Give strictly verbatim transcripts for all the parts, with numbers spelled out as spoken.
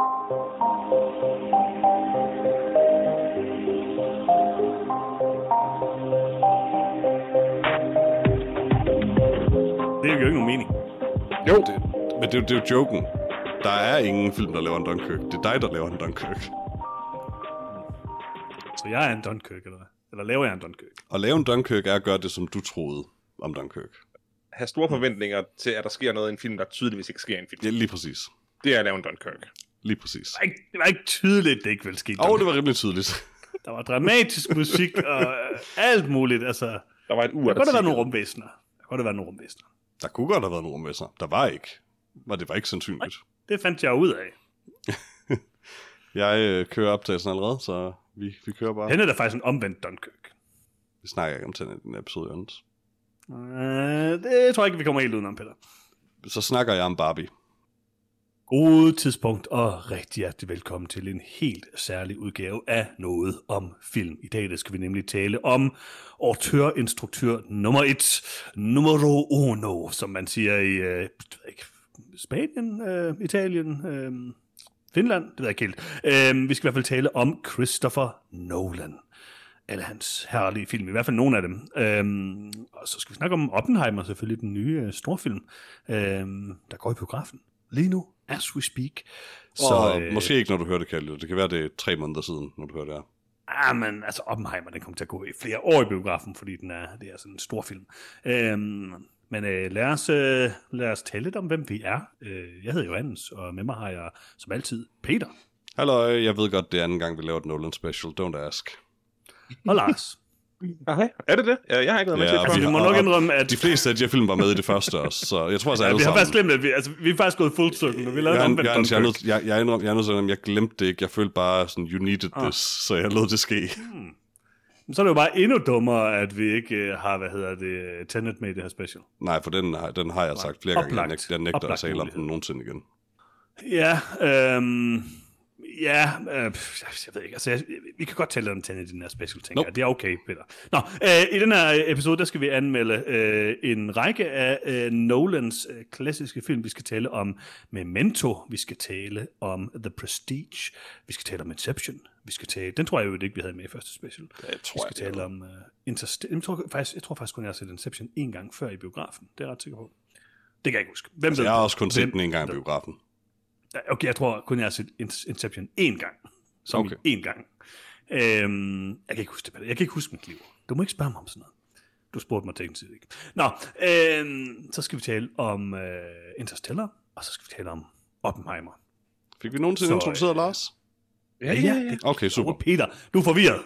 Det er jo ikke nogen mening. Jo, det, men det, det er jo joken. Der er ingen film, der laver en Dunkirk. Det er dig, der laver en Dunkirk. Så jeg er en Dunkirk, eller hvad? Eller laver jeg en Dunkirk? At lave en Dunkirk er at gøre det, som du troede om Dunkirk. Have store forventninger til, at der sker noget i en film, der tydeligvis ikke sker i en film. Ja, lige præcis. Det er at lave en Dunkirk. Lige præcis. Det var ikke, det var ikke tydeligt, det ikke ville ske. Åh, oh, det var rimelig tydeligt. Der var dramatisk musik og øh, alt muligt. Altså, der var et ur, der kunne der være nogle rumvæsener. Der kunne der være nogle rumvæsener. Der kunne godt have været nogle rumvæsener. Der var ikke. Men det var ikke sandsynligt. Det fandt jeg ud af. jeg øh, kører optagelsen allerede, så vi, vi kører bare. Hende er der faktisk en omvendt Dunkirk. Vi snakker ikke om til den episode, Jørgens. Uh, det tror jeg ikke, vi kommer helt udenom, Peter. Så snakker jeg om Barbie. God tidspunkt, og rigtig hjertelig velkommen til en helt særlig udgave af Noget om Film. I dag der skal vi nemlig tale om autør-instruktør nummer et, numero uno, som man siger i øh, ikke, Spanien, øh, Italien, øh, Finland, det ved jeg ikke helt. Øh, vi skal i hvert fald tale om Christopher Nolan. Alle hans herlige film, i hvert fald nogle af dem. Øhm, og så skal vi snakke om Oppenheimer, selvfølgelig den nye øh, storfilm, øhm, der går i biografen lige nu, as we speak. Så, og øh, måske ikke, når du hører det, Kalle. Det kan være, det er tre måneder siden, når du hører det her. Ah, men altså Oppenheimer, den kommer til at gå i flere år i biografen, fordi den er, det er sådan en stor film. Øhm, men øh, lad, os, øh, lad os tale lidt om, hvem vi er. Øh, jeg hedder Johannes, og med mig har jeg som altid Peter. Hallo, jeg ved godt, det er anden gang, vi laver et Nolan special. Don't ask. Og Lars. Okay, er det det? Jeg har ikke været med ja, til det. Altså, vi må nok indrømme, at de fleste af de her film var med i det første også, så jeg tror også, ja, alle vi har sammen. faktisk glemt, at vi, altså, vi er faktisk gået full circle, når vi lavede en omvendt jeg, jeg, Dunkirk. jeg, jeg, jeg, jeg, jeg, jeg glemte det ikke. Jeg følte bare sådan, you needed ah. this, så jeg lod det ske. Hmm. Så er det jo bare endnu dummere, at vi ikke uh, har, hvad hedder det, Tenet med i det her special. Nej, for den, den har jeg sagt flere gange. Jeg, næg, jeg nægter Oplagt at tale om mulighed. den nogensinde igen. Ja, øhm... Ja, øh, jeg ved ikke, altså jeg, vi kan godt tale om Tenet i den her special, tænker nope. jeg. Det er okay, Peter. Nå, øh, i den her episode, der skal vi anmelde øh, en række af øh, Nolans øh, klassiske film. Vi skal tale om Memento, vi skal tale om The Prestige, vi skal tale om Inception, vi skal tale, den tror jeg jo ikke, vi havde med i første special. Jeg tror, vi skal jeg tale om uh, Interstellar. Jeg tror faktisk, jeg tror faktisk kun, jeg har set Inception en gang før i biografen. Det er jeg ret sikker på. Det kan jeg ikke huske. Hvem altså, jeg har også kun set den en gang i biografen. Okay, jeg tror kun, jeg har set Inception én gang. Som okay. én gang. Øhm, jeg kan ikke huske det, Peter. Jeg kan ikke huske mit liv. Du må ikke spørge mig om sådan noget. Du spurgte mig teknisk ikke. Nå, øhm, så skal vi tale om øh, Interstellar, og så skal vi tale om Oppenheimer. Fik vi nogensinde så, introduceret øh, Lars? Ja, ja, ja. Okay, super. Oh, Peter, du er forvirret.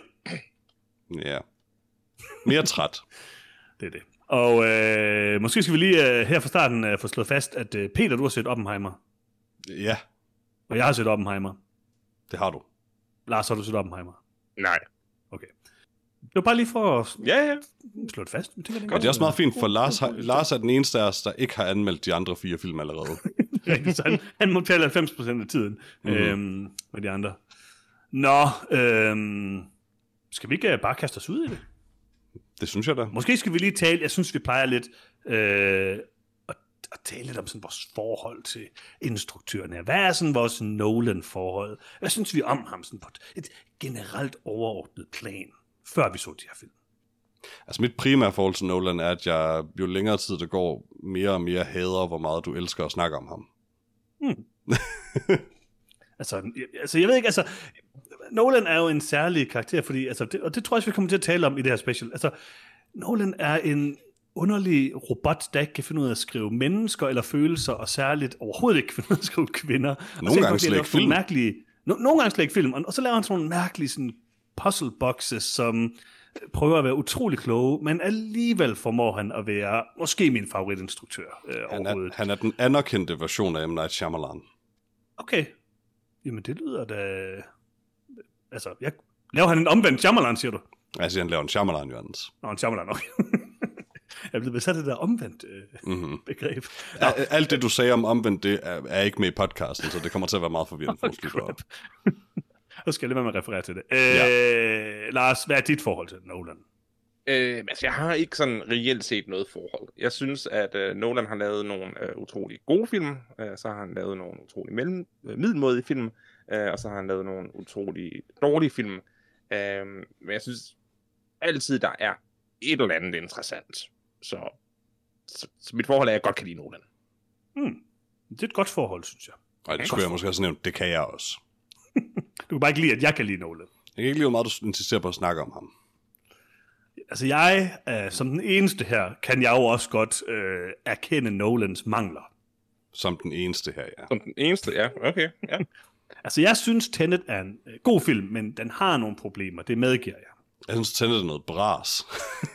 Ja. Mere træt. Det er det. Og øh, måske skal vi lige øh, her fra starten øh, få slået fast, at øh, Peter, du har set Oppenheimer. Ja. Og jeg har set Oppenheimer. Det har du. Lars, har du set Oppenheimer? Nej. Okay. Det var bare lige for at ja, ja. slå det fast. Det, det, det er også meget fint, for Lars, har, Lars er den eneste af os, der ikke har anmeldt de andre fire film allerede. Så han, han må tale halvfems procent af tiden mm-hmm. øhm, med de andre. Nå, øhm, skal vi ikke bare kaste os ud i det? Det synes jeg da. Måske skal vi lige tale, jeg synes vi plejer lidt øh, at, at tale lidt om sådan vores forhold til instruktøren her. Hvad er sådan vores Nolan-forhold? Hvad synes vi om ham sådan på et generelt overordnet plan, før vi så de her film? Altså mit primære forhold til Nolan er, at jeg jo længere tid det går, mere og mere hader, hvor meget du elsker at snakke om ham. Hmm. altså, jeg, altså, jeg ved ikke, altså, Nolan er jo en særlig karakter, fordi, altså, det, og det tror jeg, vi kommer til at tale om i det her special. Altså, Nolan er en underlig robot, der ikke kan finde ud af at skrive mennesker eller følelser, og særligt overhovedet ikke kan finde ud af at skrive kvinder. Nogle gange slet ikke film. Mærkelige, no, nogle gange slet ikke film, og, og så laver han sådan nogle mærkelige sådan, puzzle boxes, som prøver at være utrolig kloge, men alligevel formår han at være måske min favoritinstruktør øh, han, overhovedet. Er, han er den anerkendte version af M. Night Shyamalan. Okay. Jamen det lyder da... Altså, jeg... laver han en omvendt Shyamalan, siger du? Altså, han laver en Shyamalan, Jørgens. Nå, en Shyamalan, okay. Jeg er blevet besat af det der omvendt øh, mm-hmm. begreb. Nå. Alt det, du sagde om omvendt, det er, er ikke med i podcasten, så det kommer til at være meget forvirrende for oh, os. Så skal jeg lade være med at referere til det. Øh, ja. Lars, hvad er dit forhold til Nolan? Øh, altså, jeg har ikke sådan reelt set noget forhold. Jeg synes, at øh, Nolan har lavet nogle øh, utrolig gode film, øh, så har han lavet nogle utrolig mellem, øh, middelmådige film, øh, og så har han lavet nogle utrolig dårlige film. Øh, men jeg synes altid, der er et eller andet interessant. Så, så, så mit forhold er, at jeg godt kan lide Nolan. Hmm. Det er et godt forhold, synes jeg. Nej, det skulle jeg måske også nævne. Det kan jeg også. Du kan bare ikke lide, at jeg kan lide Nolan. Jeg kan ikke lide, hvor meget du insisterer på at snakke om ham. Altså jeg, øh, som den eneste her, kan jeg jo også godt øh, erkende Nolans mangler. Som den eneste her, ja. Som den eneste, ja. Okay, ja. Altså jeg synes, Tenet er en øh, god film, men den har nogle problemer. Det medgiver jeg. Jeg synes, Tenet er noget bras.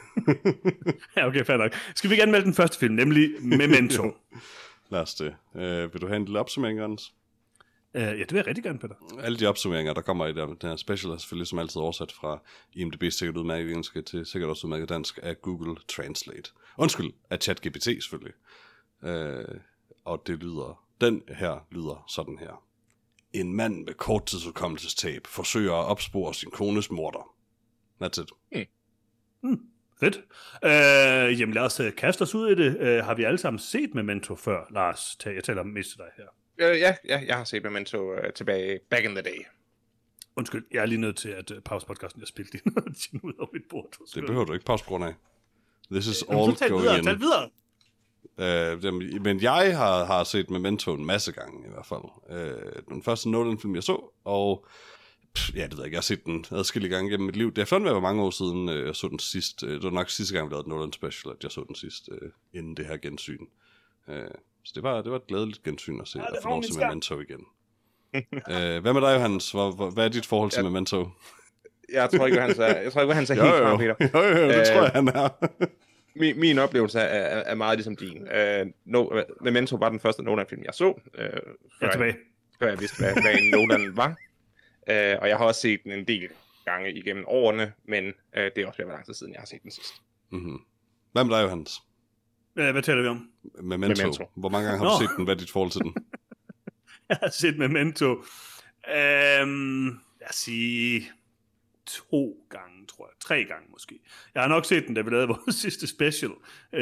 Ja, okay, fair nok. Skal vi ikke anmelde den første film, nemlig Memento? Lad os det. Øh, vil du have en lille opsummering, Anders? Uh, ja, det vil jeg rigtig gerne, Peter. Alle de opsummeringer, der kommer i der, den her special, er selvfølgelig som altid oversat fra I M D B's sikkert udmærket engelsk til sikkert også udmærket dansk af Google Translate. Undskyld, af ChatGPT selvfølgelig. Uh, og det lyder, den her lyder sådan her. En mand med korttidsudkommelsestab forsøger at opspore sin kones morder. That's it. Mm. Mm, fedt. Uh, jamen lad os uh, kaste os ud i det. Uh, har vi alle sammen set Memento før, Lars? Jeg taler mest til dig her. Øh, ja, ja, jeg har set Memento uh, tilbage back in the day. Undskyld, jeg er lige nødt til at uh, pause podcasten. Jeg spildte din noget ud over mit bord. Det behøver du ikke pause på grund af. This is Jamen, all så tal going videre, in. tal videre. Uh, jamen, men jeg har, har set Memento en masse gange i hvert fald. Uh, den første Nolan-film, jeg så, og pff, ja, det ved jeg ikke, jeg har set den adskillige gange gennem mit liv. Det er efterhånden været mange år siden, uh, jeg så den sidst. Uh, det var nok sidste gang, vi lavede et Nolan-special, at jeg så den sidst, uh, inden det her gensyn. Uh, så det var, det var et glædeligt gensyn at se, ja, at få lov til Memento igen. uh, hvad med dig, Johannes? Hvor, hvor, hvad er dit forhold til ja. Memento? Jeg tror ikke, Johannes er, jeg tror ikke, Johannes er helt klar, Peter. Jo, jo, jo, det uh, tror jeg, han er. min, min oplevelse er, er, er meget ligesom din. Uh, no, Memento var den første Nolan-film, jeg så. Uh, før, jeg, jeg, før jeg vidste, hvad, hvad en Nolan var. Uh, og jeg har også set den en del gange igennem årene, men uh, det er også ved at være lang tid siden, jeg har set den sidst. Mm-hmm. Hvad med dig, Johannes? Uh, hvad taler vi om? Memento. Memento. Hvor mange gange har du Nå. set den? Hvad er dit forhold til den? Jeg har set Memento. Um, lad os sige to gange, tror jeg. Tre gange måske. Jeg har nok set den, da vi lavede vores sidste special.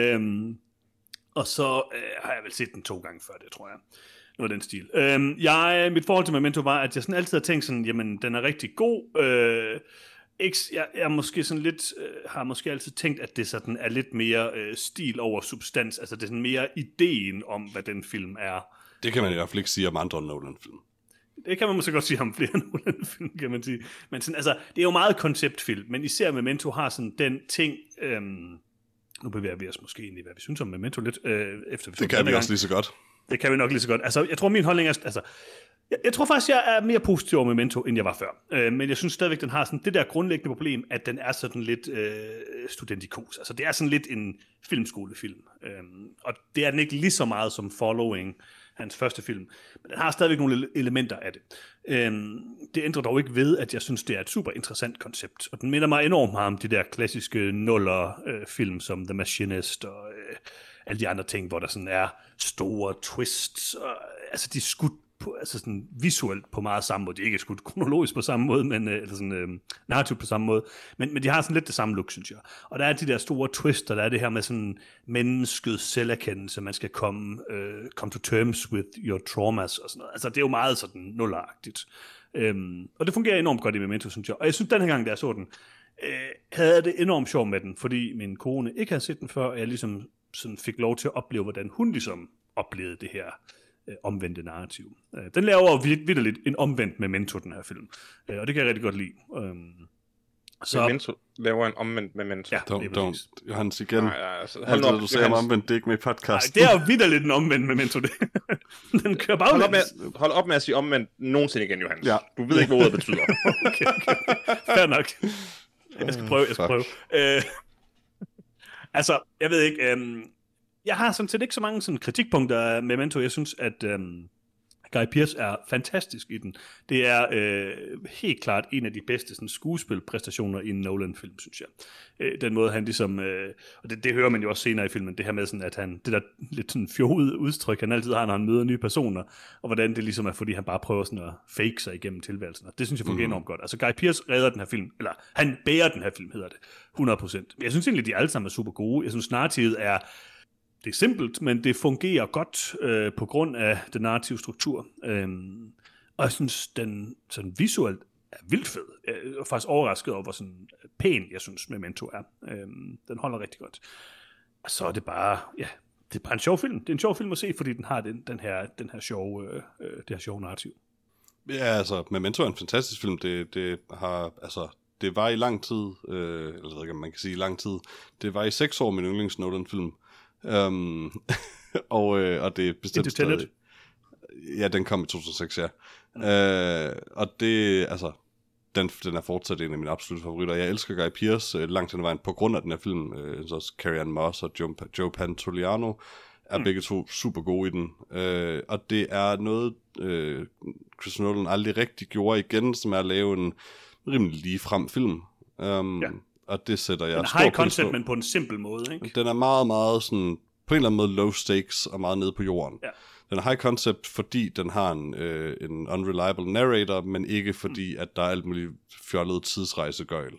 Um, og så uh, har jeg vel set den to gange før det, tror jeg. Noget af den stil. Um, jeg, mit forhold til Memento var, at jeg sådan altid har tænkt sådan, jamen, den er rigtig god. Uh, ikke, jeg, jeg måske sådan lidt, uh, har måske altid tænkt, at det sådan er lidt mere uh, stil over substans. Altså det er sådan mere ideen om, hvad den film er. Det kan man i hvert fald ikke sige om andre Nolan-film. Det kan man måske godt sige om flere Nolan-film, kan man sige. Men sådan, altså, det er jo meget konceptfilm, men især Memento har sådan den ting... Øhm, nu bevæger vi os måske ind i, hvad vi synes om Memento lidt. Øh, efter vi det kan vi gang. også lige så godt. Det kan vi nok lige så godt. Altså, jeg tror, min holdning er... Altså, jeg, jeg tror faktisk, jeg er mere positiv over Memento, end jeg var før. Øh, men jeg synes stadigvæk, den har sådan det der grundlæggende problem, at den er sådan lidt øh, studentikos. Altså, det er sådan lidt en filmskolefilm. Øh, og det er den ikke lige så meget som Following, hans første film. Men den har stadigvæk nogle elementer af det. Øhm, det ændrer dog ikke ved, at jeg synes, det er et super interessant koncept. Og den minder mig enormt meget om de der klassiske nuller-film, øh, som The Machinist og øh, alle de andre ting, hvor der sådan er store twists. Og, altså, de er skudt på, altså sådan visuelt på meget samme måde. De er ikke skudt kronologisk på samme måde, men, øh, eller sådan øh, narrativt på samme måde. Men, men de har sådan lidt det samme look, synes jeg. Og der er de der store twister, der er det her med sådan menneskets selverkendelse, man skal komme, øh, come to terms with your traumas og sådan noget. Altså det er jo meget sådan nulleragtigt. Øhm, og det fungerer enormt godt i Memento, synes jeg. Og jeg synes, den her gang, da jeg så den, øh, havde jeg det enormt sjovt med den, fordi min kone ikke havde set den før, og jeg ligesom sådan fik lov til at opleve, hvordan hun ligesom oplevede det her øh, omvendte narrativ. Øh, den laver vitterligt en omvendt Memento, den her film. Øh, og det kan jeg rigtig godt lide. Øhm, så Memento laver en omvendt Memento. Ja, don't, don't. Johannes igen. Nej, altså, alt det, du sagde om omvendt, det er ikke med i podcast. Nej, det er jo vitterligt en omvendt Memento, det. Den kører baglæns. Hold op, med, hold op med at sige omvendt nogensinde igen, Johannes. Ja. Du ved ikke, hvad ordet betyder. okay, okay. Fair nok. Jeg skal prøve, jeg skal prøve. Øh, altså, jeg ved ikke... Øh, jeg har sådan set ikke så mange sådan kritikpunkter af Memento. Jeg synes, at øhm, Guy Pearce er fantastisk i den. Det er øh, helt klart en af de bedste sådan, skuespilpræstationer i en Nolan-film, synes jeg. Øh, den måde, han ligesom... Øh, og det, det hører man jo også senere i filmen, det her med, sådan, at han... Det der lidt sådan fjolede udtryk, han altid har, når han møder nye personer, og hvordan det ligesom er, fordi han bare prøver sådan at fake sig igennem tilværelsen. Og det synes jeg fungerer mm. enormt godt. Altså, Guy Pearce redder den her film, eller han bærer den her film, hedder det, hundrede procent. Jeg synes egentlig, de alle sammen er super gode. Jeg synes, narrativet er... Det er simpelt, men det fungerer godt øh, på grund af den narrative struktur. Øhm, og jeg synes, den sådan visuelt er vildt fed. Jeg er faktisk overrasket over, hvor sådan pæn, jeg synes, Memento er. Øhm, den holder rigtig godt. Og så er det bare, ja, det er bare en sjov film. Det er en sjov film at se, fordi den har den, den her, den her sjove, øh, det her sjove narrativ. Ja, altså, Memento er en fantastisk film. Det, det har, altså, det var i lang tid, øh, eller jeg ved ikke, om man kan sige i lang tid, det var i seks år min yndlings Nolan-film. Um, og, øh, og det er bestemt stadig... Ja, den kom i to tusind og seks, ja. Mm. Uh, og det, altså, den, den er fortsat en af mine absolutte favoritter. Jeg elsker Guy Pearce uh, langt hen ad vejen på grund af den her film. Uh, så Carrie-Anne Moss og Joe, Joe Pantoliano er mm. begge to super gode i den. Uh, og det er noget, uh, Chris Nolan aldrig rigtig gjorde igen, som er at lave en rimelig ligefrem film. Um, ja. Og det sætter jeg stor pris på. Den high concept, men på en simpel måde, ikke? Den er meget, meget sådan, på en eller anden måde low stakes og meget nede på jorden. Ja. Den er high concept, fordi den har en, øh, en unreliable narrator, men ikke fordi, mm. at der er alt muligt fjollet tidsrejsegøjl.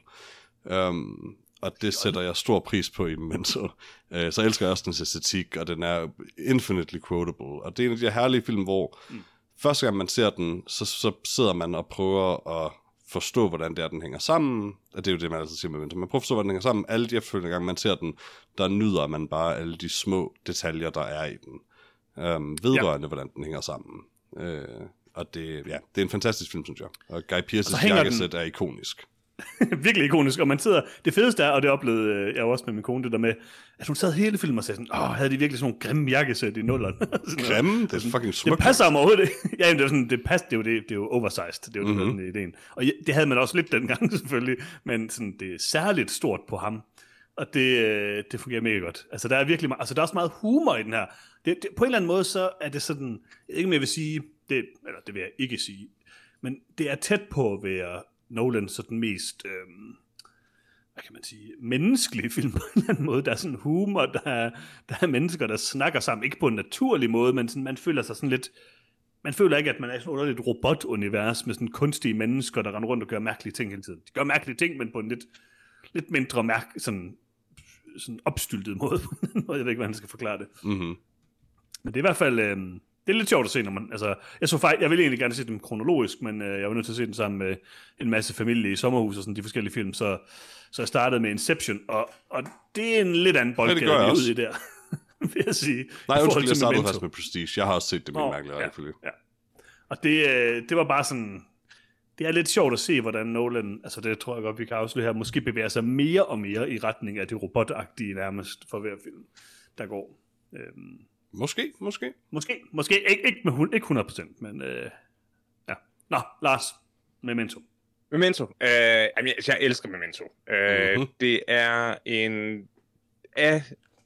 Um, og det sætter jeg stor pris på i Memento. Uh, så elsker jeg også dens æstetik, og den er infinitely quotable. Og det er en af de her herlige film, hvor mm. første gang man ser den, så, så sidder man og prøver at forstå, hvordan det er, den hænger sammen. Og det er jo det, man altid siger med Memento. Man prøver at forstå, hvordan den hænger sammen. Alle de efterfølgende gange, man ser den, der nyder man bare alle de små detaljer, der er i den. Um, vedrørende, ja. Hvordan den hænger sammen. Uh, og det, ja, det er en fantastisk film, synes jeg. Og Guy Pearces jakkesæt den... er ikonisk. Virkelig ikonisk, og man sidder, det fedeste er, og det oplevede jeg også med min kone, det der med, at hun sad hele filmen og sagde sådan, åh, havde de virkelig sådan nogle grimme jakkesæt i nullerne? Grimme? Det er fucking smukt. Det passer om overhovedet ikke. Ja, men det er jo sådan, det passer, det er jo, det, det er jo oversized, det er jo mm-hmm. det, der ideen. Og det havde man også lidt dengang, selvfølgelig, men sådan, det er særligt stort på ham, og det, det fungerer mega godt. Altså, der er virkelig meget, altså, der er også meget humor i den her. Det, det, på en eller anden måde, så er det sådan, jeg ved ikke, om jeg vil sige, det, eller det vil jeg ikke sige, men det er tæt på at være Nolan så den mest, øhm, hvad kan man sige, menneskelige film på en eller anden måde. Der er sådan humor, der er, der er mennesker, der snakker sammen, ikke på en naturlig måde, men sådan, man føler sig sådan lidt, man føler ikke, at man er sådan et robotunivers med sådan kunstige mennesker, der render rundt og gør mærkelige ting hele tiden. De gør mærkelige ting, men på en lidt, lidt mindre mærk, sådan, sådan opstyltet måde. Jeg ved ikke, hvordan jeg skal forklare det. Mm-hmm. Men det er i hvert fald... Øhm, det er lidt sjovt at se, når man, altså, jeg så faktisk, jeg ville egentlig gerne se dem kronologisk, men øh, jeg var nødt til at se den sammen med en masse familie i sommerhus og sådan de forskellige film, så, så jeg startede med Inception, og, og det er en lidt anden boldgade, vi er ude i der, vil jeg sige. Nej, undskyld, jeg startede faktisk med Prestige, jeg har også set det med oh, mærkelige rækkefølge. Ja, ja. Og det, øh, det var bare sådan, det er lidt sjovt at se, hvordan Nolan, altså det tror jeg godt, vi kan afsløre her, måske bevæger sig mere og mere i retning af det robotagtige nærmest for hver film, der går. Øhm, Måske, måske. Måske, måske. Ik- ikke, med, ikke hundrede procent, men øh, ja. Nå, Lars, Memento. Memento. Øh, jamen, jeg elsker Memento. Øh, mm-hmm. Det er en... Af,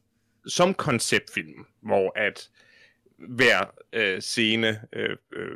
som konceptfilm, hvor at hver øh, scene øh, øh,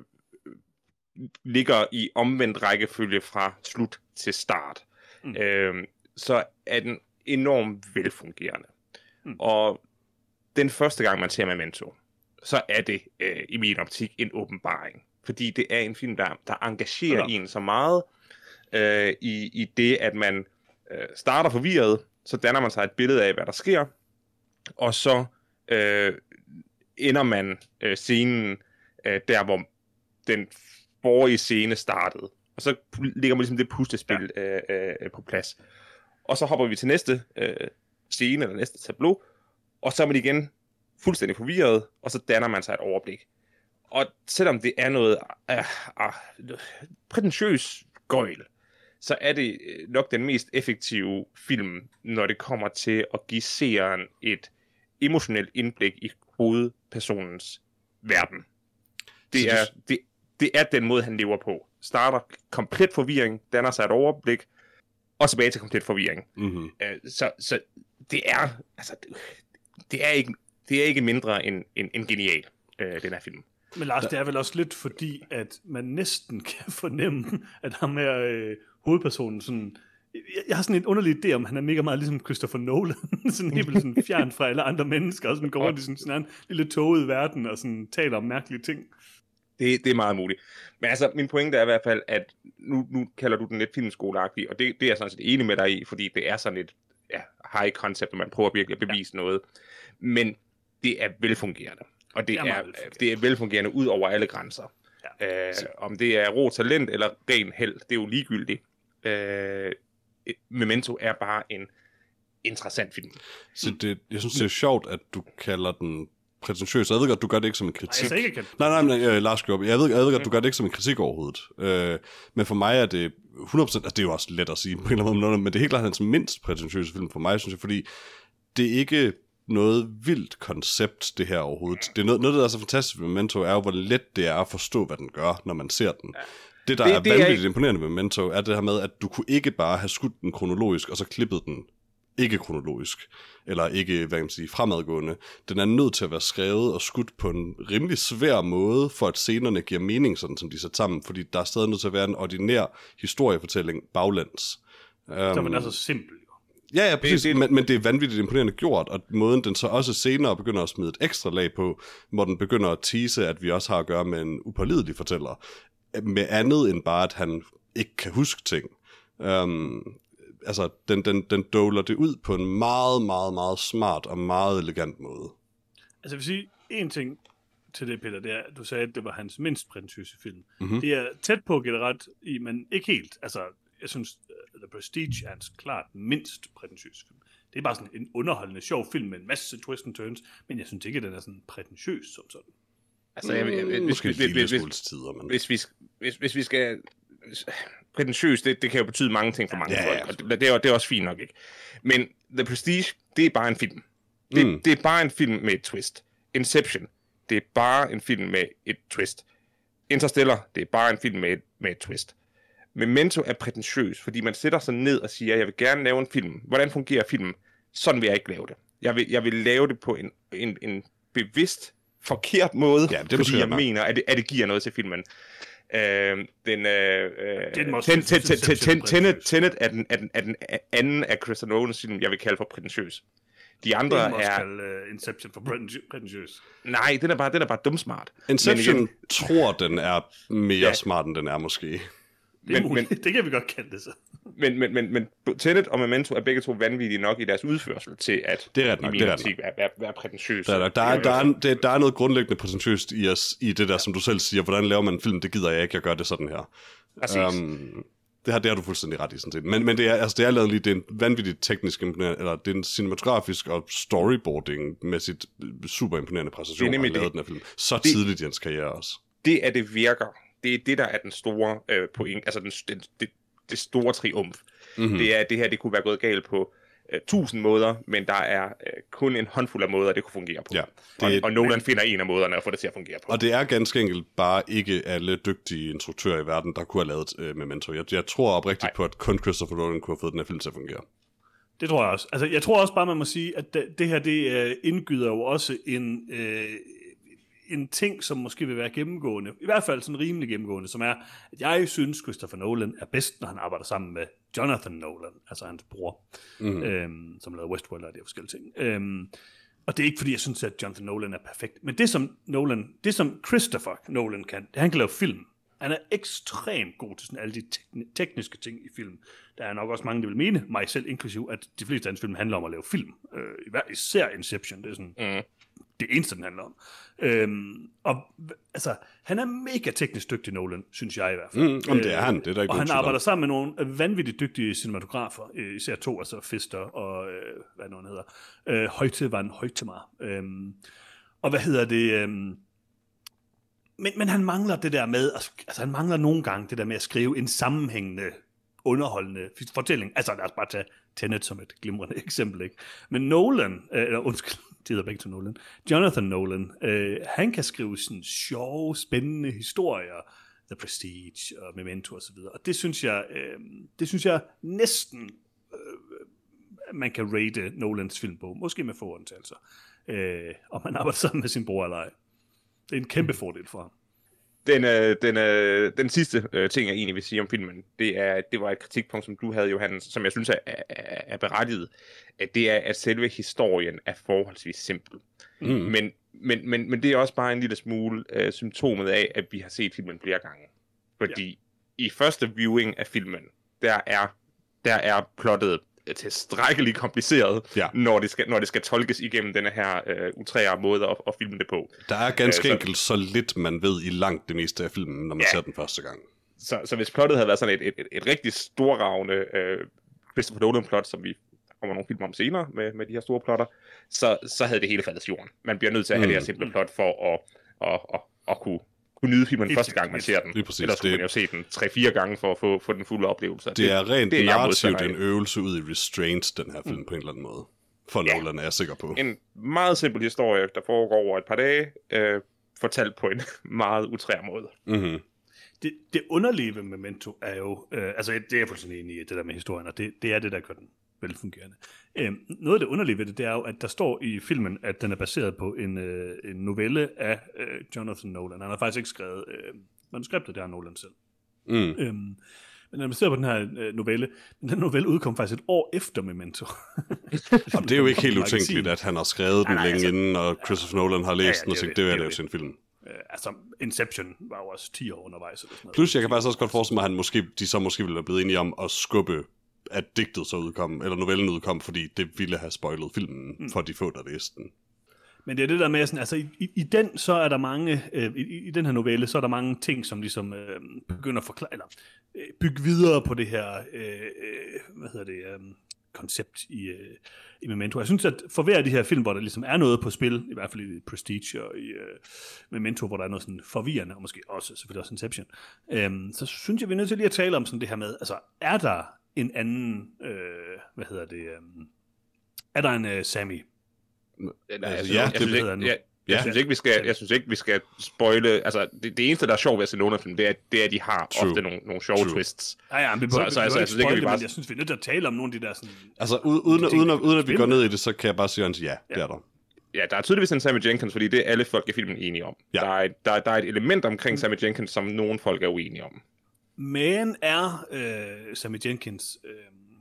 ligger i omvendt rækkefølge fra slut til start. Mm. Øh, så er den enormt velfungerende. Mm. Og den første gang, man ser Memento, så er det øh, i min optik en åbenbaring. Fordi det er en film, der, der engagerer ja. en så meget øh, i, i det, at man øh, starter forvirret, så danner man sig et billede af, hvad der sker, og så øh, ender man øh, scenen øh, der, hvor den forrige scene startede. Og så ligger man ligesom det puslespil ja. øh, øh, på plads. Og så hopper vi til næste øh, scene, eller næste tableau, og så er man igen fuldstændig forvirret, og så danner man sig et overblik. Og selvom det er noget øh, øh, prætentiøs gøjl, så er det nok den mest effektive film, når det kommer til at give seeren et emotionelt indblik i hovedpersonens verden. Det er, det, det er den måde, han lever på. Starter komplet forvirring, danner sig et overblik, og tilbage til komplet forvirring. Mm-hmm. Så, så det er, altså, det er ikke, det er ikke mindre end, end, end genial, øh, den her film. Men Lars, det er vel også lidt fordi, at man næsten kan fornemme, at ham her øh, hovedpersonen sådan... Jeg, jeg har sådan en underlig idé om, han er mega meget ligesom Christopher Nolan. sådan helt vildt sådan fjern fra alle andre mennesker, og sådan går rundt i sådan, sådan en lille tåget verden, og sådan taler om mærkelige ting. Det, det er meget muligt. Men altså, min pointe er i hvert fald, at nu, nu kalder du den lidt filmskoleagtig, og det, det er jeg sådan set enig med dig i, fordi det er sådan et ja, high concept, når man prøver virkelig at bevise ja. noget. Men det er velfungerende. Og det, det er, er det er velfungerende ud over alle grænser. Ja. Øh, om det er rå talent eller ren held, det er jo ligegyldigt. Øh, Memento er bare en interessant film. Så det, jeg synes, det er sjovt, at du kalder den prætentiøs. Jeg ved godt, du gør det ikke som en kritik. Nej, ikke nej, nej, nej, Lars Gjørp. Jeg ved, jeg ved godt, du gør det ikke som en kritik overhovedet. Øh, men for mig er det hundrede procent, altså det er jo også let at sige på en eller anden måde, men det er helt klart hans mindst prætentiøse film for mig, synes jeg, fordi det er ikke noget vildt koncept, det her overhovedet. Det er noget, noget der er så fantastisk med Memento, er jo, hvor let det er at forstå, hvad den gør, når man ser den. Det, der det, er det vanvittigt er... imponerende med Memento, er det her med, at du kunne ikke bare have skudt den kronologisk, og så klippet den ikke kronologisk, eller ikke, hvad kan man sige, fremadgående. Den er nødt til at være skrevet og skudt på en rimelig svær måde, for at scenerne giver mening, sådan som de er sat sammen, fordi der er stadig nødt til at være en ordinær historiefortælling baglæns. Så um, den er så simpel. Ja, ja, præcis, det, det... Men, men det er vanvittigt imponerende gjort, og måden den så også senere begynder at smide et ekstra lag på, hvor den begynder at tease, at vi også har at gøre med en upålidelig fortæller, med andet end bare, at han ikke kan huske ting. Um, altså, den, den, den doler det ud på en meget, meget, meget smart og meget elegant måde. Altså, jeg vil sige, en ting til det, Peter, det er, du sagde, at det var hans mindst prætentiøse film. Mm-hmm. Det er tæt på at gætte ret i, men ikke helt. Altså, jeg synes, uh, The Prestige er hans klart mindst prætentiøse film. Det er bare sådan en underholdende, sjov film med en masse twists and turns, men jeg synes ikke, at den er sådan prætentiøs som sådan. Altså, jeg, jeg, jeg, Måske hvis, hvis, hvis, tider, men... hvis, vi, hvis, hvis vi skal... Prætentiøs, det, det kan jo betyde mange ting for mange ja, folk, ja. og det, det, er, det er også fint nok, ikke? Men The Prestige, det er bare en film. Det, mm. det er bare en film med et twist. Inception, det er bare en film med et twist. Interstellar, det er bare en film med et, med et twist. Memento er prætentiøs, fordi man sætter sig ned og siger, jeg vil gerne lave en film. Hvordan fungerer filmen? Sådan vil jeg ikke lave det. Jeg vil, jeg vil lave det på en, en, en bevidst, forkert måde, ja, det fordi jeg nok. mener, at det, at det giver noget til filmen. Øh, den øh, Tenet er den, er den, er den anden af Christopher Nolans film, jeg vil kalde for prætentiøs. De andre er... er... Kalde, uh, Inception for prætentiøs. Nej, den er bare, den er bare dumsmart. Inception igen... tror, den er mere ja. smart, end den er måske. Det, men, men, det kan vi godt kalde det så. Men, men, men, men Tenet og Memento er begge to vanvittige nok i deres udførsel til at det er ret nok, i det min er musik være, være, være prætentiøs. Der er, der, er, der, er, der, der er noget grundlæggende prætentiøst i, os, i det der, som du selv siger. Hvordan laver man en film? Det gider jeg ikke, jeg gør det sådan her. Um, det, har, det har du fuldstændig ret i, sådan set. Men, men det er, altså, det er lavet lige, det er en vanvittigt teknisk imponerende, eller det er en cinematografisk og storyboarding med sit super imponerende præstation, han lavet den her film. Så det, tidligt i hans karriere også. Det er det virker. Det er det, der er den store øh, point, altså den, den, det, det store triumf. Mm-hmm. Det er, det her, det kunne være gået galt på øh, tusind måder, men der er øh, kun en håndfuld af måder, det kunne fungere på. Ja, det, og, og Nolan finder en af måderne at få det til at fungere på. Og det er ganske enkelt bare ikke alle dygtige instruktører i verden, der kunne have lavet øh, Memento. Jeg, jeg tror oprigtigt Nej. på, at kun Christopher Nolan kunne have fået den her film til at fungere. Det tror jeg også. Altså, jeg tror også bare, man må sige, at det, det her, det øh, indgyder jo også en... Øh, en ting, som måske vil være gennemgående, i hvert fald sådan rimelig gennemgående, som er, at jeg synes, Christopher Nolan er bedst, når han arbejder sammen med Jonathan Nolan, altså hans bror, mm. øhm, som lavede Westworld og de forskellige ting. Øhm, og det er ikke, fordi jeg synes, at Jonathan Nolan er perfekt, men det som Nolan, det som Christopher Nolan kan, det han kan lave film. Han er ekstremt god til sådan alle de tekn- tekniske ting i film. Der er nok også mange, der vil mene, mig selv inklusiv, at de fleste af hans film handler om at lave film. Øh, især Inception, det er sådan... Mm. Det eneste, den handler om. Øhm, og altså, han er mega teknisk dygtig, Nolan, synes jeg i hvert fald. Mm, om det er han, det er der ikke. Og han arbejder sammen med nogle vanvittigt dygtige cinematografer, især to, altså Fister og, øh, hvad nu han hedder, øh, Højte van Højtemar. Øhm, og hvad hedder det... Øhm, men, men han mangler det der med, altså han mangler nogle gange det der med at skrive en sammenhængende, underholdende fortælling. Altså lad os bare tage Tenet som et glimrende eksempel, ikke? Men Nolan, øh, eller undskyld, det hedder begge til Nolan, Jonathan Nolan, øh, han kan skrive sådan sjove, spændende historier, The Prestige og Memento og så videre. Og det synes jeg, øh, det synes jeg næsten, øh, man kan rate Nolans film på, måske med få undtagelser, øh, om man arbejder sammen med sin bror eller ej. det er en kæmpe fordel for ham. Den, øh, den, øh, den sidste øh, ting, jeg egentlig vil sige om filmen, det er, det var et kritikpunkt, som du havde, Johannes, som jeg synes er, er, er berettiget. At det er, at selve historien er forholdsvis simpel. Mm. Men, men, men, men det er også bare en lille smule øh, symptomet af, at vi har set filmen flere gange. Fordi ja. i første viewing af filmen, der er, der er plottet tilstrækkeligt kompliceret, ja. når, det skal, når det skal tolkes igennem denne her øh, utrære måde at, at filme det på. Der er ganske øh, enkelt så lidt, man ved i langt det meste af filmen, når man ja. ser den første gang. Så, så hvis plottet havde været sådan et, et, et, et rigtig storravende øh, Christopher Nolan-plot, som vi kommer nogle film om senere med, med de her store plotter, så, så havde det hele faldet til jorden. Man bliver nødt til at have mm. det her simple plot for at, at, at, at, at kunne kunne nyde filmen første gang, man ser den. Ellers skulle man jo se den tre-fire gange for at få, få den fulde oplevelse. Det, det er rent det er narrativt en øvelse ud i restraint, den her film, mm. på en eller anden måde. For ja. Nolan er jeg sikker på. En meget simpel historie, der foregår over et par dage, øh, fortalt på en meget utrær måde. Mm-hmm. Det, det underlige ved Memento er jo, øh, altså det er jeg fuldstændig enig i, det der med historien, og det, det er det, der gør den velfungerende. Øh, noget af det underlige ved det, det er jo, at der står i filmen, at den er baseret på en, øh, en novelle af øh, Jonathan Nolan. Han har faktisk ikke skrevet øh, manuskriptet, det har Nolan selv. Mm. Øhm, men den er baseret på den her øh, novelle, men den novelle udkom faktisk et år efter Memento. Det er jo ikke helt utænkeligt, at han har skrevet den nej, nej, længe altså, inden, og Christopher ja, Nolan har læst ja, ja, den og tænkt, det vil jeg lave til en film. Uh, altså, Inception var jo også ti år undervejs. Eller sådan noget. Plus, jeg kan faktisk også godt forestille mig, at han måske, de så måske ville være blevet enige om at skubbe, at digtet så udkom, eller novellen udkom, fordi det ville have spoilet filmen, mm. for de få, der læste den. Men det er det der med, sådan, altså i, i, i den, så er der mange, øh, i, i den her novelle, så er der mange ting, som ligesom øh, begynder at forklare, eller øh, bygge videre på det her, øh, øh, hvad hedder det, øh, koncept i, øh, i Memento. Jeg synes, at for hver af de her film, hvor der ligesom er noget på spil, i hvert fald i Prestige og i øh, Memento, hvor der er noget sådan forvirrende, og måske også selvfølgelig også Inception, øh, så synes jeg, vi er nødt til lige at tale om sådan det her med, altså er der en anden, øh, hvad hedder det, øh, er der en øh, Sammy? Nej, altså, ja, det hedder nu. Jeg, jeg, ja. synes ikke, vi skal, jeg synes ikke, vi skal spoile. Altså, det, det eneste, der er sjovt ved at se Nolan-film, det er, det er, at de har True. ofte nogle, nogle sjove True. twists. Ja, ja, men så, så, så, altså, jeg, synes, det, bare... jeg synes, vi er nødt til at tale om nogle af de der sådan... Altså, uden, uden, uden, uden, uden at vi går ned i det, så kan jeg bare sige, at ja, ja, det er der. Ja, der er tydeligvis en Sammy Jenkins, fordi det er alle folk i filmen enige om. Ja. Der, er, der, der er et element omkring mm. Sammy Jenkins, som nogle folk er uenige om. Men er øh, Sammy Jenkins, øh,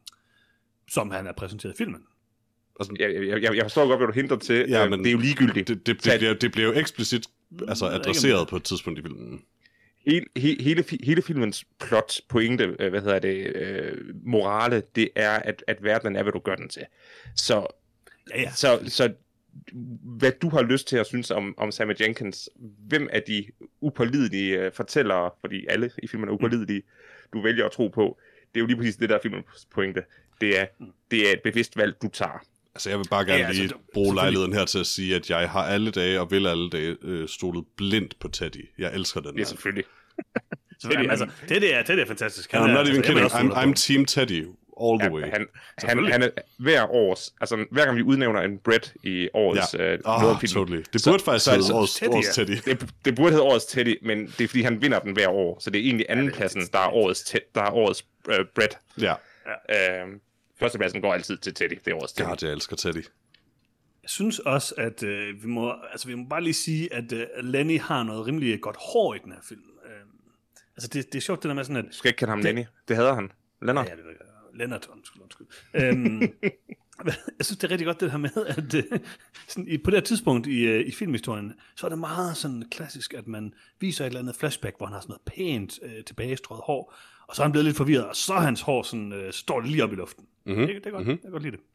som han er præsenteret i filmen, Altså, jeg, jeg, jeg forstår godt, hvad du henter til. Ja, men det er jo ligegyldigt. Det, det, det, bliver, det bliver jo eksplicit altså, adresseret på et tidspunkt i filmen. Hele, hele, hele filmens plot, pointe, hvad hedder det, øh, morale, det er, at, at verdenen er, hvad du gør den til. Så, ja, ja. så, så hvad du har lyst til at synes om, om Sammy Jenkins, hvem er de upålidelige fortællere, fordi alle i filmen er upålidelige, du vælger at tro på, det er jo lige præcis det, der er filmens pointe. Det er, det er et bevidst valg, du tager. Altså, jeg vil bare gerne ja, altså, lige bruge lejligheden her til at sige, at jeg har alle dage og vil alle dage øh, stolet blindt på Teddy. Jeg elsker den. Ja, selvfølgelig. selvfølgelig altså, Teddy er, Teddy er fantastisk. Han I'm not even kidding. I'm, I'm team Teddy all the way. Ja, han, han, han er hver års, altså hver gang vi udnævner en Brett i årets ja. øh, oh, film, totally. Det burde så, faktisk så, hedde så, årets, Teddy, årets Teddy. Det, det burde hedde årets Teddy, men det er fordi han vinder den hver år, så det er egentlig andenpladsen, der er årets, te, der er årets øh, Brett. Ja. ja. Øh, Førstepladsen går altid til Teddy, det er årets Teddy. Ja, jeg elsker Teddy. Jeg synes også, at øh, vi, må, altså, vi må bare lige sige, at øh, Lenny har noget rimelig godt hår i den her film. Øh, altså, det, det er sjovt, det der med sådan, at... Du skal ikke kalde ham det, Lenny. Det hader han. Lennart. Ja, ja, det er Lennart, undskyld, undskyld. øhm, jeg synes, det er rigtig godt, det her med, at øh, sådan, i, på det her tidspunkt i, øh, i filmhistorien, så er det meget sådan klassisk, at man viser et eller andet flashback, hvor han har sådan noget pænt øh, tilbagestrøget hår, og så er han blevet lidt forvirret, og så er hans hår sådan, øh, står lige op i luften. Mm-hmm. Det, det er godt, mm-hmm. jeg kan godt lide det.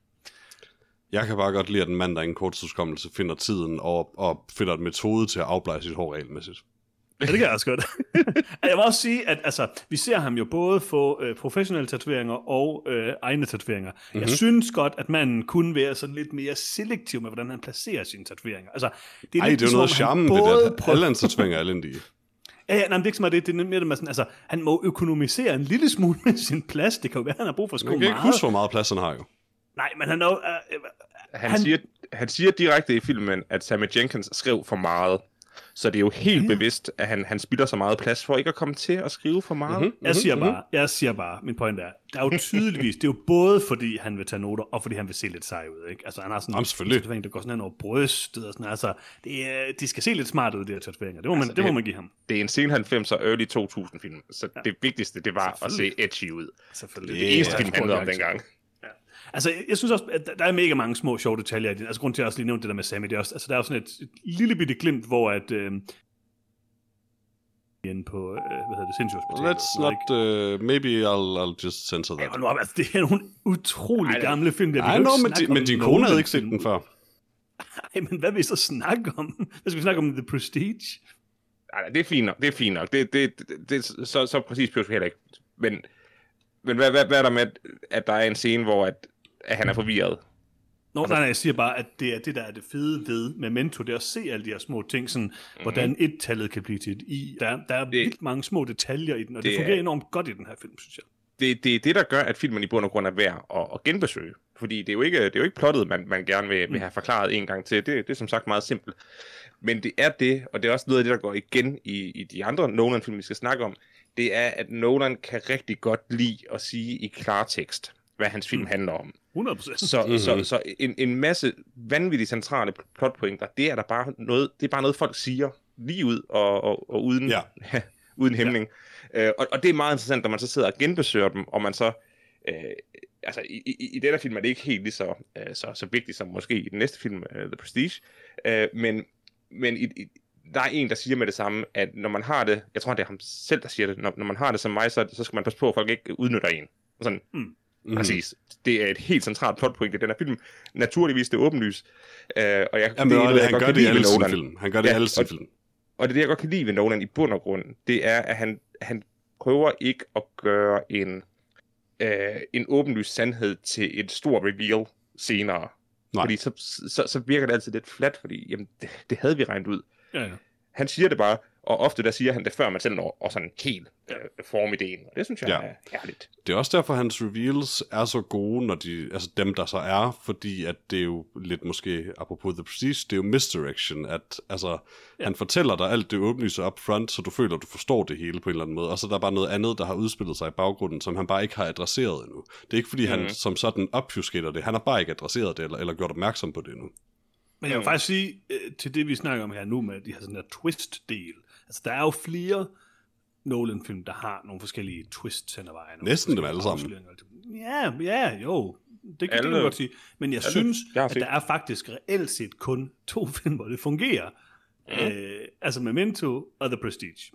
Jeg kan bare godt lide, at en mand, der ingen korttidshukommelse, finder tiden og, og finder en metode til at afbleje sit hår regelmæssigt. Ja, det kan jeg også godt. Jeg vil også sige, at altså, vi ser ham jo både få øh, professionelle tatoveringer og øh, egne tatoveringer. Mm-hmm. Jeg synes godt, at manden kunne være sådan lidt mere selektiv med, hvordan han placerer sine tatoveringer. Altså, det er Ej, lidt det er jo noget charmen ved det, at alle hans tatoveringer er elendige. Ja, ja, nej, det er ikke så meget det. Det er mere, sådan, altså, han må økonomisere en lille smule med sin plads. Det kan jo være, han har brug for sko meget. Man kan ikke huske, hvor meget plads han har jo. Nej, men han er jo... Øh, han, han, siger, han siger direkte i filmen, at Sammy Jenkins skrev for meget. Så det er jo helt ja. bevidst, at han, han spilder så meget plads for ikke at komme til at skrive for meget. Mm-hmm. Jeg siger bare, jeg siger bare, min point er, der er jo tydeligvis, det er jo både fordi han vil tage noter, og fordi han vil se lidt sej ud, ikke? Altså han har sådan en tatovering, der går sådan hen over brystet og sådan, altså, det er, de skal se lidt smart ud, de her tatoveringer, det må man, altså, det, det må man give ham. Det er en sen halvfemser og early to tusind film, så ja. det vigtigste, det var at se edgy ud. Selvfølgelig. Det er det eneste film handlede om dengang. Altså, jeg synes også, at der er mega mange små sjove detaljer i det. Altså, grund til at jeg også lige nævnte det der med Sammy, det er også, altså, der er jo sådan et, et lille bitte glimt, hvor at, øh, igen på, øh, hvad hedder det, sindssygehospitalet. Let's not, uh, maybe I'll, I'll just censor that. Ja, nu, altså, det er nogle utrolig Ej, gamle film, der vi I know, men, di, men din kone havde ikke set den før. Nej, men hvad vil I så snakke om? Hvad skal vi snakke om? The Prestige? Nej, det er fint nok, det er fint nok. Det, det, det, det, så, så præcis behøver vi heller ikke. Men, men hvad, hvad, hvad er der med, at der er en scene, hvor at, at han er forvirret? Nå, altså, nej, nej, jeg siger bare, at det er det, der er det fede ved Memento, det er at se alle de her små ting, sådan, mm-hmm. hvordan et-tallet kan blive til et i. Der, der er det, vildt mange små detaljer i den, og det, det fungerer er, enormt godt i den her film, synes jeg. Det, det er det, der gør, at filmen i bund og grund er værd at, at genbesøge. Fordi det er jo ikke, det er jo ikke plottet, man, man gerne vil, vil have forklaret en gang til. Det, det er som sagt meget simpelt. Men det er det, og det er også noget af det, der går igen i, i de andre Nolan-film, vi skal snakke om, det er, at Nolan kan rigtig godt lide at sige i klartekst, hvad hans film mm. handler om. hundrede procent. Så, mm-hmm. så, så en, en masse vanvittigt centrale plotpointer, det er der bare noget, det er bare noget, folk siger lige ud og, og, og uden, ja. uden hæmning. Ja. Øh, og, og det er meget interessant, når man så sidder og genbesøger dem, og man så, øh, altså i, i, i denne film er det ikke helt lige så, øh, så, så vigtigt som måske i den næste film, uh, The Prestige, øh, men, men i, i, der er en, der siger med det samme, at når man har det, jeg tror, det er ham selv, der siger det, når, når man har det som mig, så, så skal man passe på, at folk ikke udnytter en. Sådan, mm. Mm-hmm. Præcis. Det er et helt centralt plotpoint i den her film. Naturligvis det er åbenlys. Uh, og jeg, Jamen, det er noget, han, gør det i alle sine film. Han gør det i alle sine film. Og det er det, jeg godt kan lide ved Nolan i bund og grund, det er, at han, han prøver ikke at gøre en, øh, en åbenlys sandhed til et stort reveal senere. Nej. Fordi så, så, så virker det altid lidt flat, fordi jamen, det, det havde vi regnet ud. Ja, ja. Han siger det bare, og ofte der siger han det, før man selv når og sådan helt øh, form ideen. Og det synes jeg ja. er herligt. Det er også derfor, hans reveals er så gode, når de, altså dem, der så er, fordi at det er jo lidt måske, apropos The Prestige, det er jo misdirection, at altså, ja. han fortæller dig alt det åbenlyse up front, så du føler, at du forstår det hele på en eller anden måde, og så er der bare noget andet, der har udspillet sig i baggrunden, som han bare ikke har adresseret endnu. Det er ikke, fordi mm-hmm. han som sådan obfuscater det, han har bare ikke adresseret det, eller, eller gjort opmærksom på det endnu. Men jeg vil faktisk sige, øh, til det vi snakker om her nu, med de her sådan der twist-del, altså der er jo flere Nolan-film, der har nogle forskellige twists hen ad vejen. Næsten dem alle sammen. Ja, ja, jo, det kan jeg godt sige. Men jeg alle. synes, jeg at der er faktisk reelt set kun to film, hvor det fungerer. Mm. Øh, altså Memento og The Prestige.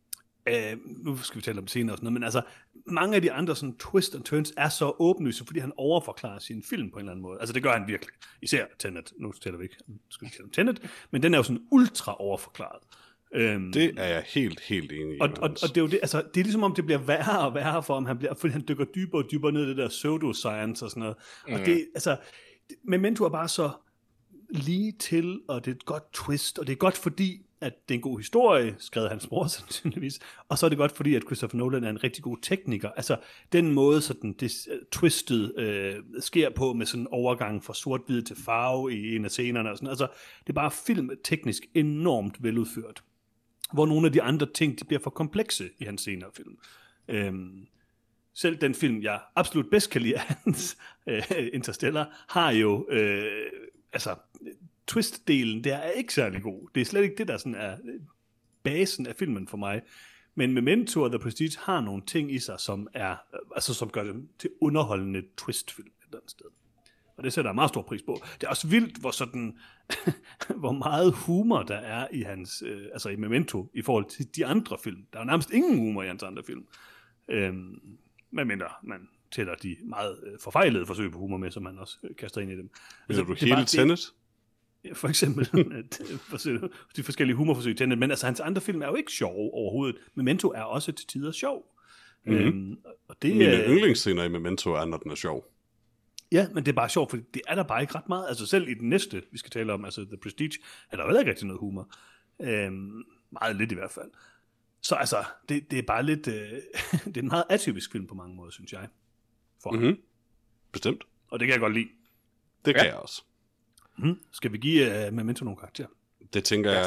Øh, nu skal vi tale om det senere og sådan noget, men altså, mange af de andre sådan twist and turns er så åbenlyse, fordi han overforklarer sin film på en eller anden måde. Altså, det gør han virkelig. Især Tenet. Nu taler vi ikke, nu skal vi tale om Tenet, men den er jo sådan ultra overforklaret. Øhm, det er jeg helt, helt enig i. Og, og, og det er jo det, altså, det er ligesom om det bliver værre og værre for ham, han bliver, fordi han dykker dybere og dybere ned i det der pseudoscience og sådan noget. Mm. Og det, altså, Memento er bare så lige til, og det er et godt twist, og det er godt fordi, at det er en god historie, skrev hans bror sandsynligvis, og så er det godt fordi, at Christopher Nolan er en rigtig god tekniker. Altså, den måde, sådan det twistet øh, sker på, med sådan en overgang fra sort-hvid til farve i en af scenerne og sådan, altså, det er bare filmteknisk enormt veludført. Hvor nogle af de andre ting, de bliver for komplekse i hans senere film. Øhm, selv den film, jeg absolut bedst kan lide af hans, øh, Interstellar, har jo, øh, altså, twist-delen, der er ikke særlig god. Det er slet ikke det, der sådan er basen af filmen for mig. Men Memento og The Prestige har nogle ting i sig, som er, altså som gør dem til underholdende twistfilm et eller andet sted. Og det sætter jeg meget stor pris på. Det er også vildt, hvor sådan, hvor meget humor der er i hans, øh, altså i Memento, i forhold til de andre film. Der er jo nærmest ingen humor i hans andre film. Øhm, medmindre man tæller de meget øh, forfejlede forsøg på humor med, som man også øh, kaster ind i dem. Altså, du hele Tenet? For eksempel at, de forskellige humorforsøg i Tenet, men altså hans andre film er jo ikke sjove overhovedet. Memento er også til tider sjov. Mm-hmm. Øhm, og det, Mine øh, yndlingsscener i Memento er, når den er sjov. Ja, men det er bare sjovt, for det er der bare ikke ret meget. Altså selv i den næste, vi skal tale om, altså The Prestige, er der jo ikke rigtig noget humor. Øhm, meget lidt i hvert fald. Så altså, det, det er bare lidt, øh, det er en meget atypisk film på mange måder, synes jeg. For mm-hmm. Bestemt. Og det kan jeg godt lide. Det kan ja. jeg også. Mm. Skal vi give uh, Memento nogle karakterer? Det tænker jeg,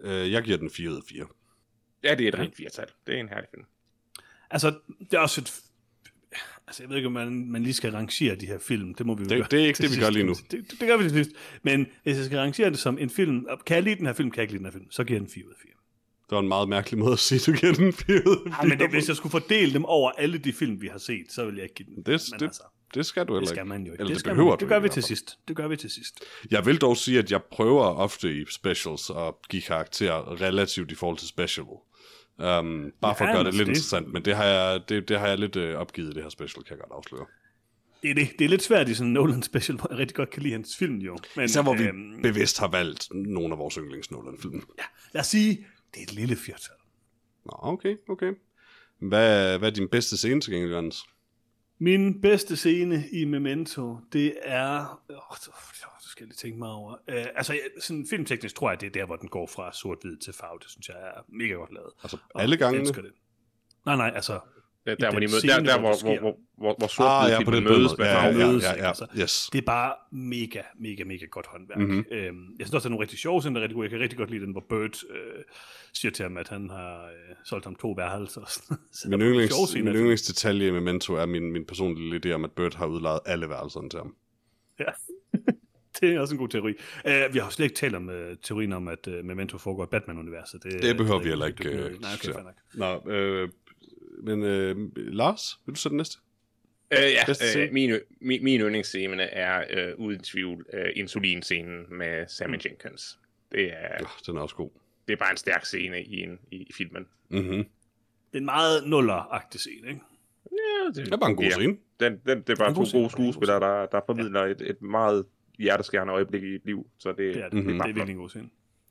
Øh, jeg giver den fire ud af fire. Ja, det er et rent fire-tal. Det er en herlig film. Altså, det er også et... Altså, jeg ved ikke, om man, man lige skal rangere de her film. Det må vi jo det, gøre. Det er ikke det, vi gør lige nu. Det, det, det gør vi til sidst. Men hvis jeg skal rangere det som en film... Kan jeg lide den her film, kan jeg ikke lide den her film. Så giver jeg den fire ud af fire. Det var en meget mærkelig måde at sige, at du giver den fire ud af fire. Ja, men det, hvis jeg skulle fordele dem over alle de film, vi har set, så ville jeg ikke give den. Det, men det, altså, det skal du heller ikke. Det skal man jo ikke. Eller det, det skal behøver man. du Det gør vi i til hvert fald. sidst. Det gør vi til sidst. Jeg vil dog sige, at jeg prøver ofte i specials at give karakterer relativt i forhold til special. Um, bare Ja, for at gøre det altså lidt det- interessant, men det har jeg, det, det har jeg lidt øh, opgivet i det her special, kan jeg godt afsløre. Det er, det. det er lidt svært i sådan en Nolan special, hvor jeg rigtig godt kan lide hans film jo. Men, Især hvor vi øhm, bevidst har valgt nogle af vores yndlings Nolan-film. ja, lad os sige, det er et lille flertal. Nå, okay, okay. Hvad, hvad er din bedste scene til gengæld, Jørgens? Min bedste scene i Memento, det er... Åh, det skal jeg lige tænke mig over. Uh, altså, jeg- sådan filmteknisk tror jeg, det er der, hvor den går fra sort-hvid til farve. Det synes jeg er mega godt lavet. Altså, Og alle gangene? Jeg elsker det. Nej, nej, altså... Der, der, I hvor, de den mød, scene, der, der hvor hvor, det hvor, sker. hvor, hvor, hvor sort Ah, ja, på den mødes måde. med Ja, farve. ja, mødes, ja, ikke? ja, Altså, yes. Det er bare mega, mega, mega godt håndværk. Mhm. Mm-hmm. Øhm, jeg synes også, der er nogle rigtig sjove scener, der er rigtig gode. Jeg kan rigtig godt lide den, hvor Bert øh, siger til ham, at han har øh, solgt ham to værelser. og sådan noget. Så Min, der er nogle sjove yndlings, scener. min yndlingsdetalje i Memento er min, min personlige lille idé om, at Bert har udlejet alle værelserne til ham. Ja. Det er også en god teori. Uh, vi har jo slet ikke talt om uh, teorien om, at uh, Memento foregår i Batman-universet. Det, Det behøver det, vi heller ikke. det- det- øh, Nej, okay, synes fair jeg. nok. Nå, øh, men øh, Lars, vil du sætte den næste? Øh, ja, Bedste scene? øh, min, min, min yndlingsscene er øh, uden tvivl øh, insulinscenen med Sammy Jenkins. Det er, Ja, den er også god. det er bare en stærk scene i, en, i, i filmen. Mm-hmm. Det er en meget nuller-agtig scene, ikke? Ja, det, Det er bare en god scene. Den, den, det er bare En to god scene, gode det er en god skuespillere, der, der formidler et, et meget hjerteskærende øjeblik i et liv. Så det, Det er det. Mhm. Mm-hmm. Det er virkelig en god scene.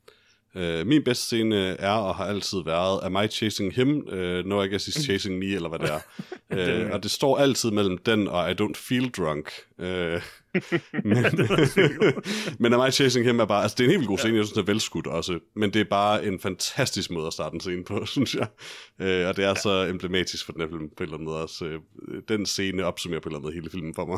Uh, min bedste scene er og har altid været Am I chasing him? Uh, no, I guess he's chasing me, eller hvad det er. uh, og det står altid mellem den og I don't feel drunk. Uh, men, men Am I chasing him er bare... Altså, det er en helt vildt god scene, jeg synes, det er velskudt også. Men det er bare en fantastisk måde at starte en scene på, synes jeg. Uh, og det er ja. så emblematisk for den her film på en eller anden måde også. Uh, den scene opsummerer på en eller anden måde hele filmen for mig.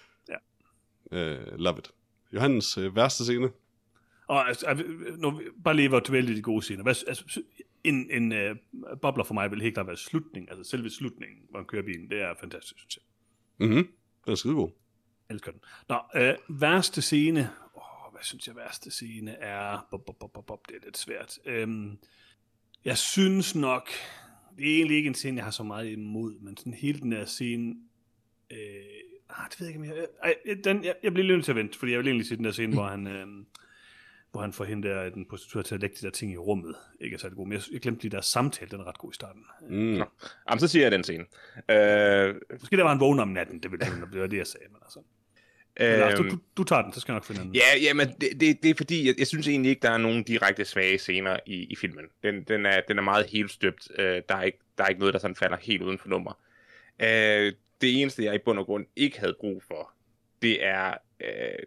Ja. Uh, love it. Johannes, uh, værste scene? Og altså, altså, nu, bare lige hvor du vælger de gode scener. Hvad, altså, en en uh, bobler for mig vil helt klart være slutningen. Altså selve slutningen, hvor han kører bilen. Det er fantastisk, synes jeg. Mhm, den er skidegod. Jeg elsker den. Nå, øh, værste scene. Åh, hvad synes jeg værste scene er? Bob, bob, bob, bob, bob, det er lidt svært. Øhm, jeg synes nok, det er egentlig ikke en scene, jeg har så meget imod, men sådan hele den her scene, øh, ah, det ved jeg ikke, om jeg, ej, den, jeg, jeg bliver lidt nødt til at vente, fordi jeg vil egentlig se den der scene, hvor han, øh, hvor han får hende der, den prostituerede til at lægge de der ting i rummet. Ikke er særlig god, men jeg, jeg glemte de der samtale, den er ret god i starten. Mm. Jamen, så siger jeg den scene. Øh, Måske der var han vågen om natten, det, ville, det var det, jeg sagde, men altså. Men Lars, du, du, du tager den, så skal jeg nok finde den. Ja, ja, men det, det, det er fordi, jeg, jeg synes egentlig ikke, der er nogen direkte svage scener i, i filmen. Den, den, er, den er meget helstøbt. Øh, der, er ikke, der er ikke noget, der sådan falder helt uden for nummer. Øh, det eneste, jeg i bund og grund ikke havde brug for, det er... Øh,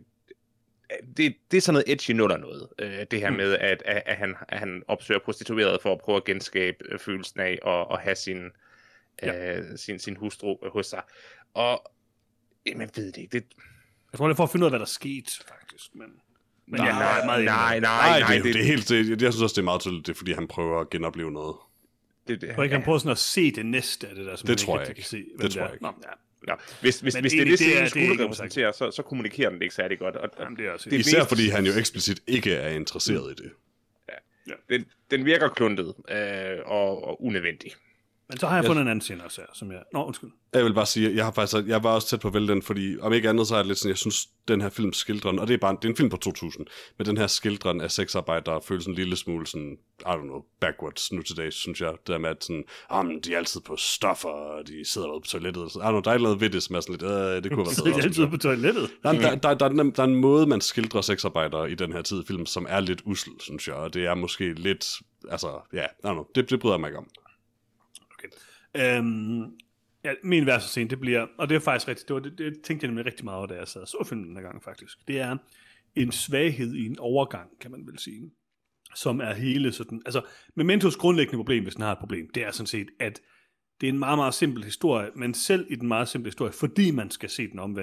det, det er sådan noget edgy nuller noget. Øh, det her Mm. med, at, at, at, han, at han opsøger prostituerede for at prøve at genskabe øh, følelsen af at, at have sin, Ja. øh, sin, sin hustru øh, hos sig. Og jamen, jeg ved det ikke. Det, Jeg tror, det er for at finde ud af, hvad der skete, faktisk. Men, men nej, jeg er meget enig. nej, nej, Nej, nej, det, det, det er helt... Det, jeg synes også, det er meget tydeligt, det er, fordi han prøver at genopleve noget. det, det, Jeg tror ikke, han prøver sådan at se det næste af det der, som Det han tror jeg rigtig ikke. kan se. Det hvem tror er. jeg ikke. Nå, ja. Nå, hvis, hvis, Men hvis det er egentlig, det, det er- scenen det er skulle ikke repræsentere, så, så kommunikerer den det ikke særlig godt. Og, og Jamen, det er også det Især mest- fordi han jo eksplicit ikke er interesseret i det. den, den virker kluntet øh, og, og unødvendig. Men så har jeg fundet en anden scene også her, som jeg... Nå, undskyld. Jeg vil bare sige, jeg har faktisk, jeg var også tæt på at vælge den, fordi om ikke andet, så er det lidt sådan, jeg synes, den her film skildren, og det er bare, det er en film på to tusind, men den her skildren af sexarbejdere føles en lille smule sådan, I don't know, backwards nu til dags, synes jeg, det der med, at sådan, ah, men de er altid på stoffer, og de sidder ude på toilettet, så, I don't know, der er noget ved det, som er sådan lidt, øh, det kunne være Så bedre. er synes altid jeg. på toilettet. Der, der, der, der, der, der er en måde, man skildrer sexarbejdere i den her tid film, som er lidt usel, synes jeg, og det er måske lidt, altså, ja, I don't know, det, det bryder jeg mig ikke om. Okay. Øhm, ja, min værste scene, det bliver... Og det er faktisk rigtigt, det, var, det, det tænkte jeg nemlig rigtig meget over, da jeg sad og så filmen den her gang, faktisk. Det er en svaghed i en overgang, kan man vel sige, som er hele sådan... Altså, Mementos grundlæggende problem, hvis den har et problem, det er sådan set, at det er en meget, meget simpel historie, men selv i den meget simple historie, fordi man skal se den omvendt,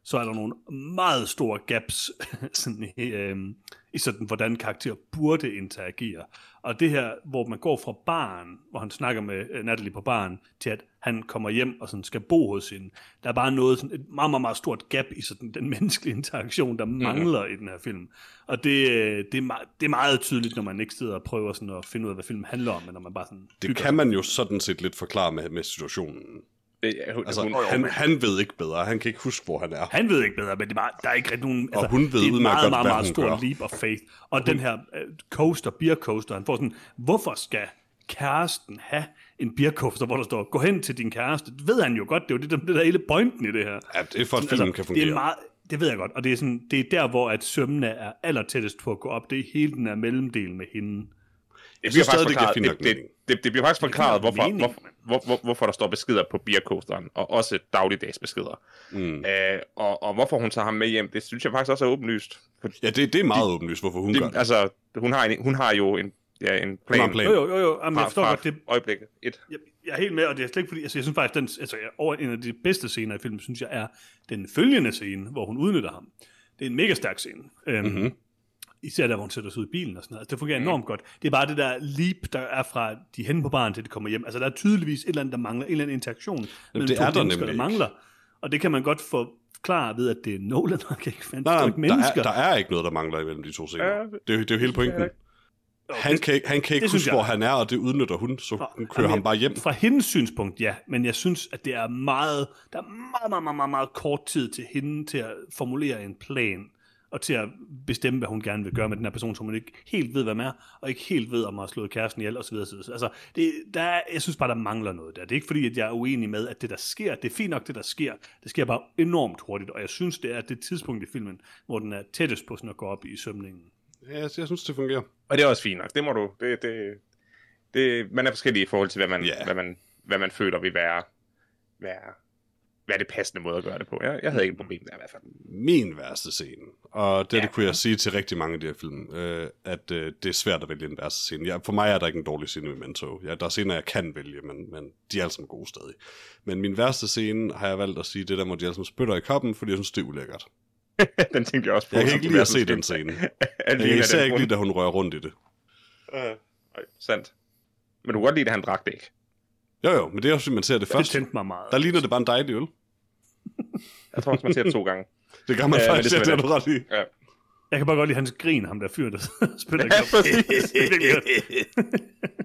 så er der nogle meget store gaps sådan, øh, i sådan, hvordan karakterer burde interagere. Og det her, hvor man går fra barn, hvor han snakker med Natalie på barn, til at han kommer hjem og sådan skal bo hos hende. Der er bare noget, sådan et meget, meget, meget stort gap i sådan, den menneskelige interaktion, der mangler mm-hmm. i den her film. Og det, det, er meget, det er meget tydeligt, når man ikke sidder og prøver sådan at finde ud af, hvad filmen handler om, men når man bare sådan... Det kan man jo sådan set lidt forklare med, med situationen. Det, hun, altså, hun, han, han ved ikke bedre. Han kan ikke huske, hvor han er. Han ved ikke bedre, men det er bare, der er ikke rigtig nogen... Altså, og hun ved det er et meget, godt, meget, meget stort stor leap of faith. Og hun, den her uh, coaster, beer coaster, han får sådan, hvorfor skal kæresten have en beer coaster, hvor der står, gå hen til din kæreste? Det ved han jo godt, det er jo det, det der hele pointen i det her. Ja, det er for, at filmen altså, kan fungere. Det, er meget, det ved jeg godt, og det er, sådan, det er der, hvor at sømmene er allertættest på at gå op. Det er hele den her mellemdel med hende. Det bliver, faktisk forklaret, det, det, det, det bliver faktisk forklaret, hvorfor, mening, hvor, hvor, hvor, hvorfor der står beskeder på beercoasteren, og også dagligdags beskeder. Mm. Øh, og, og hvorfor hun tager ham med hjem, det synes jeg faktisk også er åbenlyst. Ja, det, det er meget de, åbenlyst, hvorfor hun de, gør det. Altså, hun har, en, hun har jo en, ja, en plan. plan. Jo, jo, jo, jo. Jamen, jeg forstår godt det. Øjeblikket. Et. Jeg, jeg er helt med, og det er slet ikke fordi, altså, jeg synes faktisk, den, altså, over en af de bedste scener i filmen, synes jeg, er den følgende scene, hvor hun udnytter ham. Det er en mega stærk scene. Øhm, mm-hmm. Især der, hvor hun sætter sig ud i bilen og sådan noget. Altså, det fungerer enormt mm. godt. Det er bare det der leap, der er fra de er henne på baren, til de kommer hjem. Altså, der er tydeligvis et eller andet, der mangler. En eller anden interaktion mellem det to er der mennesker, der mangler. Og det kan man godt forklare ved, at det er Nolan, der kan ikke finde nej, mennesker. Der er, der er ikke noget, der mangler imellem de to scener. Ja, det, det, er, det er jo hele pointen. Ja, han, kan, han kan ikke huske, hvor han er, og det udnytter hun, så hun kører jamen, ham bare hjem. Fra hendes synspunkt, ja. Men jeg synes, at det er meget, der er meget, meget, meget, meget, meget kort tid til hende til at formulere en plan, og til at bestemme, hvad hun gerne vil gøre med den her person, som hun ikke helt ved, hvad man er, og ikke helt ved, om man har slået kæresten ihjel, osv. Altså, det, der er, jeg synes bare, der mangler noget der. Det er ikke fordi, at jeg er uenig med, at det, der sker, det er fint nok, det, der sker. Det sker bare enormt hurtigt, og jeg synes, det er det tidspunkt i filmen, hvor den er tættest på sådan at gå op i sømningen. Ja, jeg, jeg synes, det fungerer. Og det er også fint nok. Det må du... Det, det, det, man er forskellig i forhold til, hvad man, yeah. hvad man, hvad man føler vil være... være hvad er det passende måde at gøre det på. Jeg, jeg havde ikke et problem der i hvert fald. Min værste scene, og det, ja, det kunne jeg sige til rigtig mange af de her film, øh, at øh, det er svært at vælge en værste scene. Ja, for mig er der ikke en dårlig scene med Memento. Ja, der er scener, jeg kan vælge, men, men de er alle sammen gode stadig. Men min værste scene har jeg valgt at sige, det der, hvor de alle sammen spytter i koppen, fordi jeg synes, det er ulækkert. Den tænkte jeg også på. Jeg kan ikke lide at se den scene. Jeg kan især ikke lide, at hun rører rundt i det. Øh, øh, sandt. Men du kan godt lide, at han drak det ikke. Jo jo, men det er også, man ser det først. Det tændte mig meget. Der ligner det bare en dejlig øl. Jeg tror også, man ser det to gange. Det kan man øh, faktisk, det, det er du ret i. Ja. Jeg kan bare godt lide hans grin, ham der fyr, der spiller. Ja, præcis. Det er virkelig godt.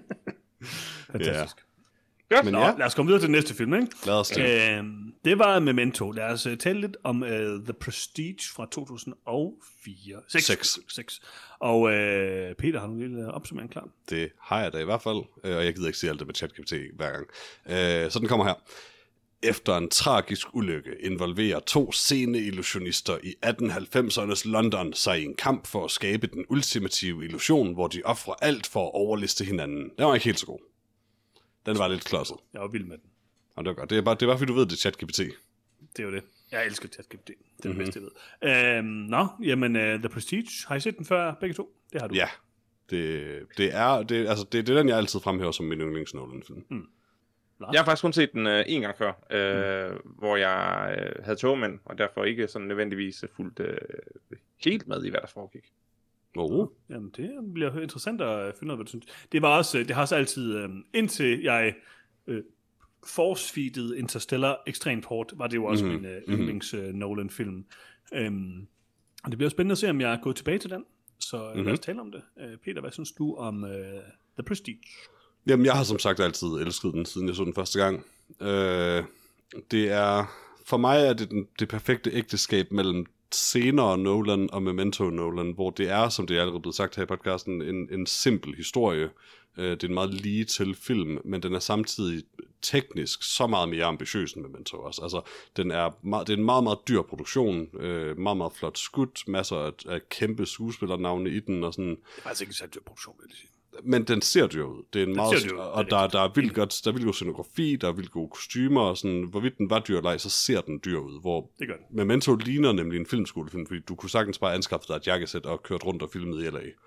Fantastisk. Ja. Godt. Men ja. Nå, lad os komme videre til den næste film, ikke? Lad os det. Øh, det var Memento. Lad os uh, tale lidt om uh, The Prestige fra to tusind og fire. Seks. Seks. Og uh, Peter, har du en lille opsummering klar? Det har jeg da i hvert fald, og jeg gider ikke sige alt det med ChatGPT hver gang. Uh, så den kommer her. Efter en tragisk ulykke involverer to sceneillusionister i atten halvfemsernes London sig i en kamp for at skabe den ultimative illusion, hvor de offrer alt for at overliste hinanden. Den var ikke helt så god. Den var lidt klodset. Jeg var vild med den. Og det var godt. Det er bare, det er bare fordi du ved, det er ChatGPT. Det er jo det. Jeg elsker ChatGPT. Det er det mm-hmm. bedste, jeg ved. Øhm, nå, jamen, uh, The Prestige. Har I set den før, begge to? Det har du. Ja. Det, det, er, det, altså, det, det er den, jeg altid fremhæver som min yndlings Nolan-film. Mm. Jeg har faktisk kun set den uh, en gang før, uh, mm. hvor jeg uh, havde togmænd, og derfor ikke sådan nødvendigvis fuldt uh, helt med i, hvad der foregik. Oh. Jamen, det bliver interessant at finde ud af, hvad du synes. Det var også, det har også altid, øh, indtil jeg øh, force-feedede Interstellar ekstremt hårdt, var det jo også mm-hmm. min øh, yndlings øh, Nolan-film. Øhm, og det bliver spændende at se, om jeg er gået tilbage til den. Så mm-hmm. lad os tale om det. Øh, Peter, hvad synes du om øh, The Prestige? Jamen, jeg har som sagt altid elsket den, siden jeg så den første gang. Øh, det er, for mig er det den, det perfekte ægteskab mellem senere Nolan og Memento Nolan, hvor det er, som det er allerede blevet sagt her i podcasten, en, en simpel historie. Det er en meget lige til film, men den er samtidig teknisk så meget mere ambitiøs end Memento også. Altså, den er meget, det er en meget, meget dyr produktion, meget, meget flot skudt, masser af, af kæmpe skuespillernavne i den, og sådan. Det er faktisk ikke en særlig dyr produktion, vil jeg sige. Men den ser dyr ud. Det er en meget, dyr, og der, der er vildt godt, der er vildt god scenografi, der er vildt gode kostymer, og sådan, hvorvidt den var dyr eller ej, så ser den dyr ud. Hvor det gør den. Memento ligner nemlig en filmskolefilm, fordi du kunne sagtens bare anskaffe dig et jakkesæt og kørt rundt og filmet i L A.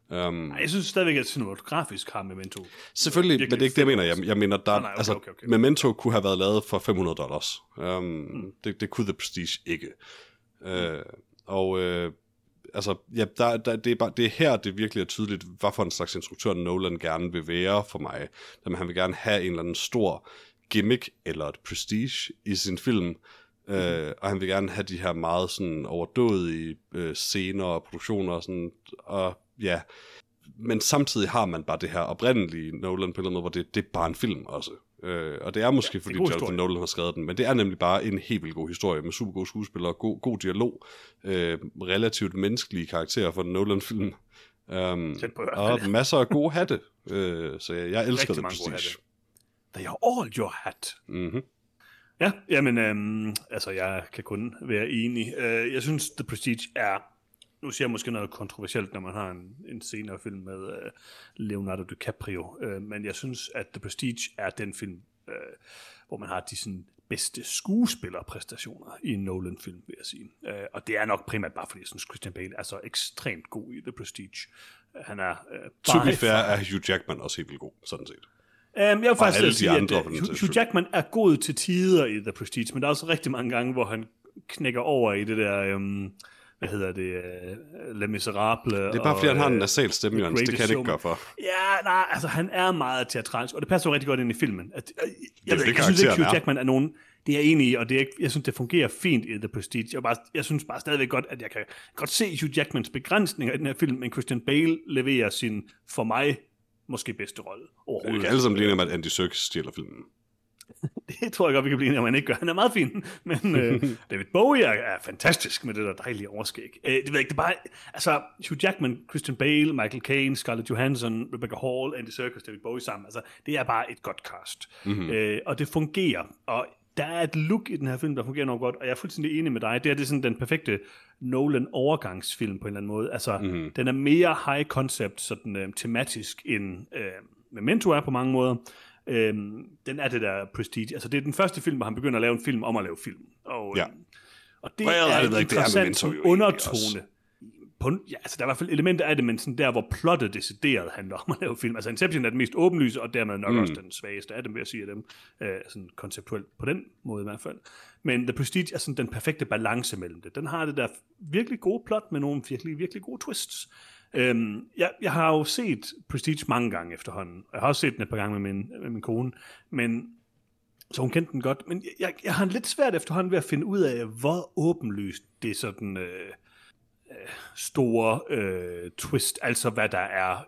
Um, Nej, jeg synes stadigvæk, at cinematografisk har Memento. Selvfølgelig, men det er ikke det, jeg mener. Jeg, jeg mener, der, oh, nej, okay, altså, okay, okay. Memento kunne have været lavet for fem hundrede dollars. Um, mm. det, det kunne The Prestige ikke. Mm. Uh, og uh, altså, ja, der, der, det, er bare, det er her, det virkelig er tydeligt, hvad for en slags instruktør Nolan gerne vil være for mig. Jamen, han vil gerne have en eller anden stor gimmick eller et prestige i sin film. Mm. Uh, og han vil gerne have de her meget sådan overdådige uh, scener og produktioner og sådan, og ja, men samtidig har man bare det her oprindelige Nolan på en eller anden måde, hvor det, det er bare en film også. Øh, og det er måske, ja, fordi Jonathan Nolan har skrevet den, men det er nemlig bare en helt vildt god historie, med super gode skuespillere, god, god dialog, øh, relativt menneskelige karakterer for en Nolan-film, um, og masser af gode hatte. øh, så jeg, jeg elsker det Prestige. They are all your hat. Mhm. Ja, jamen, øhm, altså jeg kan kun være enig. Uh, jeg synes, The Prestige er, nu siger jeg måske noget kontroversielt, når man har en, en senere film med uh, Leonardo DiCaprio, uh, men jeg synes, at The Prestige er den film, uh, hvor man har de sådan, bedste skuespillerpræstationer i en Nolan-film, vil jeg sige. Uh, og det er nok primært bare, fordi jeg synes, Christian Bale er så ekstremt god i The Prestige. Uh, han er... Uh, to be fair er Hugh Jackman også helt vildt god, sådan set. Um, jeg vil faktisk sige, andre, at uh, Hugh, Hugh Jackman er god til tider i The Prestige, men der er også rigtig mange gange, hvor han knækker over i det der... Um, hvad hedder det, uh, Les Miserables. Det er bare, fordi han har en nasal stemme, Jørgens. Det kan han ikke gøre for. Ja, nej, altså han er meget teatralsk, og det passer jo rigtig godt ind i filmen. At, jeg, jeg, det, jeg, jeg synes ikke, Hugh Jackman er nogen, det er jeg enig i, og det er ikke, jeg synes, det fungerer fint i The Prestige. Jeg, bare, jeg synes bare stadigvæk godt, at jeg kan godt se Hugh Jackmans begrænsninger i den her film, men Christian Bale leverer sin, for mig, måske bedste rolle overhovedet. Vi kan alle sammen blive enige om, at Andy Serkis stjæler filmen. Det tror jeg godt, vi kan blive enige om, han ikke gør. Han er meget fin, men øh, David Bowie er, er fantastisk med det der dejlige overskæg. Øh, det ved jeg ikke, det er bare... Altså, Hugh Jackman, Christian Bale, Michael Caine, Scarlett Johansson, Rebecca Hall, Andy Serkis, David Bowie sammen. Altså, det er bare et godt cast. Mm-hmm. Øh, og det fungerer. Og der er et look i den her film, der fungerer nok godt, og jeg er fuldstændig enig med dig. Det er, det er sådan den perfekte Nolan-overgangsfilm på en eller anden måde. Altså, mm-hmm. den er mere high concept, sådan øh, tematisk, end øh, Memento er på mange måder. Øhm, den er det der Prestige. Altså det er den første film, hvor han begynder at lave en film om at lave film. Og, ja. og det well, er en interessant undertone. På, ja, altså der er i hvert fald elementer af det, men sådan der, hvor plottet decideret handler om at lave film. Altså Inception er den mest åbenlyse, og dermed nok mm. også den svageste af dem, vil jeg sige af dem. Øh, sådan konceptuelt på den måde i hvert fald. Men The Prestige er sådan den perfekte balance mellem det. Den har det der virkelig gode plot med nogle virkelig, virkelig gode twists. Øhm, jeg, jeg har jo set Prestige mange gange efterhånden. Jeg har også set den et par gange med min, med min kone, men så hun kendte den godt. Men jeg, jeg har lidt svært efterhånden ved at finde ud af, hvor åbenlyst det er sådan øh, øh, store øh, twist, altså hvad der er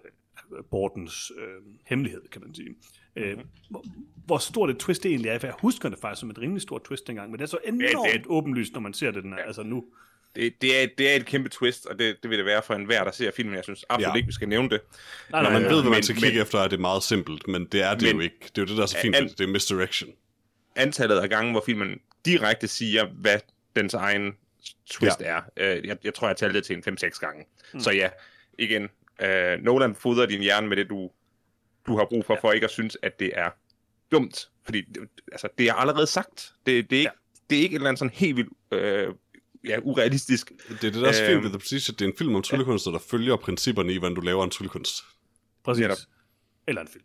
Bortons øh, hemmelighed, kan man sige. Mm-hmm. Øh, hvor, hvor stort et twist det egentlig er, for jeg husker det faktisk som et rimelig stort twist dengang, men det er så enormt ja, det er... åbenlyst, når man ser det den her, altså nu. Det, det, er, det er et kæmpe twist, og det, det vil det være for enhver, der ser filmen. Jeg synes absolut ja. ikke, vi skal nævne det. Nej, nej, Når man ja, ved, hvad man skal men, kigge men, efter, er det meget simpelt, men det er det men, jo ikke. Det er jo det, der er så fint, an, det er misdirection. Antallet af gange, hvor filmen direkte siger, hvad dens egen twist ja. er. Uh, jeg, jeg tror, jeg talte det til en fem seks gange. Mm. Så ja, igen, uh, Nolan fodrer din hjerne med det, du, du har brug for, ja. for ikke at synes, at det er dumt. Fordi altså, det er allerede sagt. Det, det, er, ikke, ja. det er ikke et eller andet sådan helt vildt... Uh, ja, urealistisk. Det er det, der er så fint ved The Prestige, at det er en film om tryllekunster, der følger principperne i, hvordan du laver en tryllekunst. Præcis. Ja, eller en film.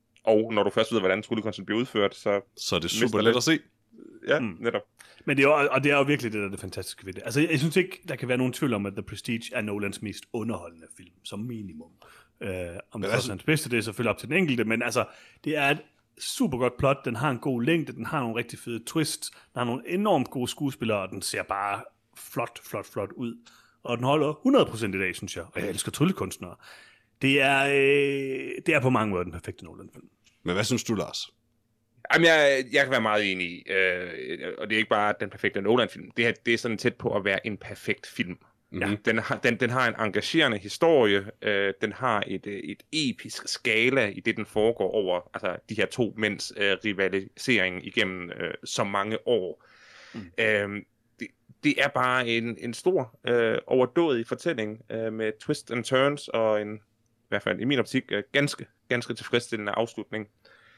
Og når du først ved, hvordan tryllekunsten bliver udført, så... Så er det super let at se. Ja, mm. netop. Men det er jo, og det er jo virkelig det, der er det fantastiske ved det. Altså, jeg, jeg synes ikke, der kan være nogen tvivl om, at The Prestige er Nolans mest underholdende film, som minimum. Uh, om det altså... er hans bedste, det er selvfølgelig op til den enkelte, men altså, det er et super godt plot, den har en god længde, den har nogle rigtig fede twists, den har nogle enormt gode skuespillere, og den ser bare flot, flot, flot ud. Og den holder hundrede procent i dag, synes jeg. Og jeg elsker tryllekunstnere. Det er, øh, det er på mange måder den perfekte Nolan-film. Men hvad synes du, Lars? Jamen, jeg, jeg kan være meget enig i, øh, og det er ikke bare den perfekte Nolan-film. Det, her, det er sådan tæt på at være en perfekt film. Mm-hmm. Ja, den, har, den, den har en engagerende historie, øh, den har et, et episk skala i det, den foregår over altså, de her to mænds øh, rivalisering igennem øh, så mange år. Mm. Øh, det, det er bare en, en stor, øh, overdådig fortælling øh, med twists and turns og en, i hvert fald i min optik, øh, ganske, ganske tilfredsstillende afslutning.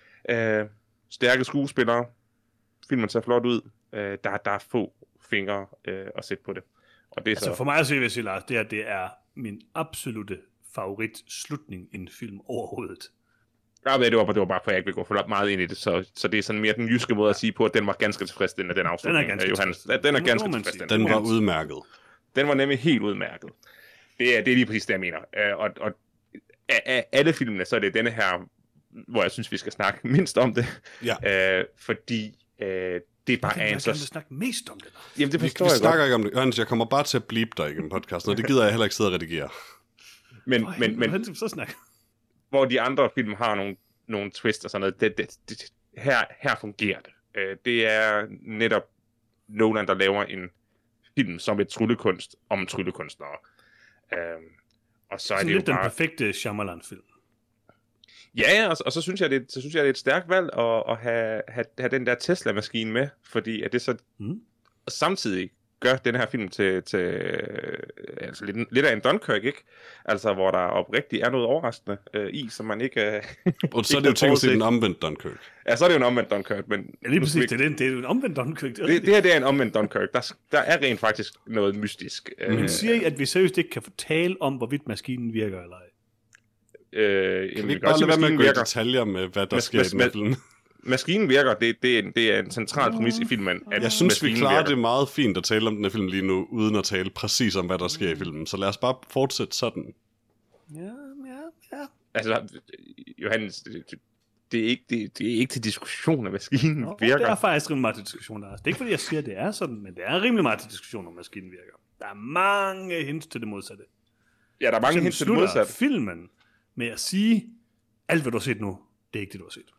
Øh, stærke skuespillere, filmen ser flot ud, øh, der, der er få fingre øh, at sætte på det. Og det er altså så... for mig at se, hvis jeg Lars, det, er, det er min absolute favoritslutning i en film overhovedet. Ja, det var, det var bare for, at jeg ikke vil gå for meget ind i det, så, så det er sådan mere den jyske måde at sige på, at den var ganske tilfredsstillende, den afslutning. Den er ganske Johannes. Den er den ganske tilfredsstillende. Den var udmærket. Den var nemlig helt udmærket. Det er, det er lige præcis det, jeg mener. Og, og af, af alle filmene, så er det denne her, hvor jeg synes, vi skal snakke mindst om det. Ja. Øh, fordi øh, det er bare jeg en så... Jeg vil snakke mest om det. Jamen, det vi forstår vi jeg snakker godt. ikke om det. Jørgens, jeg kommer bare til at bleep dig igennem podcasten, og det gider jeg heller ikke sidde og redigere. Men, Øj, men, men så snakke. hvor de andre film har nogle, nogle twist og sådan noget, det, det, det, her, her fungerer det. Øh, det er netop Nolan, der laver en film som et tryllekunst om tryllekunstnere. Øh, og så Sådan er det jo lidt den bare... perfekte Shyamalan-film. Ja, og, og så synes jeg, det, så synes jeg, det er et stærkt valg at, at have, have, have den der Tesla-maskine med, fordi at det så Mm. samtidig gør den her film til, til altså lidt, lidt af en Dunkirk, ikke? Altså, hvor der oprigtigt er noget overraskende øh, i, som man ikke... Øh, Og så er det jo tænkt til den omvendt Dunkirk. Ja, så er det jo en omvendt Dunkirk, men... Ja, lige præcis. Det er, den, det er jo en omvendt Dunkirk. Det, Det, det her, det er en omvendt Dunkirk. Der, der er rent faktisk noget mystisk. Men Øh, siger I, at vi seriøst ikke kan fortælle om, hvorvidt maskinen virker eller ej? øh, Kan jamen, vi ikke kan også bare lade være sige, med at gå i virker. detaljer med, hvad der Mas- sker i mas- den her mas- film? Maskinen virker, det, det, er, en- det er en central præmis i filmen. At Jeg synes, vi maskinen klarer virker. det meget fint at tale om den her film lige nu, uden at tale præcis om, hvad der sker i filmen. Så lad os bare fortsætte sådan. Ja, ja, ja. Altså, Johannes, det, det, det, er ikke, det, det er ikke til diskussion, at maskinen Nå, virker. det er faktisk rimelig meget til diskussion. Der. Det er ikke, fordi jeg siger, at det er sådan, men det er rimelig meget til diskussion, om maskinen virker. Der er mange hints til det modsatte. Ja, der er mange Som hint til det slutter modsatte. filmen med at sige, alt hvad du har set nu, det er ikke det, du har set.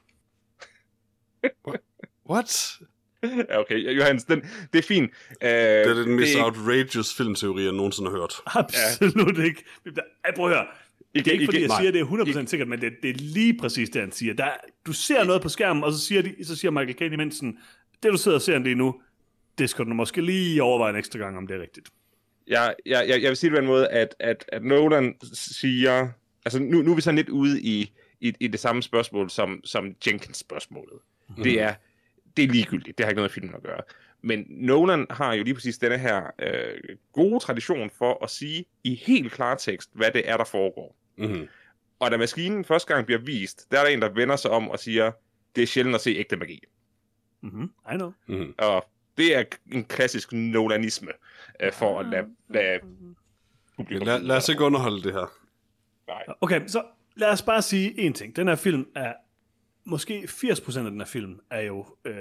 What? Ja, okay, Johannes, den, det er fint. Uh, Det er den mest ikke- outrageous filmteori, jeg nogensinde har hørt. Absolut ja. ikke. Ej, prøv at høre. Det er ikke, fordi jeg nej. siger, at det er hundrede procent sikkert, men det, det er lige præcis det, han siger. Der, du ser noget på skærmen, og så siger, de, så siger Michael Caine imens sådan, det du sidder og ser lige nu, det skal du måske lige overveje en ekstra gang, om det er rigtigt. Jeg, jeg, jeg, jeg vil sige det på en måde, at, at, at Nolan siger... Altså, nu, nu er vi sådan lidt ude i, i, i det samme spørgsmål, som, som Jenkins-spørgsmålet. Mm. Det, er, det er ligegyldigt. Det har ikke noget med filmen at gøre. Men Nolan har jo lige præcis denne her øh, gode tradition for at sige i helt klartekst, hvad det er, der foregår. Mm-hmm. Og da maskinen første gang bliver vist, der er der en, der vender sig om og siger, det er sjældent at se ægte magi. Mm-hmm. I know. Mm-hmm. Og det er en klassisk Nolanisme, øh, for at lade, lade publikum... Lad, lad os ikke underholde det her. Nej. Okay, så lad os bare sige en ting. Den her film er, måske firs procent af den her film er jo, øh,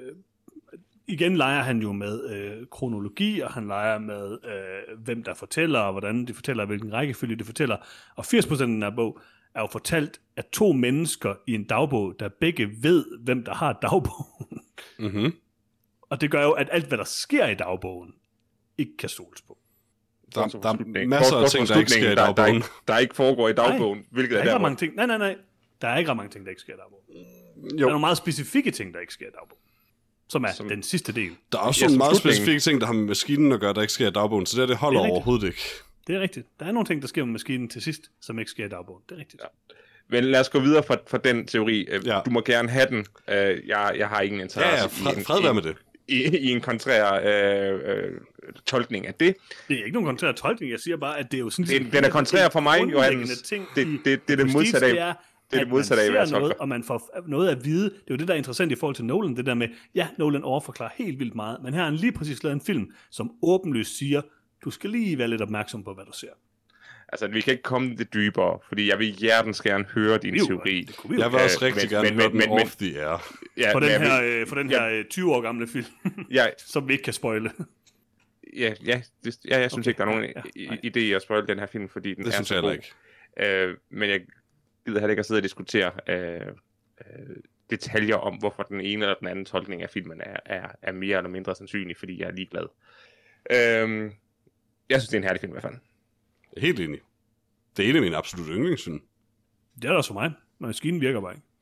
igen leger han jo med øh, kronologi, og han leger med, øh, hvem der fortæller, og hvordan de fortæller, hvilken rækkefølge de fortæller. Og firs procent af den her bog er jo fortalt af to mennesker i en dagbog, der begge ved, hvem der har dagbogen. Mm-hmm. Og det gør jo, at alt, hvad der sker i dagbogen, ikke kan stoles på. Der, der er masser af ting, der ikke sker i der, der, dagbogen. ikke, der ikke foregår i dagbogen, Nej, hvilket Der er er ikke der, ret mange ting. Nej, nej, nej. Der er ikke ret mange ting, der ikke sker i dagbogen. Der er Jo, nogle meget specifikke ting, der ikke sker i dagbogen. Som er Som- som... den sidste del. der er også Ja, nogle som meget slutningen. specifikke ting, der har med maskinen at gøre, der ikke sker i dagbogen, så det, her, det holder Det er rigtigt. overhovedet ikke. Det er rigtigt. Der er nogle ting, der sker med maskinen til sidst, som ikke sker i dagbogen. Det er rigtigt. Ja. Men lad os gå videre fra, fra den teori. Øh, Ja. Du må gerne have den. Øh, Jeg, jeg har ingen Ja, interesse ja, i, fred, en, fred være med det. i, i en kontrær øh, øh, tolkning af det. Det er ikke nogen kontrær tolkning. Jeg siger bare, at det er jo sådan... Den- den er kontrær for mig, Johannes. Ting Det- i det- det er det Prestige, modsatte af- det er, det er det at modsatte af, hvad man jeg ser noget, tolker. og man får noget at vide. Det er jo det, der er interessant i forhold til Nolan, det der med, ja, Nolan overforklarer helt vildt meget, men her har han lige præcis lavet en film, som åbenlyst siger, du skal lige være lidt opmærksom på, hvad du ser. Altså, vi kan ikke komme det dybere, fordi jeg vil hjertens gerne høre din Jo, teori. det kunne vi jo. Jeg vil også Øh, rigtig men- gerne men- høre den men- men- off the air. Ja, For den men jeg vil- her, øh, for den her øh, tyve år gamle film, Ja, som vi ikke kan spoile. ja, ja, det, ja, jeg synes Okay, ikke, der er nogen nej, ja, i- nej. idé i at spoil den her film, fordi den Det er synes så jeg god. heller ikke. Øh, men jeg gider heller ikke at sidde og diskutere øh, øh, detaljer om, hvorfor den ene eller den anden tolkning af filmen er, er, er mere eller mindre sandsynlig, fordi jeg er ligeglad. Øh, jeg synes, det er en herlig film i hvert fald. Jeg er helt enig. Det er en af mine absolut yndlingsfilm. Det er der også for mig. Maskinen virker bare ikke.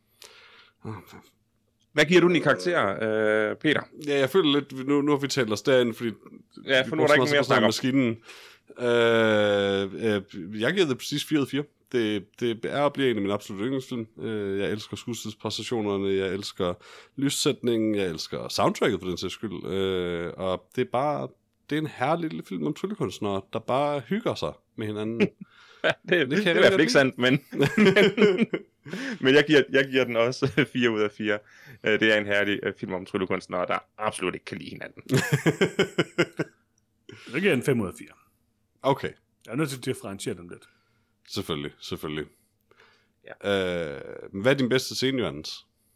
Hvad giver du den i karakter, øh, Peter? Ja, jeg føler lidt, nu, nu har vi talt os derind, fordi Ja, for nu er der ikke mere at snakke om. maskinen. Øh, øh, jeg giver det præcis fire ud af fire. Det, det er og bliver en af mine absolut yndlingsfilm. Øh, jeg elsker skuespilspræstationerne, jeg elsker lyssætningen, jeg elsker soundtracket for den sags skyld. Øh, og det er bare, det er en herlig lille film om tryllekunstnere, der bare hygger sig med hinanden. det, det, det, det er i hvert fald ikke sandt, men, men jeg, giver, jeg giver den også fire ud af fire. Det er en herlig film om tryllekunstnere, der absolut ikke kan lide hinanden. Så giver jeg en fem ud af fire. Okay. Jeg er nødt til at differentiere dem lidt. Selvfølgelig, selvfølgelig. Ja. Øh, hvad er din bedste scene, Johannes?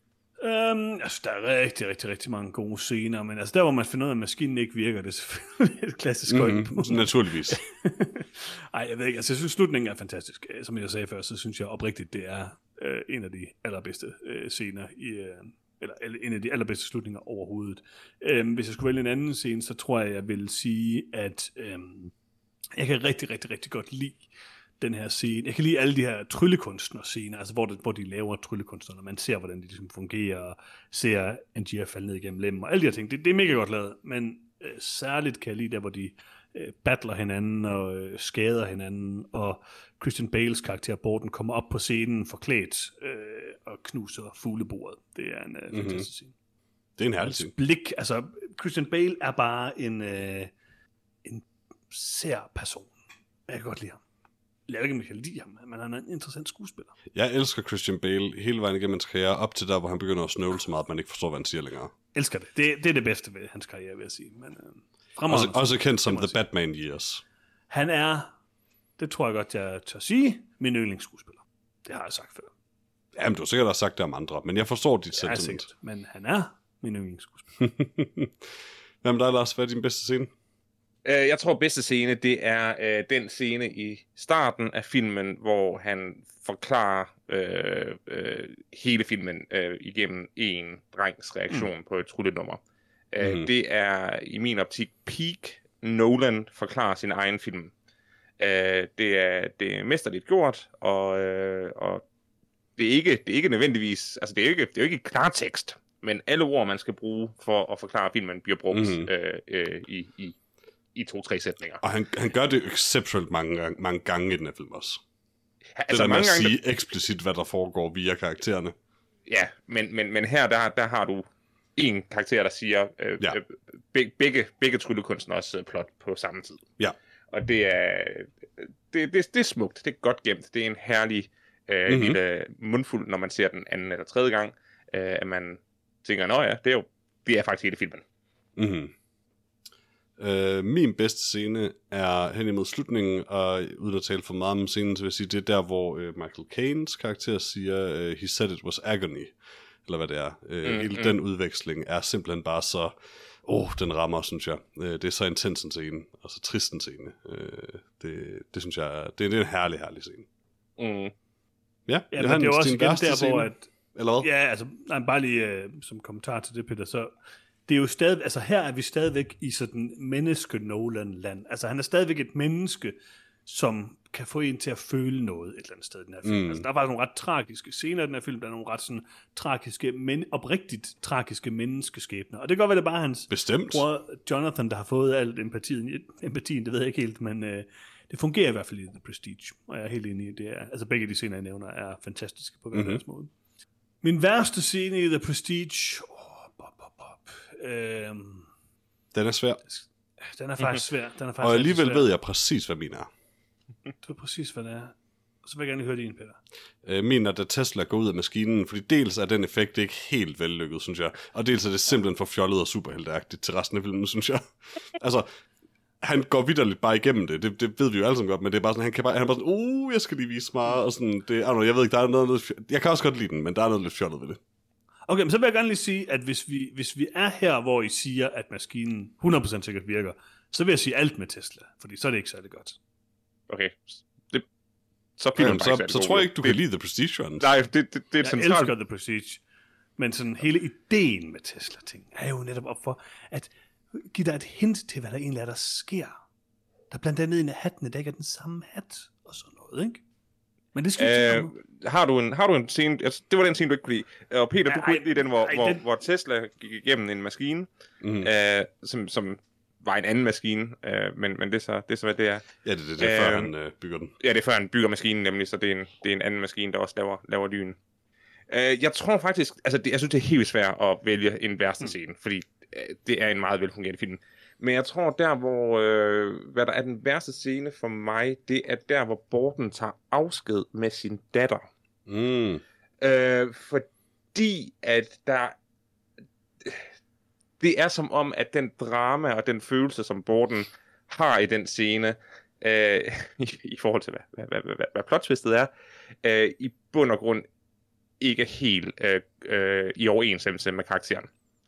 Um, altså, der er rigtig, rigtig, rigtig mange gode scener, men altså der, hvor man finder ud af, at maskinen ikke virker, det er selvfølgelig et klassisk mm-hmm. Naturligvis. Ej, jeg ved ikke, altså jeg synes, slutningen er fantastisk. Som jeg sagde før, så synes jeg oprigtigt, det er øh, en af de allerbedste øh, scener, i, øh, eller en af de allerbedste slutninger overhovedet. Øh, hvis jeg skulle vælge en anden scene, så tror jeg, jeg vil sige, at øh, jeg kan rigtig, rigtig, rigtig godt lide den her scene. Jeg kan lide alle de her tryllekunstner-scener, altså hvor, det, hvor de laver tryllekunstnerne. Man ser, hvordan de ligesom fungerer, og ser Angier falde ned igennem lemmen, og alle de her ting. Det, det er mega godt lavet, men øh, særligt kan jeg lide der, hvor de øh, battler hinanden og øh, skader hinanden, og Christian Bales karakter Borden kommer op på scenen forklædt øh, og knuser fuglebordet. Det er en øh, mm-hmm. fantastisk scene. Det er en herlig scene. Blik, altså Christian Bale er bare en, øh, en sær person. Jeg kan godt lide ham. Jeg ved ikke, om jeg kan lide ham, men han er en interessant skuespiller. Jeg elsker Christian Bale hele vejen igennem hans karriere, op til der, hvor han begynder at snøvle så meget, at man ikke forstår, hvad han siger længere. Elsker det. Det, det er det bedste ved hans karriere, vil jeg sige. Men, øh, også, også kendt som The Batman Years. Han er, det tror jeg godt, jeg tør sige, min yndlingsskuespiller. Det har jeg sagt før. Jamen, du har sikkert også sagt det om andre, men jeg forstår dit ja, sentiment. Sikkert, men han er min yndlingsskuespiller. Hvad med dig, Lars? Hvad er din bedste scene? Jeg tror, bedste scene, det er øh, den scene i starten af filmen, hvor han forklarer øh, øh, hele filmen øh, igennem en drengs reaktion mm. på et tryllenummer. Mm. Øh, det er i min optik peak Nolan forklarer sin egen film. Øh, det, er, det er mesterligt gjort, og, øh, og det, er ikke, det er ikke nødvendigvis, altså det er ikke, det er ikke klartekst, men alle ord, man skal bruge for at forklare filmen, bliver brugt mm. øh, øh, i, i i to-tre sætninger. Og han, han gør det exceptionelt mange, gange, mange gange i den her film også. Ja, altså, det der med mange at gange, sige der... eksplicit, hvad der foregår via karaktererne. Ja, men, men, men her, der, der har du en karakter, der siger øh, ja. be, begge, begge tryllekunstneres plot på samme tid. Ja. Og det er, det, det, det er smukt, det er godt gemt, det er en herlig øh, mm-hmm. lille mundfuld, når man ser den anden eller tredje gang, øh, at man tænker, nå ja, det er jo det er faktisk hele filmen. Mhm. Uh, min bedste scene er hen imod slutningen, og uden at tale for meget om scenen, så vil jeg sige, det er der, hvor uh, Michael Caine's karakter siger, uh, he said it was agony, eller hvad det er. Uh, mm, hele mm. den udveksling er simpelthen bare så, åh, oh, den rammer, synes jeg. Uh, det er så intens en scene, og så trist en scene. Uh, det, det synes jeg, er, det, det er en herlig, herlig scene. Mm. Ja, ja, men det er også igen der, scene, hvor at, eller hvad? Ja, altså, nej, bare lige uh, som kommentar til det, Peter, så det er jo stadig, altså her er vi stadigvæk i sådan menneske-Nolan-land. Altså han er stadigvæk et menneske, som kan få en til at føle noget et eller andet sted i den her film. Mm. Altså der var nogle ret tragiske scener i den her film, der er nogle ret sådan tragiske, men oprigtigt tragiske menneskeskæbner. Og det kan godt være, det er bare hans Bestemt. bror Jonathan, der har fået alt empatien. Empatien, det ved jeg ikke helt, men øh, det fungerer i hvert fald i The Prestige. Og jeg er helt enig i det. Er, altså begge de scener, jeg nævner, er fantastiske på hver mm-hmm. deres måde. Min værste scene i The Prestige... Øhm, den er svær. Den er faktisk svær. Den er faktisk og alligevel svær. ved jeg præcis, hvad min er. Du ved præcis, hvad det er. Så vil jeg gerne høre din, Peter. Øh, min er, da Tesla går ud af maskinen, fordi dels er den effekt ikke helt vellykket, synes jeg, og dels er det simpelthen for fjollet og superhelteagtigt til resten af filmen, synes jeg. Altså, han går vitterligt bare igennem det. det, det ved vi jo alle sammen godt, men det er bare sådan, han kan bare, han er bare sådan, uh, jeg skal lige vise mig, og sådan, det, jeg, know, jeg ved ikke, der er noget, noget, jeg kan også godt lide den, men der er noget lidt fjollet ved det. Okay, men så vil jeg gerne lige sige, at hvis vi, hvis vi er her, hvor I siger, at maskinen hundrede procent sikkert virker, så vil jeg sige alt med Tesla, fordi så er det ikke særlig godt. Okay, det, så, Jamen, så, så tror jeg ikke, du det, kan lide The Prestige. Nej, det, det, det er jeg centralt. elsker The Prestige, men sådan hele ideen med Tesla-ting er jo netop op for, at give dig et hint til, hvad der egentlig er, der sker. Der er blandt andet en af hattene, der ikke er den samme hat, og sådan noget, ikke? Men det skal øh, har du en har du en scene, altså, det var den scene du ikke kunne lide. Og Peter, ja, du kunne ikke lide den hvor, ej, hvor, den... hvor Tesla gik igennem en maskine, mm. øh, som, som var en anden maskine, øh, men men det er så det er så hvad det er. Ja, det, det, det er før øh, han øh, bygger den. Ja, det er før han bygger maskinen nemlig, så det er en det er en anden maskine der også laver laver lyn. Øh, jeg tror faktisk, altså det, jeg synes det er helt svært at vælge en værste scene, mm. fordi øh, det er en meget velfungerende film. Men jeg tror, der hvor, øh, hvad der er den værste scene for mig, det er der, hvor Borden tager afsked med sin datter. Mm. Øh, fordi at der... Det er som om, at den drama og den følelse, som Borden har i den scene, øh, i, i forhold til, hvad, hvad, hvad, hvad, hvad plot-twistet er, øh, i bund og grund ikke er helt øh, øh, i overensstemmelse med karakteren.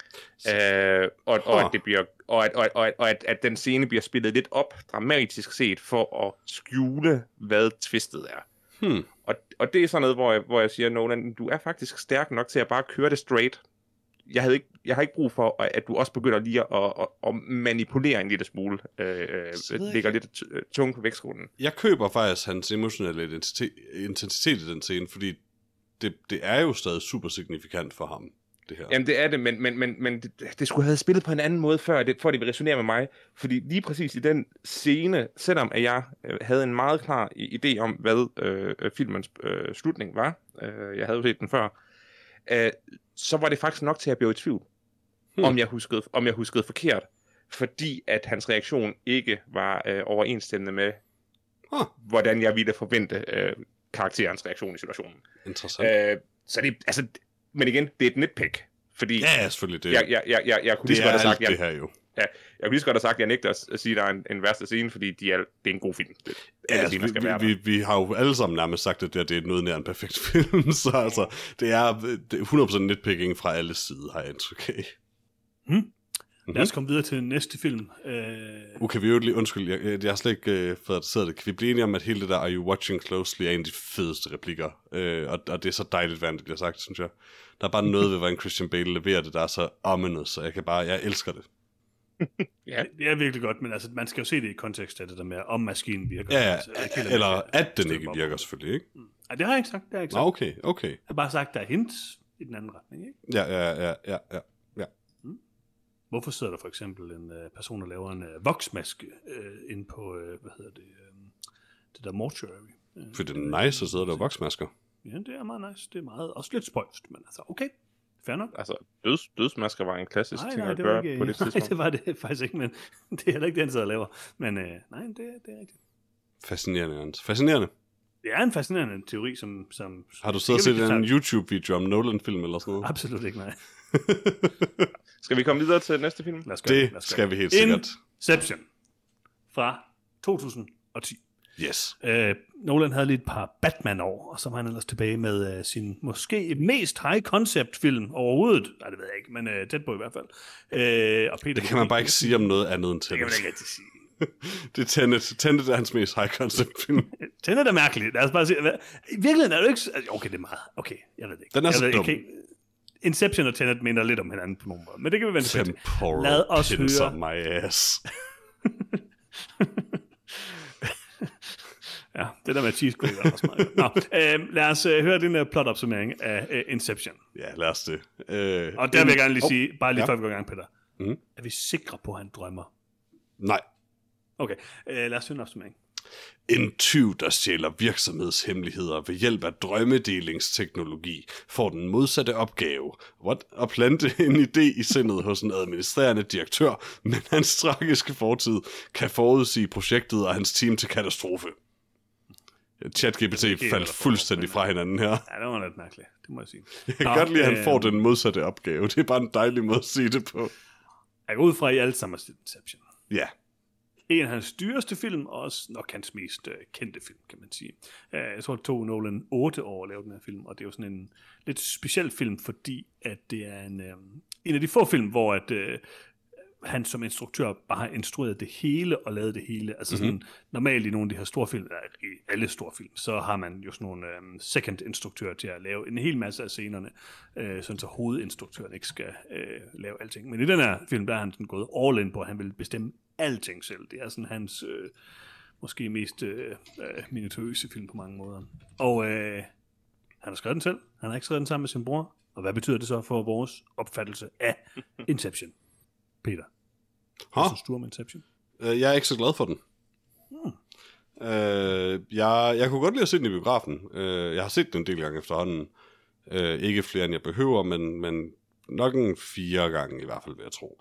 Øh, og, og, at det bliver, og, at, og, og, og at, at den scene bliver spillet lidt op, dramatisk set, for at skjule, hvad twistet er. Hmm. Og, og det er sådan noget, hvor jeg, hvor jeg siger, Nolan, du er faktisk stærk nok til at bare køre det straight. Jeg, havde ikke, jeg har ikke brug for, at du også begynder lige at, at, at, at manipulere en lille smule. Øh, ligger lidt t- tunge på vægtskålen. Jeg køber faktisk hans emotionelle intensitet, intensitet i den scene, fordi det, det er jo stadig super signifikant for ham, det her. Jamen det er det, men, men, men, men det, det skulle have spillet på en anden måde før, det, for at det ville resonere med mig. Fordi lige præcis i den scene, selvom at jeg øh, havde en meget klar idé om, hvad øh, filmens øh, slutning var, øh, jeg havde jo set den før, øh, så var det faktisk nok til at blive i tvivl, hmm. om, jeg huskede, om jeg huskede forkert. Fordi at hans reaktion ikke var øh, overensstemmende med, huh. hvordan jeg ville forvente øh, karakterens reaktion i situationen. Interessant. Øh, så det, altså, men igen, det er et nitpick. Fordi ja, ja, selvfølgelig. Det, jeg, jeg, jeg, jeg, jeg kunne lige så godt have sagt, det jeg, her jo. Ja, jeg kunne lige så godt have sagt, at jeg nægter at sige, at der er en, en værste scene, fordi de er, det er en god film. Det, ja, altså, vi, skal vi, vi, vi har jo alle sammen nærmest sagt, at det, det er noget nær en perfekt film, så altså, det er, det er hundrede procent nitpicking fra alle sider, har jeg indtryk af. Hmm. Mm-hmm. Lad os komme videre til næste film. Uh, okay, vi jo lige, undskyld, jeg, jeg har slet ikke uh, fået adresseret det. Kan vi blive enige om, at hele det der Are You Watching Closely er en af de fedeste replikker? Uh, og, og det er så dejligt, hvad det bliver sagt, synes jeg. Der er bare noget ved, hvordan Christian Bale leverer det, der er så ominous, så jeg kan bare, jeg elsker det. Ja, det er virkelig godt, men altså, man skal jo se det i kontekst af det der med, om maskinen virker. Ja, altså, eller at, at den ikke virker, selvfølgelig, ikke? Mm. Ej, det har jeg ikke sagt, det har jeg ikke sagt. Ah, okay, okay. Jeg har bare sagt, der er hints i den anden retning, ikke? Ja, ja, ja, ja, ja. ja. Mm. Hvorfor sidder der for eksempel en uh, person, der laver en uh, voksmaske uh, inde på, uh, hvad hedder det, um, det der mortuary? Uh, For det er nice at sidde der voksmasker. Ja, det er meget nice. Det er meget, også lidt spøjst, men altså, okay. Fair nok. Altså, døds, dødsmasker var en klassisk nej, ting nej, at gøre ikke, på det tidspunkt. Nej, det var det faktisk ikke, men det er heller ikke den, der laver. Men uh, nej, det, det er rigtigt. Fascinerende, Hans. Fascinerende. Det er en fascinerende teori, som... som har du siddet og set en YouTube-video om Nolan-film eller sådan noget? Absolut ikke, nej. Skal vi komme videre til næste film? Lad os gøre det. Det skal vi helt sikkert. Inception fra to tusind og ti. Yes. Øh, Nolan havde lige et par Batman-år, og så var han ellers tilbage med uh, sin måske mest high-concept-film overhovedet. Nej, det ved jeg ikke, men uh, tæt på i hvert fald. Øh, og Peter det kan man bare ikke sige om noget andet end Tenet. Det kan man ikke rigtig sige. Det er Tenet. Tenet er hans mest high-concept-film. Tenet er mærkeligt. Lad os bare sige. I virkeligheden er det ikke... Okay, det er meget. Okay, jeg ved det ikke. Den er så dum. Okay. Inception og Tenet minder lidt om hinanden på nogle måder, men det kan vi vente til. Lad os høre. On my ass. Ja, det der med cheese curry var også meget. Nå, øh, lad os øh, høre den uh, plot-opsummering af øh, Inception. Ja, lad os det. Øh, og der vil jeg gerne lige sige, bare lige ja. før vi går i gang, Peter. Mm. Er vi sikre på, at han drømmer? Nej. Okay, øh, lad os høre en opsummering. En tyv, der stjæler virksomhedshemmeligheder ved hjælp af drømmedelingsteknologi, får den modsatte opgave. What? At plante en idé i sindet hos en administrerende direktør, men hans tragiske fortid kan forudsige projektet og hans team til katastrofe. ChatGPT faldt fuldstændig fra hinanden her. Ja, det var lidt mærkeligt, det må jeg sige. Jeg kan Nå, godt lide, at han øh... får den modsatte opgave. Det er bare en dejlig måde at sige det på. Jeg går ud fra, at I alle sammen har set Inception. Ja. En af hans dyreste film, og også nok hans mest uh, kendte film, kan man sige. Uh, jeg tror, det tog Nolan otte år at lave den her film, og det er jo sådan en lidt speciel film, fordi at det er en, um, en af de få film, hvor at, uh, han som instruktør bare har instrueret det hele og lavet det hele. Altså sådan, mm-hmm. normalt i nogle af de her store film, eller i alle store film, så har man jo sådan nogle um, second instruktører til at lave en hel masse af scenerne, uh, sådan så hovedinstruktøren ikke skal uh, lave alting. Men i den her film, der er han sådan gået all in på, at han vil bestemme alting selv. Det er sådan hans øh, måske mest øh, minutøse film på mange måder. Og øh, han har skrevet den selv. Han har ikke skrevet den sammen med sin bror. Og hvad betyder det så for vores opfattelse af Inception? Peter, hvad synes du om Inception? Uh, jeg er ikke så glad for den. Hmm. Uh, jeg, jeg kunne godt lide at se den i biografen. Uh, jeg har set den en del gange efterhånden. Uh, ikke flere end jeg behøver, men, men nok en fire gange i hvert fald, vil jeg tro.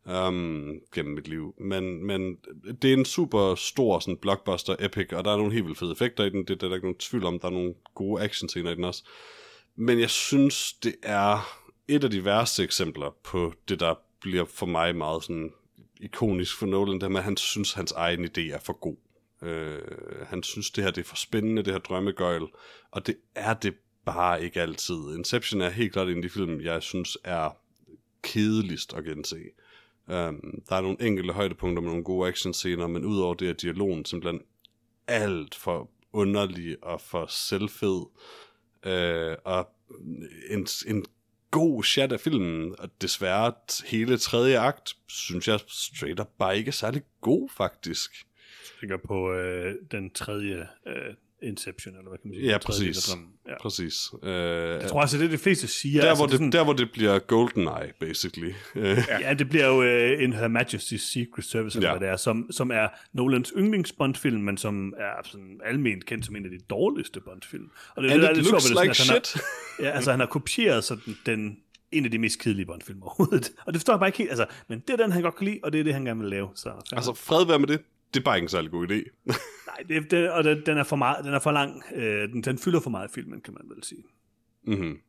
um, gennem mit liv. Men, men det er en super stor sådan blockbuster epic, og der er nogle helt vildt fede effekter i den. Det, det er der ikke nogen tvivl om. Der er nogle gode actionscener i den også. Men jeg synes, det er et af de værste eksempler på det, der bliver for mig meget sådan ikonisk for Nolan, der med, at han synes, hans egen idé er for god. Øh, han synes, det her det er for spændende, det her drømmegøjl, og det er det bare ikke altid. Inception er helt klart en af de film, jeg synes er kedeligst at gense. Um, der er nogle enkelte højdepunkter med nogle gode actionscener, men udover det er dialogen simpelthen alt for underlig og for selvfed. Øh, og en, en god chat af filmen, og desværre hele tredje akt, synes jeg straight up bare ikke er særlig god, faktisk. Ligger på øh, den tredje øh, Inception, eller hvad kan man sige? Ja, præcis. Ja. præcis. Øh, jeg tror altså, det er det fleste siger. Der, altså, hvor det, sådan, der, hvor det bliver GoldenEye, basically. ja. ja, det bliver jo uh, in Her Majesty's Secret Service, eller ja. hvad det er, som, som er Nolans yndlings Bond-film, men som er sådan alment kendt som en af de dårligste Bond-film. Og det, And det, it det, looks det, like sådan, shit. Han har, ja, altså han har kopieret sådan den en af de mest kedelige Bond-film overhovedet. Og det forstår jeg bare ikke helt, altså, men det er den, han godt kan lide, og det er det, han gerne vil lave. Så, altså, fred være med det. Det er bare ikke en særlig god idé. Nej, det, det, og det, den er for meget, den er for lang. Øh, den, den fylder for meget i filmen, kan man vel sige. Mhm.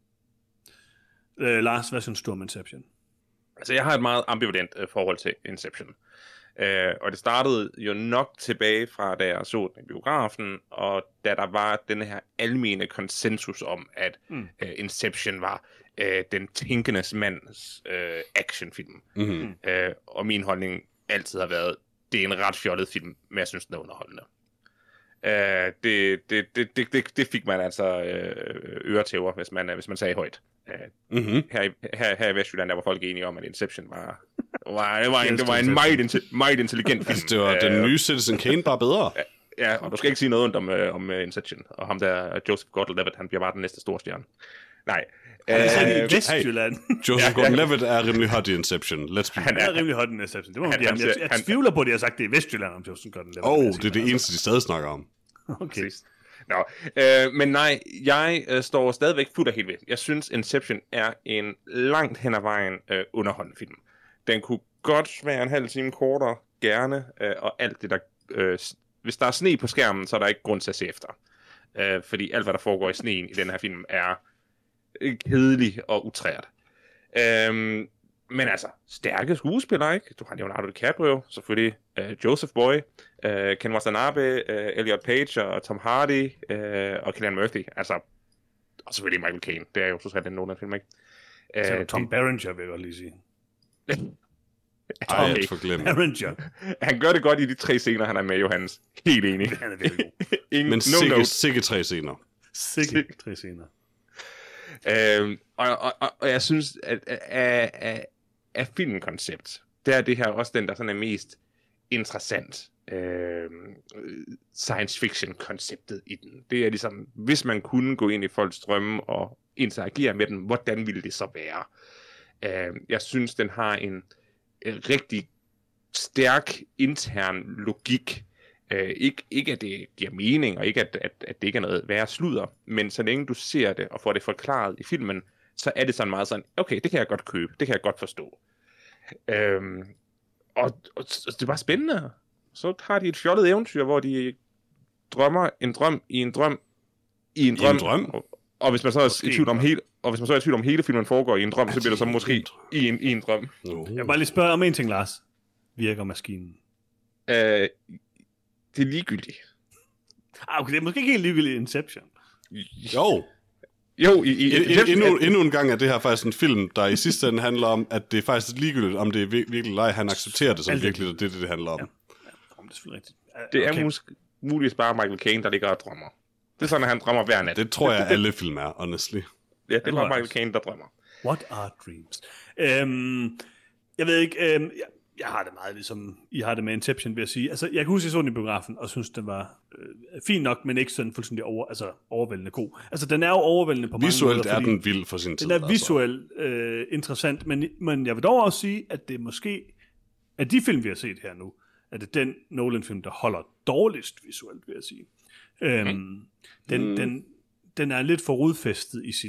Øh, Lars, hvad synes du om Inception? Altså, jeg har et meget ambivalent øh, forhold til Inception. Øh, og det startede jo nok tilbage fra, da jeg så den i biografen, og da der var den her almene konsensus om, at mm. øh, Inception var øh, den tænkendes mands øh, actionfilm. Mhm. Øh, og min holdning altid har været, det er en ret fjollet film, men jeg synes, den er underholdende. Uh, det, det, det, det, det, det fik man altså øh, øretæver, hvis man, hvis man sagde højt. Uh, Mhm. her, i, her, her i Vestjylland, der var folk enige om, at Inception var, var, det var en, det var en meget, inte, meget intelligent film. Altså, det var uh, den nye Citizen Kane bare bedre. Ja, og du skal ikke sige noget om, uh, om uh, Inception. Og ham der, Joseph Gordon-Levitt, han bliver bare den næste store stjerne. Nej. Han er sådan Uh, i Vestjylland. Joseph Gordon-Levitt er rimelig hot i Inception. Let's be Han er rimelig hot i Inception. Det må man Han- give ham. han Jeg, ser- jeg han- tvivler på, at de har sagt det i Vestjylland om Joseph Gordon-Levitt. Åh, vil oh, jeg sige, det er det men eneste, de stadig snakker om. altså. Okay. Præcis. Nå, øh, men nej, jeg øh, står stadigvæk fuldt og helt ved. Jeg synes, Inception er en langt hen ad vejen øh, underholdende film. Den kunne godt være en halv time kortere, gerne, øh, og alt det der... Øh, hvis der er sne på skærmen, så er der ikke grund til at se efter. Øh, fordi alt, hvad der foregår i sneen i den her film, er øh, kedelig og utrært. Øh, men altså, stærke skuespillere, ikke? Du har Leonardo DiCaprio, selvfølgelig, øh, Joseph Boy, øh, Ken Watanabe, øh, Elliot Page og Tom Hardy, øh, og Cillian Murphy. Altså, og selvfølgelig Michael Caine. Det er jo totalt den Nolan-film, ikke? Så Øh, Tom Berenger, vil jeg godt lige sige. Ej, okay. jeg får glemt. Berenger. Han gør det godt i de tre scener, han er med, Johannes. Helt enig. Han er virkelig god. Ingen, Men no sikke, note. sikke tre scener. Sikkert tre scener. Øhm, og, og, og, og jeg synes, at af, af, af filmkoncept, der er det her også den, der sådan er mest interessant. Øhm, science fiction-konceptet i den. Det er ligesom, hvis man kunne gå ind i folks drømme og interagere med dem, hvordan ville det så være? Øhm, jeg synes, den har en, en rigtig stærk intern logik. Øh, ikke, ikke at det giver mening, og ikke at, at, at det ikke er noget værre sludder, men så længe du ser det og får det forklaret i filmen, så er det sådan meget sådan, okay, det kan jeg godt købe, det kan jeg godt forstå. Øhm, og, og, og det er bare spændende. Så har de et fjollet eventyr, hvor de drømmer en drøm i en drøm i en I drøm. en drøm? Og, og hvis man så er i tvivl om hele, og hvis man så er i tvivl om hele filmen foregår i en drøm, så bliver det så måske i en, i en drøm. Uh. Jeg vil bare lige spørge om en ting, Lars. Virker maskinen? Øh, det er ligegyldigt. Ah, okay, det er måske ikke helt ligegyldigt i Inception. Jo. Jo, i, i, En, en, endnu, endnu en gang er det her faktisk en film, der i sidste ende handler om, at det er faktisk ligegyldigt, om det er vir- virkelig leg. Han accepterer det som Alt det. virkelig, og det er det, det handler om. Ja. Ja, det er selvfølgelig rigtigt. Det er Okay. måske muligvis bare Michael Caine, der ligger og drømmer. Det er sådan, at han drømmer hver nat. Det tror jeg, alle film er, honestly. Ja, det er tror bare jeg Michael også. Caine, der drømmer. What are dreams? Øhm, jeg ved ikke, øhm, jeg, jeg har det meget ligesom, I har det med Inception, vil jeg sige. Altså, jeg kan huske, at jeg så den i biografen, og synes, den var øh, fin nok, men ikke sådan fuldstændig over, altså, overvældende god. Altså, den er jo overvældende på mange Visuelt måder, er fordi den vild for sin tid. den er visuelt øh, interessant, men, men jeg vil dog også sige, at det er måske, af de film, vi har set her nu, at det er den Nolan-film, der holder dårligst visuelt, vil jeg sige. Øhm, den, Mm. den, den er lidt for rodfæstet i sin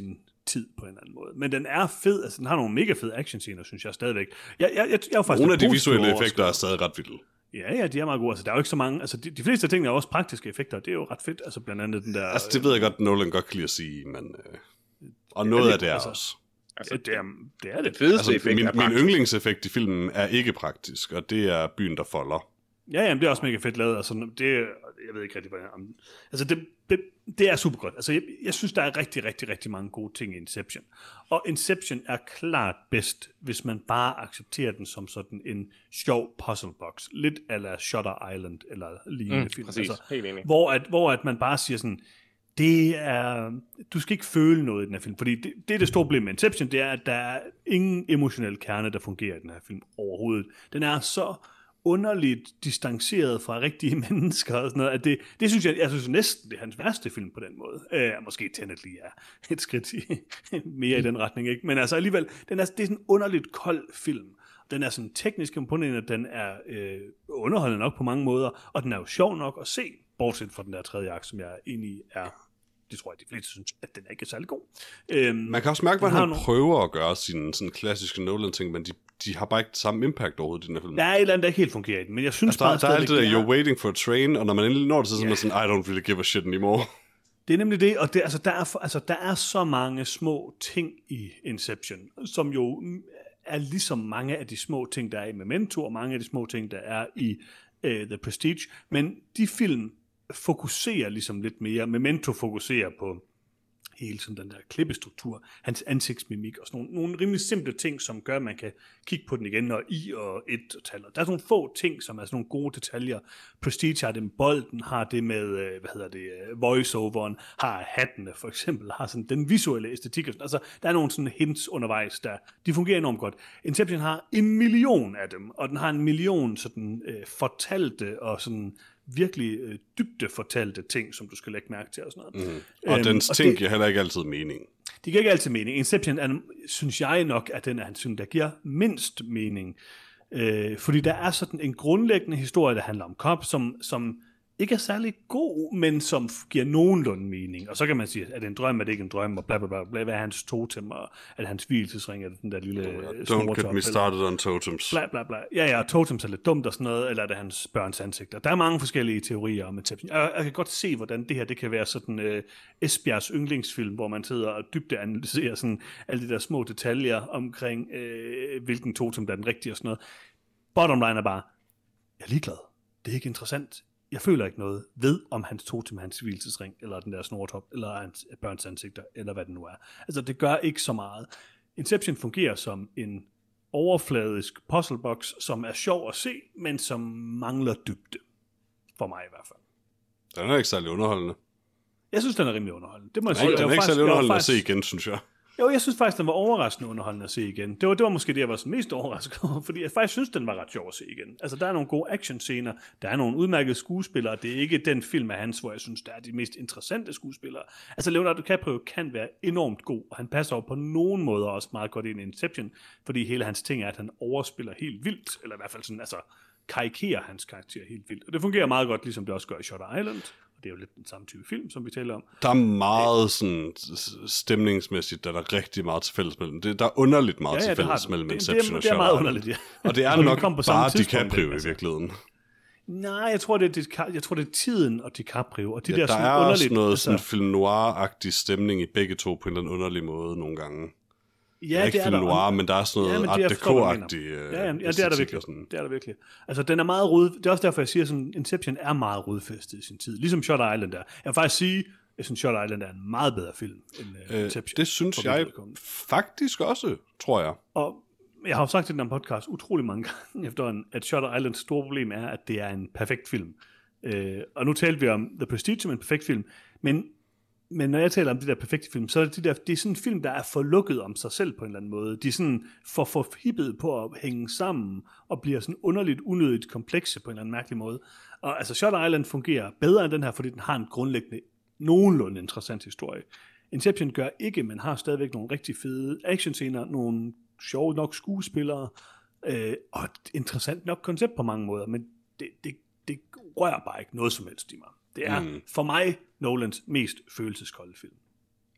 tid på en eller anden måde. Men den er fed, altså den har nogle mega fede actionscener, synes jeg stadigvæk. Jeg, jeg, jeg, jeg er faktisk nogle af de visuelle effekter er stadig ret vilde. Ja, ja, de er meget gode. Altså, der er jo ikke så mange... Altså, de, de fleste af tingene er også praktiske effekter, det er jo ret fedt. Altså, blandt andet den der... Altså, det ved jeg godt, Nolan godt kan lide at sige, men... Øh, og noget det, af det er altså, også. Altså, det, det, er, det er det. fedeste altså, effekt min, er min yndlingseffekt i filmen er ikke praktisk, og det er byen, der folder. Ja, jamen, det er også mega fedt lavet. Altså, det, jeg ved ikke rigtig, hvad jeg... Altså, det, det, det er super godt. Altså, jeg, jeg synes, der er rigtig, rigtig, rigtig mange gode ting i Inception. Og Inception er klart bedst, hvis man bare accepterer den som sådan en sjov puzzlebox. Lidt a la Shutter Island, eller lignende mm, film. Præcis, altså, helt enig. Hvor at, hvor at man bare siger sådan... Det er... Du skal ikke føle noget i den her film, fordi det, det er det store problem med Inception, det er, at der er ingen emotionel kerne, der fungerer i den her film overhovedet. Den er så underligt distanceret fra rigtige mennesker og sådan noget, at det, det synes jeg, jeg synes næsten, det er hans værste film på den måde. Øh, måske Tenet lige er et skridt i, mere i den retning, ikke? Men altså alligevel, den er, det er sådan en underligt kold film. Den er sådan teknisk komponent, den er øh, underholdende nok på mange måder, og den er jo sjov nok at se, bortset fra den der tredje akt, som jeg er enig i er, det tror jeg, de fleste synes, at den er ikke særlig god. Øhm, Man kan også mærke, hvordan han nogle... prøver at gøre sine sådan klassiske Nolan-ting, men de, de har bare ikke samme impact overhovedet i den her film. Der er et eller andet, der ikke helt fungerer i den, men jeg synes altså, bare der, der er alt det der, er... you're waiting for a train, og når man endelig når det, så er man sådan, I don't really give a shit anymore. Det er nemlig det, og det, altså, der, er, altså, der er så mange små ting i Inception, som jo er ligesom mange af de små ting, der er i Memento, og mange af de små ting, der er i uh, The Prestige, men de film fokuserer ligesom lidt mere. Memento fokuserer på hele sådan den der klippestruktur, hans ansigtsmimik og sådan nogle, nogle rimelig simple ting, som gør, at man kan kigge på den igen, når i og et og taler. Der er sådan nogle få ting, som er sådan nogle gode detaljer. Prestige har det med bolden, har det med, hvad hedder det, voiceoveren, har hattene for eksempel, har sådan den visuelle æstetik. Altså, der er nogle sådan hints undervejs, der de fungerer enormt godt. Inception har en million af dem, og den har en million sådan øh, fortalte og sådan virkelig øh, dybde fortalte ting, som du skal lægge mærke til og sådan noget. Mm. Og øhm, dens ting giver heller ikke altid mening. Det giver ikke altid mening. Inception er, synes jeg nok, at den er hans film, der giver mindst mening. Øh, fordi der er sådan en grundlæggende historie, der handler om Cobb, som, som ikke er særlig god, men som giver nogenlunde mening. Og så kan man sige, er det en drøm, er det ikke en drøm, og bla bla bla, bla hvad er hans totem, og er det hans hvilesesring, er det den der lille oh, don't get me started on totems. Bla bla bla. Ja, ja, totems er lidt dumt og sådan noget, eller er det hans børns ansigter. Der er mange forskellige teorier om Inception. Jeg, jeg kan godt se, hvordan det her, det kan være sådan uh, Esbjergs yndlingsfilm, hvor man sidder og dybde analyserer sådan alle de der små detaljer omkring, uh, hvilken totem der er den rigtige og sådan noget. Bottom line er bare, jeg er ligeglad. Det er ikke interessant. Jeg føler ikke noget ved, om hans totem er hans hvilesesring, eller den der snortop, eller hans børns ansigter, eller hvad det nu er. Altså, det gør ikke så meget. Inception fungerer som en overfladisk puzzlebox, som er sjov at se, men som mangler dybde. For mig i hvert fald. Den er ikke særlig underholdende. Jeg synes, den er rimelig underholdende. Det må jeg Nej, sige. den er ikke særlig underholdende faktisk... at se igen, synes jeg. Jo, jeg synes faktisk, den var overraskende underholdende at se igen. Det var, det var måske det, jeg var sådan mest overrasket over, fordi jeg faktisk synes, den var ret sjov at se igen. Altså, der er nogle gode actionscener, der er nogle udmærkede skuespillere, det er ikke den film af hans, hvor jeg synes, der er de mest interessante skuespillere. Altså, Leonardo DiCaprio kan være enormt god, og han passer jo på nogen måder også meget godt ind i Inception, fordi hele hans ting er, at han overspiller helt vildt, eller i hvert fald sådan, altså, karikerer hans karakter helt vildt. Og det fungerer meget godt, ligesom det også gør i Shutter Island. Det er jo lidt den samme type film, som vi taler om. Der er meget sådan stemningsmæssigt, der er rigtig meget til fælles mellem. Det, der er underligt meget ja, ja, til fælles mellem Inception det, det, og det er meget Shutter underligt, ja. Og det er nok bare DiCaprio i virkeligheden. Nej, jeg tror, det er, jeg tror, det er tiden og DiCaprio. Og de ja, der, der sådan er underligt, også noget altså... sådan film noir-agtig stemning i begge to på en eller anden underlig måde nogle gange. Ja, det er ikke det film er noir, der, men der er sådan noget ja, art deco-agtig øh, ja, ja, ja, det er der virkelig. Sådan. Det er der virkelig. Altså, den er meget rod. Det er også derfor, jeg siger, at Inception er meget rodfæstet i sin tid. Ligesom Shutter Island er. Jeg vil faktisk sige, jeg synes, Shutter Island er en meget bedre film end uh, Inception. Øh, det synes jeg faktisk også, tror jeg. Og jeg har jo sagt i den her podcast utrolig mange gange efterhånden, at Shutter Islands store problem er, at det er en perfekt film. Uh, og nu talte vi om The Prestige som en perfekt film, men Men når jeg taler om de der perfekte film, så er det, de der, det er sådan en film, der er forlukket om sig selv på en eller anden måde. De er sådan for forhippet på at hænge sammen, og bliver sådan underligt, unødigt komplekse på en eller anden mærkelig måde. Og altså, Shutter Island fungerer bedre end den her, fordi den har en grundlæggende, nogenlunde interessant historie. Inception gør ikke, men har stadigvæk nogle rigtig fede actionscener, nogle sjove nok skuespillere, øh, og et interessant nok koncept på mange måder, men det, det, det rører bare ikke noget som helst i mig. Det er mm. for mig Nolans mest følelseskolde film.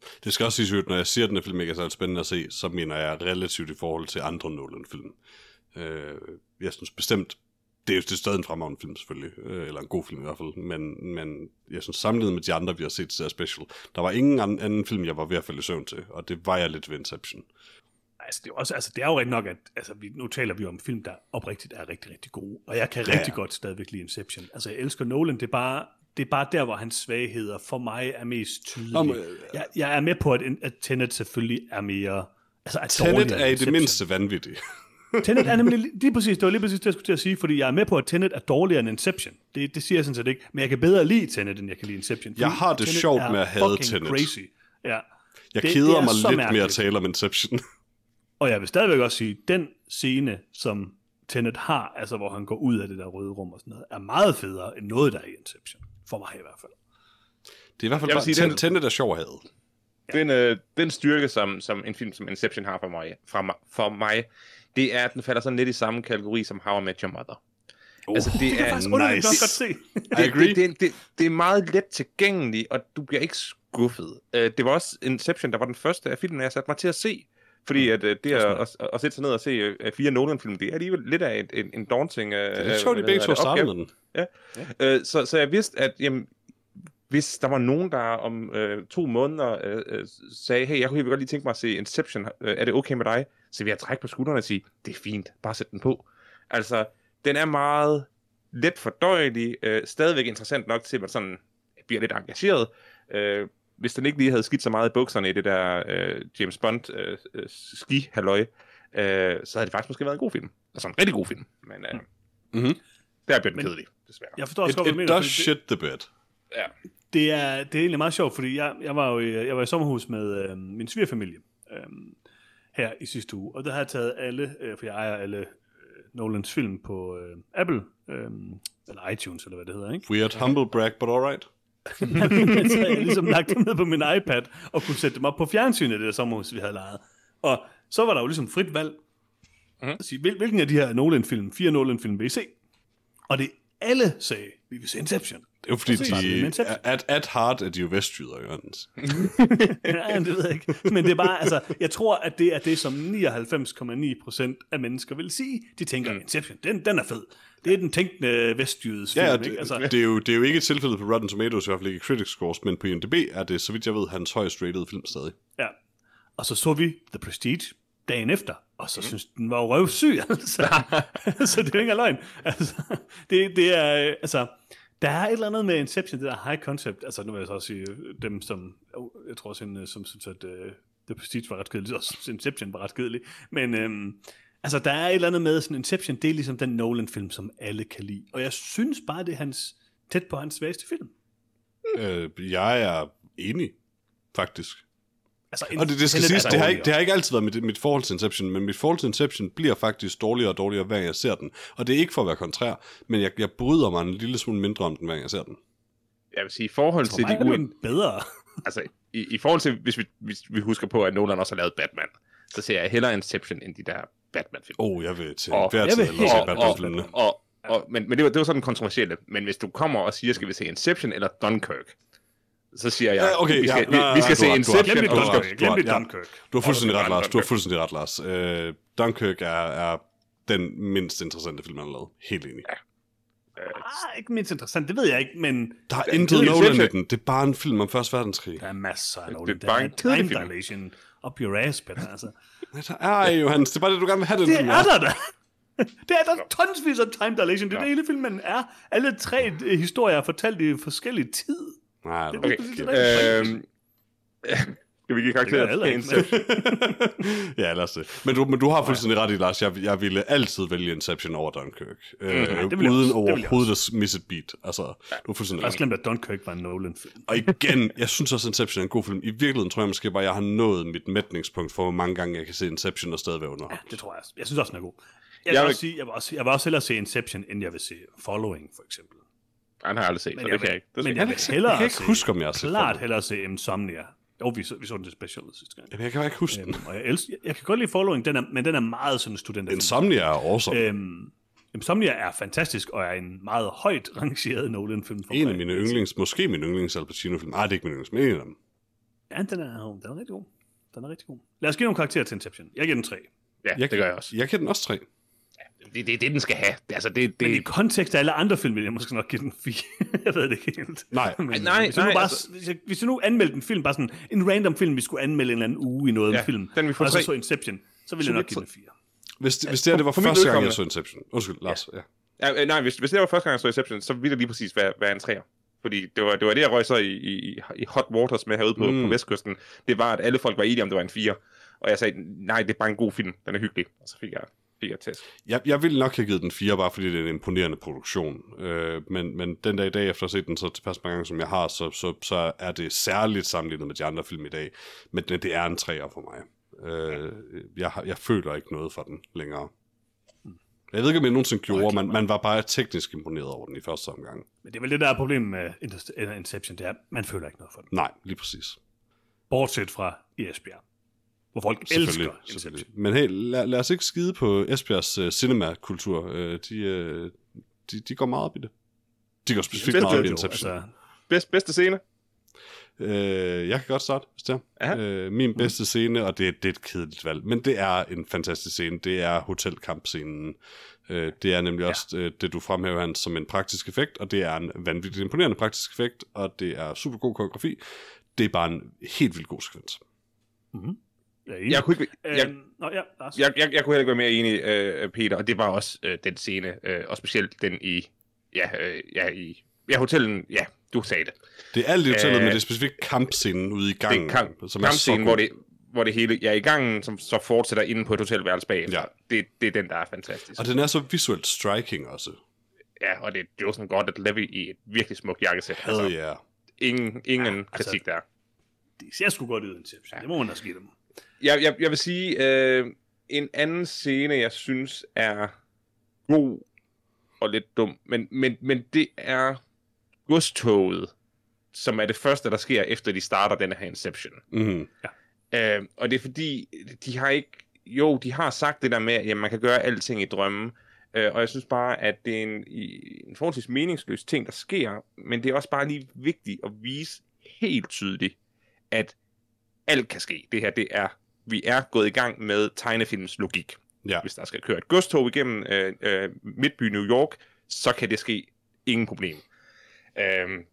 Det skal også siges, at når jeg siger, at den her film ikke er så spændende at se, så mener jeg relativt i forhold til andre Nolan-film. Øh, jeg synes bestemt, det er jo det er stadig en fremragende film selvfølgelig, øh, eller en god film i hvert fald, men, men jeg synes sammenlignet med de andre, vi har set til special, der var ingen anden, anden film, jeg var ved at falde i søvn til, og det var jeg lidt ved Inception. Altså, det er, også, altså, det er jo rigtig nok, at altså, vi, nu taler vi om film, der oprigtigt er rigtig, rigtig gode, og jeg kan ja. rigtig godt stadigvæk lide Inception. Altså, jeg elsker Nolan, det er bare, det er bare der, hvor hans svagheder for mig er mest tydelige. Om, øh, jeg, jeg er med på, at, at Tenet selvfølgelig er mere... Altså, at Tenet er i det mindste vanvittigt. Tenet er nemlig lige præcis, det var lige præcis det, jeg skulle til at sige, fordi jeg er med på, at Tenet er dårligere end Inception. Det, det siger jeg sådan set ikke, men jeg kan bedre lide Tenet, end jeg kan lide Inception. Jeg har det Tenet sjovt med at have Tenet. Crazy. Ja. Jeg det, keder det mig lidt mærkeligt. mere at tale om Inception. Og jeg vil stadigvæk også sige, den scene, som Tenet har, altså hvor han går ud af det der røde rum og sådan noget, er meget federe end noget, der er i Inception. For mig i hvert fald. Det er i hvert fald bare, sige, ten, Tenet er sjov at have. Ja. Den, øh, den styrke, som, som en film som Inception har for mig, for, for mig, det er, at den falder sådan lidt i samme kategori som How I Met Your Mother. Oh, altså, det, det er faktisk nice. Godt se. det, det, det, det, det er meget let tilgængeligt, og du bliver ikke skuffet. Uh, det var også Inception, der var den første af filmen, jeg satte mig til at se. Fordi at, uh, det at, at, at, at sætte sig ned og se uh, fire Nolan-film, det er alligevel lidt af en, en daunting... Uh, det er lidt sjovt, de begge to startede den. Ja. Ja. Uh, så, så jeg vidste, at jamen, hvis der var nogen, der om uh, to måneder uh, sagde, hey, jeg kunne godt lige tænke mig at se Inception, uh, er det okay med dig? Så vil jeg trække på skuldrene og sige, det er fint, bare sæt den på. Altså, den er meget let fordøjelig, øh, stadigvæk interessant nok til, at man sådan bliver lidt engageret. Øh, hvis den ikke lige havde skidt så meget i bukserne i det der øh, James Bond øh, øh, ski-halløj, øh, så havde det faktisk måske været en god film. Altså en rigtig god film, men øh, mm-hmm. der bliver den kedelig, desværre. Jeg forstår også it, godt, it does shit the bed. Ja. Det er, det er egentlig meget sjovt, fordi jeg, jeg, var, jo i, jeg var i sommerhus med øh, min svigerfamilie øh, her i sidste uge, og der har jeg taget alle, øh, for jeg ejer alle Nolans film på øh, Apple, øh, eller iTunes, eller hvad det hedder, ikke? Weird, humble brag, but alright. Så jeg ligesom lagt dem ned på min iPad, og kunne sætte dem op på fjernsynet, det der sommerhus, vi havde lejet. Og så var der jo ligesom frit valg. Mm-hmm. At sige, hvil, hvilken af de her Nolan-film, fire Nolan-film vil I se? Og det alle sagde, vi vil se Inception. Det er jo fordi, de, at, at heart er de jo vestjyder, Jørgens. Ja, det ved jeg ikke. Men det er bare, altså, jeg tror, at det er det, som nioghalvfems komma ni procent af mennesker vil sige. De tænker, mm. Inception, den, den er fed. Det er den tænkende vestjydes film, ja, ikke? Altså, det, er jo, det er jo ikke et tilfælde på Rotten Tomatoes, i hvert fald ikke Critics Scores, men på I M D B er det, så vidt jeg ved, hans højst rated film stadig. Ja, og så så vi The Prestige dagen efter, og så mm. synes den var jo røvsyg, altså. Så det er jo ikke løgn. Altså, det, det er, altså... Der er et eller andet med Inception, det der high concept, altså nu vil jeg så også sige, dem som, jeg tror også, som synes, at uh, The Prestige var ret kedeligt, også Inception var ret kedeligt, men um, altså der er et eller andet med, sådan Inception, det er ligesom den Nolan-film, som alle kan lide, og jeg synes bare, det er hans, tæt på hans svageste film. Øh, jeg er enig, faktisk. Altså, og det, det skal siges, det har, ikke, det har ikke altid været mit, mit forhold til Inception, men mit forhold til Inception bliver faktisk dårligere og dårligere, hver gang jeg ser den. Og det er ikke for at være kontrær, men jeg, jeg bryder mig en lille smule mindre om den, hver gang jeg ser den. Jeg vil sige, i forhold til de uenige... bedre. altså, i, i forhold til, hvis vi, hvis vi husker på, at Nolan også har lavet Batman, så ser jeg hellere Inception end de der Batman-film. Åh, oh, jeg vil til og, hver tid hellere se Batman-filmene. Og, og, og, men, men det var, det var sådan kontroversielle. Men hvis du kommer og siger, skal vi se Inception eller Dunkirk, så siger jeg, ja, okay, vi skal, ja, nej, vi, vi skal se Inception. Glem det, Glem det, Dunkirk. Du har fuldstændig ret, Lars. Du har fuldstændig ret, Lars. Uh, Dunkirk er, er den mindst interessante film, han har lavet. Helt enig. Ja. Ah, ikke mindst interessant, det ved jeg ikke, men... Der er intet Nolan i den. Det er bare en film om Første Verdenskrig. Der er masser af Nolan. Det er bare en time dilation up your ass, Peter, altså. Der er Johannes, det er bare det, du gerne vil have den det film. Det er der da! Det er der tonsvis af time dilation. Det er ja. Det hele filmen er. Alle tre historier er fortalt i forskellige tid. Nej, okay. okay. Øhm, skal vi give karakterer til Inception? Ja, lad os det. Men du, men du har fuldstændig ret i, Lars. Jeg, jeg ville altid vælge Inception over Dunkirk. Mm, øh, ja, uden overhovedet at misse et beat. Altså, ja. Du er fuldstændig ret. Jeg har glemt, at Dunkirk var en Nolan-film. Og igen, jeg synes også, at Inception er en god film. I virkeligheden tror jeg måske bare, at jeg har nået mit mætningspunkt for, hvor mange gange jeg kan se Inception og stadig være under. Ja, det tror jeg. Jeg synes også, den er god. Jeg vil, jeg vil... også sige, jeg vil også, jeg vil også hellere se Inception, end jeg vil se Following, for eksempel. Han har aldrig set, men det kan jeg ikke. Det men jeg vil hellere jeg kan ikke huske, om jeg har set klart hellere se Insomnia. Jo, vi så, vi så den til special sidste gang. Jamen, jeg kan ikke huske den. Øhm, og jeg, elsker, jeg, jeg kan godt lide Following, den er, men den er meget sådan studenter. Insomnia er awesome. Øhm, Insomnia er fantastisk, og er en meget højt rangeret Nolan-film. En af mine yndlings, måske min yndlings Al Pacino-film. Nej, det er ikke min yndlings, men en af dem. Ja, den er, den er rigtig god. Den er rigtig god. Lad os give nogle karakterer til Inception. Jeg giver den tre. Ja, Jeg, det gør jeg også. Jeg giver den også tre. Det, det er det, den skal have. Det, altså, det, det... Men i kontekst af alle andre film, vil jeg måske nok give den fire. Jeg ved det ikke helt. Nej. Men, nej, hvis, vi nu nej, bare, altså... hvis, jeg, hvis vi nu anmeldte en film, bare sådan en random film, vi skulle anmelde en eller anden uge i noget ja, en film, den vi får og så tre. så Inception, så ville jeg nok give den fire. Hvis det, hvis det her det var for første gang, udkommende. jeg så Inception. Undskyld, Lars. Ja. Ja, nej, hvis, hvis det var første gang, jeg så Inception, så ville det lige præcis være, være en træer. Fordi det var, det var det, jeg røg så i, i, i hot waters med herude på, mm. på Vestkysten. Det var, at alle folk var enige om, det var en fire. Og jeg sagde, nej, det er bare en god film. Den er hyggelig. Og så fik jeg, fik jeg test. Jeg, jeg ville nok have givet den fire, bare fordi det er en imponerende produktion. Øh, men, men den dag i dag, efter at have set den så tilpas mange gange, som jeg har, så, så, så er det særligt sammenlignet med de andre film i dag. Men det, det er en treer for mig. Øh, jeg, jeg føler ikke noget for den længere. Jeg ved ikke, om jeg nogensinde gjorde, man, man var bare teknisk imponeret over den i første omgang. Men det er vel det, der er problemet med Inception, det er, man føler ikke noget for den. Nej, lige præcis. Bortset fra i Esbjerg, hvor folk elsker Inception. Men hey, lad, lad os ikke skide på Esbjergs uh, cinema-kultur. Uh, de, uh, de, de går meget op i det. De går specifikt Bedste, meget op i jo, Inception. altså, Bedst, bedste scene? Uh, jeg kan godt starte, hvis det er. Uh, min bedste scene, og det, det er et kedeligt valg, men det er en fantastisk scene, det er hotelkampscenen. Uh, det er nemlig ja. også uh, det, du fremhæver, Hans, som en praktisk effekt, og det er en vanvittigt imponerende praktisk effekt, og det er super god koreografi. Det er bare en helt vildt god sekvens. Mm-hmm. Jeg, jeg kunne ikke... Jeg, øh, nå, ja, jeg, jeg, jeg kunne heller ikke være mere enig, øh, Peter, og det var også øh, den scene, øh, og specielt den i... Ja, øh, ja, i... Ja, hotellen... Ja, du sagde det. Det er alt i hotellet, øh, men det er specifikt kampscenen ude i gangen. Det er kamp, som er kampscenen, hvor det, hvor det hele er i gangen, som så fortsætter inde på et hotelværelse bagefter. Ja. Det, det er den, der er fantastisk. Og den er så visuelt striking også. Ja, og det er Joseph Gordon-Levitt i et virkelig smukt jakkesæt. Hell altså, yeah. Ingen, ingen ja, altså, kritik der. Det ser sgu godt ud, Inception. Ja. Det må man også give dem. Jeg, jeg, jeg vil sige, øh, en anden scene, jeg synes er god og lidt dum, men, men, men det er godstoget, som er det første, der sker, efter de starter denne her Inception. Mm-hmm. Ja. Øh, og det er fordi, de har ikke... Jo, de har sagt det der med, at man kan gøre alting i drømmen, øh, og jeg synes bare, at det er en, en forholdsvis meningsløs ting, der sker, men det er også bare lige vigtigt at vise helt tydeligt, at alt kan ske. Det her, det er... Vi er gået i gang med tegnefilms logik. Ja. Hvis der skal køre et godstog igennem øh, øh, midtby New York, så kan det ske ingen problem. Øhm,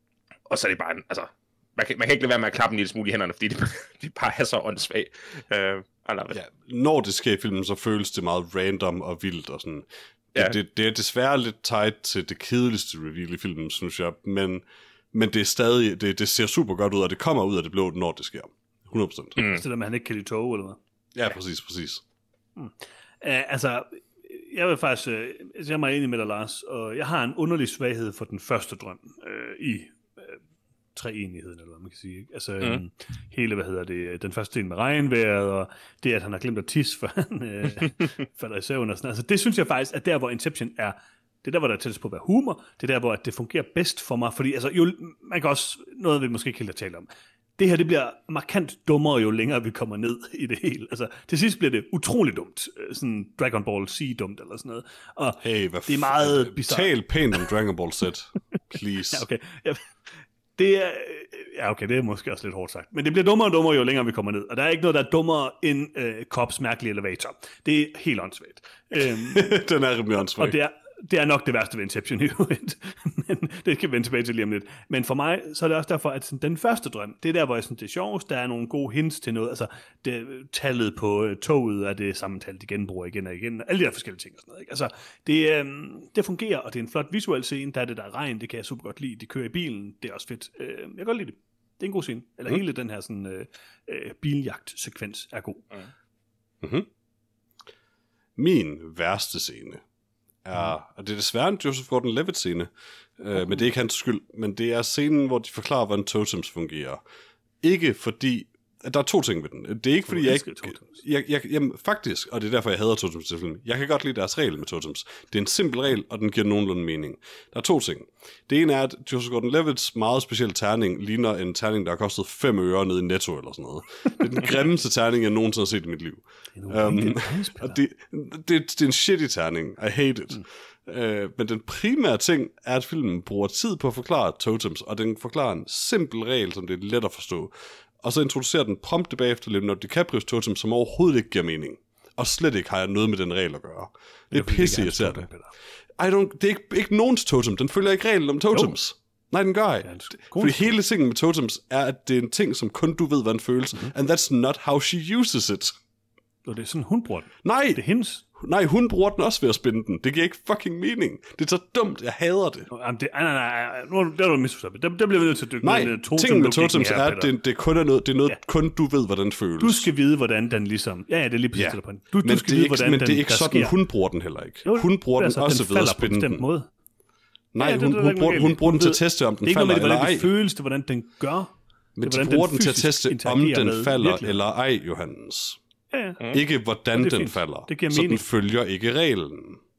og så er det bare en, altså, man kan, man kan ikke lade være med at klappe en lille smule i hænderne, fordi det, det bare er så åndssvagt. Øh, ja, når det sker i filmen, så føles det meget random og vildt og sådan. Det, ja. det, det er desværre lidt tight til det kedeligste reveal i filmen, synes jeg, men, men det er stadig, det, det ser super godt ud, og det kommer ud af det blå, når det sker. hundrede procent. Mm. Så der man ikke kan lide tog, eller hvad? Ja, præcis, præcis. Mm. Uh, altså, jeg vil faktisk, uh, jeg er meget enig med dig, Lars, og jeg har en underlig svaghed for den første drøm uh, i uh, treenigheden, eller hvad man kan sige. Ikke? Altså, mm. um, hele, hvad hedder det, den første del med regnvejret, og det, at han har glemt at tisse, for han uh, falder i søvn og sådan. Altså, det synes jeg faktisk, at der, hvor Inception er, det er der, hvor der er tættest på at være humor, det er der, hvor det fungerer bedst for mig, fordi altså, jo, man kan også, noget vi måske ikke helt har talt om, det her, det bliver markant dummere, jo længere vi kommer ned i det hele. Altså, til sidst bliver det utrolig dumt. Sådan Dragon Ball Z-dumt, eller sådan noget. Og hey, hvad det er meget bizarrt. Tal pænt om Dragon Ball Z, please. Ja, okay. Ja, det er, ja, okay, det er måske også lidt hårdt sagt. Men det bliver dummere og dummere, jo længere vi kommer ned. Og der er ikke noget, der er dummere end øh, Cops mærkelige elevator. Det er helt åndssvagt. Øhm, Den er rimelig åndssvagt. Og det er, det er nok det værste ved Inception i øvrigt. Men det kan vi vende tilbage til lige om lidt. Men for mig, så er det også derfor, at sådan, den første drøm, det er der, hvor jeg synes, det er sjovest. Der er nogle gode hints til noget. Altså, det, tallet på uh, toget er det samme tal, de genbruger igen og igen. Alle de der forskellige ting og sådan noget. Ikke? Altså, det, øhm, det fungerer, og det er en flot visuel scene. Der er det der regn, det kan jeg super godt lide. De kører i bilen, det er også fedt. Øh, jeg kan godt lide det. Det er en god scene. Eller mm. hele den her sådan, øh, øh, biljagt-sekvens er god. Mm. Mm-hmm. Min værste scene er, mm. og det er desværre en Joseph Gordon-Levitt scene, øh, mm. men det er ikke hans skyld, men det er scenen, hvor de forklarer, hvordan totems fungerer. Ikke fordi, der er to ting ved den. Det er ikke fordi, jeg ikke... Jeg, jeg, jamen, faktisk, og det er derfor, jeg hader totems til film. Jeg kan godt lide deres regel med totems. Det er en simpel regel, og den giver nogenlunde mening. Der er to ting. Det ene er, at Joseph Gordon-Levitts meget specielle terning ligner en terning, der har kostet fem øre nede i Netto eller sådan noget. Det er den grimmeste terning, jeg nogensinde har set i mit liv. Um, og det, det, det er en shitty terning. I hate it. Mm. Uh, men den primære ting er, at filmen bruger tid på at forklare totems, og den forklarer en simpel regel, som det er let at forstå. og så introducerer den prompte bagefter Leonardo DiCaprios totem, som overhovedet ikke giver mening. Og slet ikke har jeg noget med den regel at gøre. Det er pisse irriterende. I don't, det er ikke, ikke nogens totem. Den følger ikke reglen om totems. Jo. Nej, den gør ikke. Fordi hele tingen med totems er, at det er en ting, som kun du ved, hvad den føles. Mm-hmm. And that's not how she uses it. Og det er sådan, hun bruger den. Nej. Det er hendes. Nej, hun bruger den også ved at spænde den. Det giver ikke fucking mening. Det er så dumt. Jeg hader det. Jamen, det nej, nej, nej. Nu der er du misforstået. Der, der bliver vi nødt til at dykke nej, ned i totem ting med totems her, er, at det, det kun er noget, det er noget ja. kun du ved, hvordan føles. Du skal vide, hvordan den ligesom... Ja, ja, det er lige præcis ja. på den. Du, men du skal det vide, ikke, hvordan men den, det er ikke sådan, sker. hun bruger den heller ikke. Jo, hun bruger den altså, også den ved at spænde den. Måde. Nej, ja, hun, det, hun, bruger, hun bruger den til at teste, om den falder eller ej. Det er ikke hvordan det føles, det er, hvordan den gør. Men de bruger den til at teste, om den falder eller ej, Johannes. Ja, ja. Ikke hvordan den falder. Det giver så mening. den følger ikke reglen.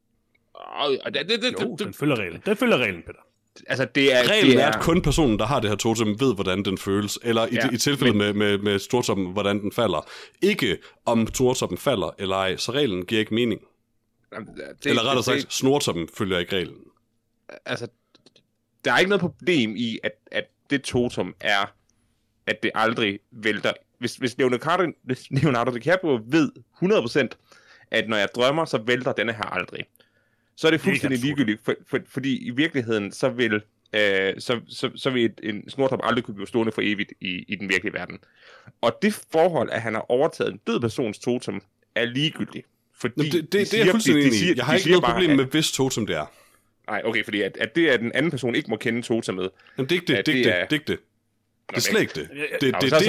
Oh, det, det, det, jo, den følger reglen. Den følger reglen, Peter. Altså, det er... Reglen det er, er, at kun personen, der har det her totem, ved, hvordan den føles. Eller i, ja, i tilfældet men... med, med, med stortoppen, hvordan den falder. Ikke om stortoppen falder eller ej. Så reglen giver ikke mening. Jamen, det, eller rettere sagt, det, snortoppen følger ikke reglen. Altså, der er ikke noget problem i, at, at det totem er, at det aldrig vælter. Hvis, hvis Leonardo, hvis Leonardo DiCaprio ved hundrede procent, at når jeg drømmer, så vælter denne her aldrig. Så er det fuldstændig det ligegyldigt, for, for, fordi i virkeligheden, så vil, øh, så, så, så vil et, en snortop aldrig kunne blive stående for evigt i, i den virkelige verden. Og det forhold, at han har overtaget en død persons totem, er ligegyldigt. Fordi det, det, de det siger, er jeg fuldstændig enig i. Jeg har ikke noget problem at, med, hvis totem det er. Nej, okay, fordi at, at det, at den anden person ikke må kende totemet. Jamen, det er ikke det, det, det, er, det, det, det. Det er slet ikke det. Det er det,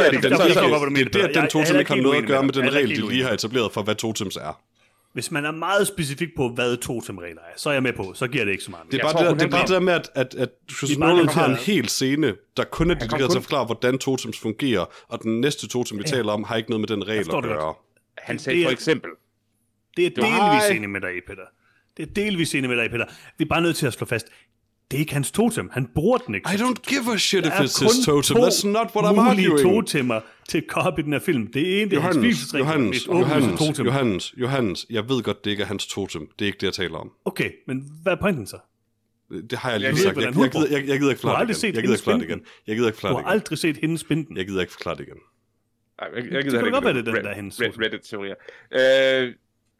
at den totem ikke har noget at gøre med den regel, de lige har etableret for, hvad totems er. Hvis man er meget specifik på, hvad totemregler er, så er jeg med på, så giver det ikke så meget. Det er bare, tror, det, det, er bare det der med, at, at, at Christopher Nolan har en hel scene, der kun er dedikeret til at forklare, hvordan totems fungerer, og den næste totem, vi ja. taler om, har ikke noget med den regel at gøre. Han sagde for eksempel... Det er delvis enig med dig, Peter. Det er delvis enig med dig, Peter. Vi er bare nødt til at slå fast, det er ikke hans totem. Han bruger den ikke. I don't give a shit if it's his totem. That's not what I'm arguing. Der er kun to totemmer til at komme i den her film. Det ene, det er hans filsestræk. Johannes, Johannes, totem. Johannes, Johannes, jeg ved godt, det ikke er hans totem. Det er ikke det, jeg taler om. Okay, men hvad er pointen så? Det har jeg lige jeg sagt. Jeg, jeg, jeg, jeg, jeg gider ikke forklare det igen. Jeg gider ikke forklare det igen. Jeg gider ikke forklare det igen. Du har aldrig set hende spinde den. Jeg gider ikke forklare det igen. Nej, jeg, jeg gider det kan godt være, det den der er hendes Reddit-teorier. Øh...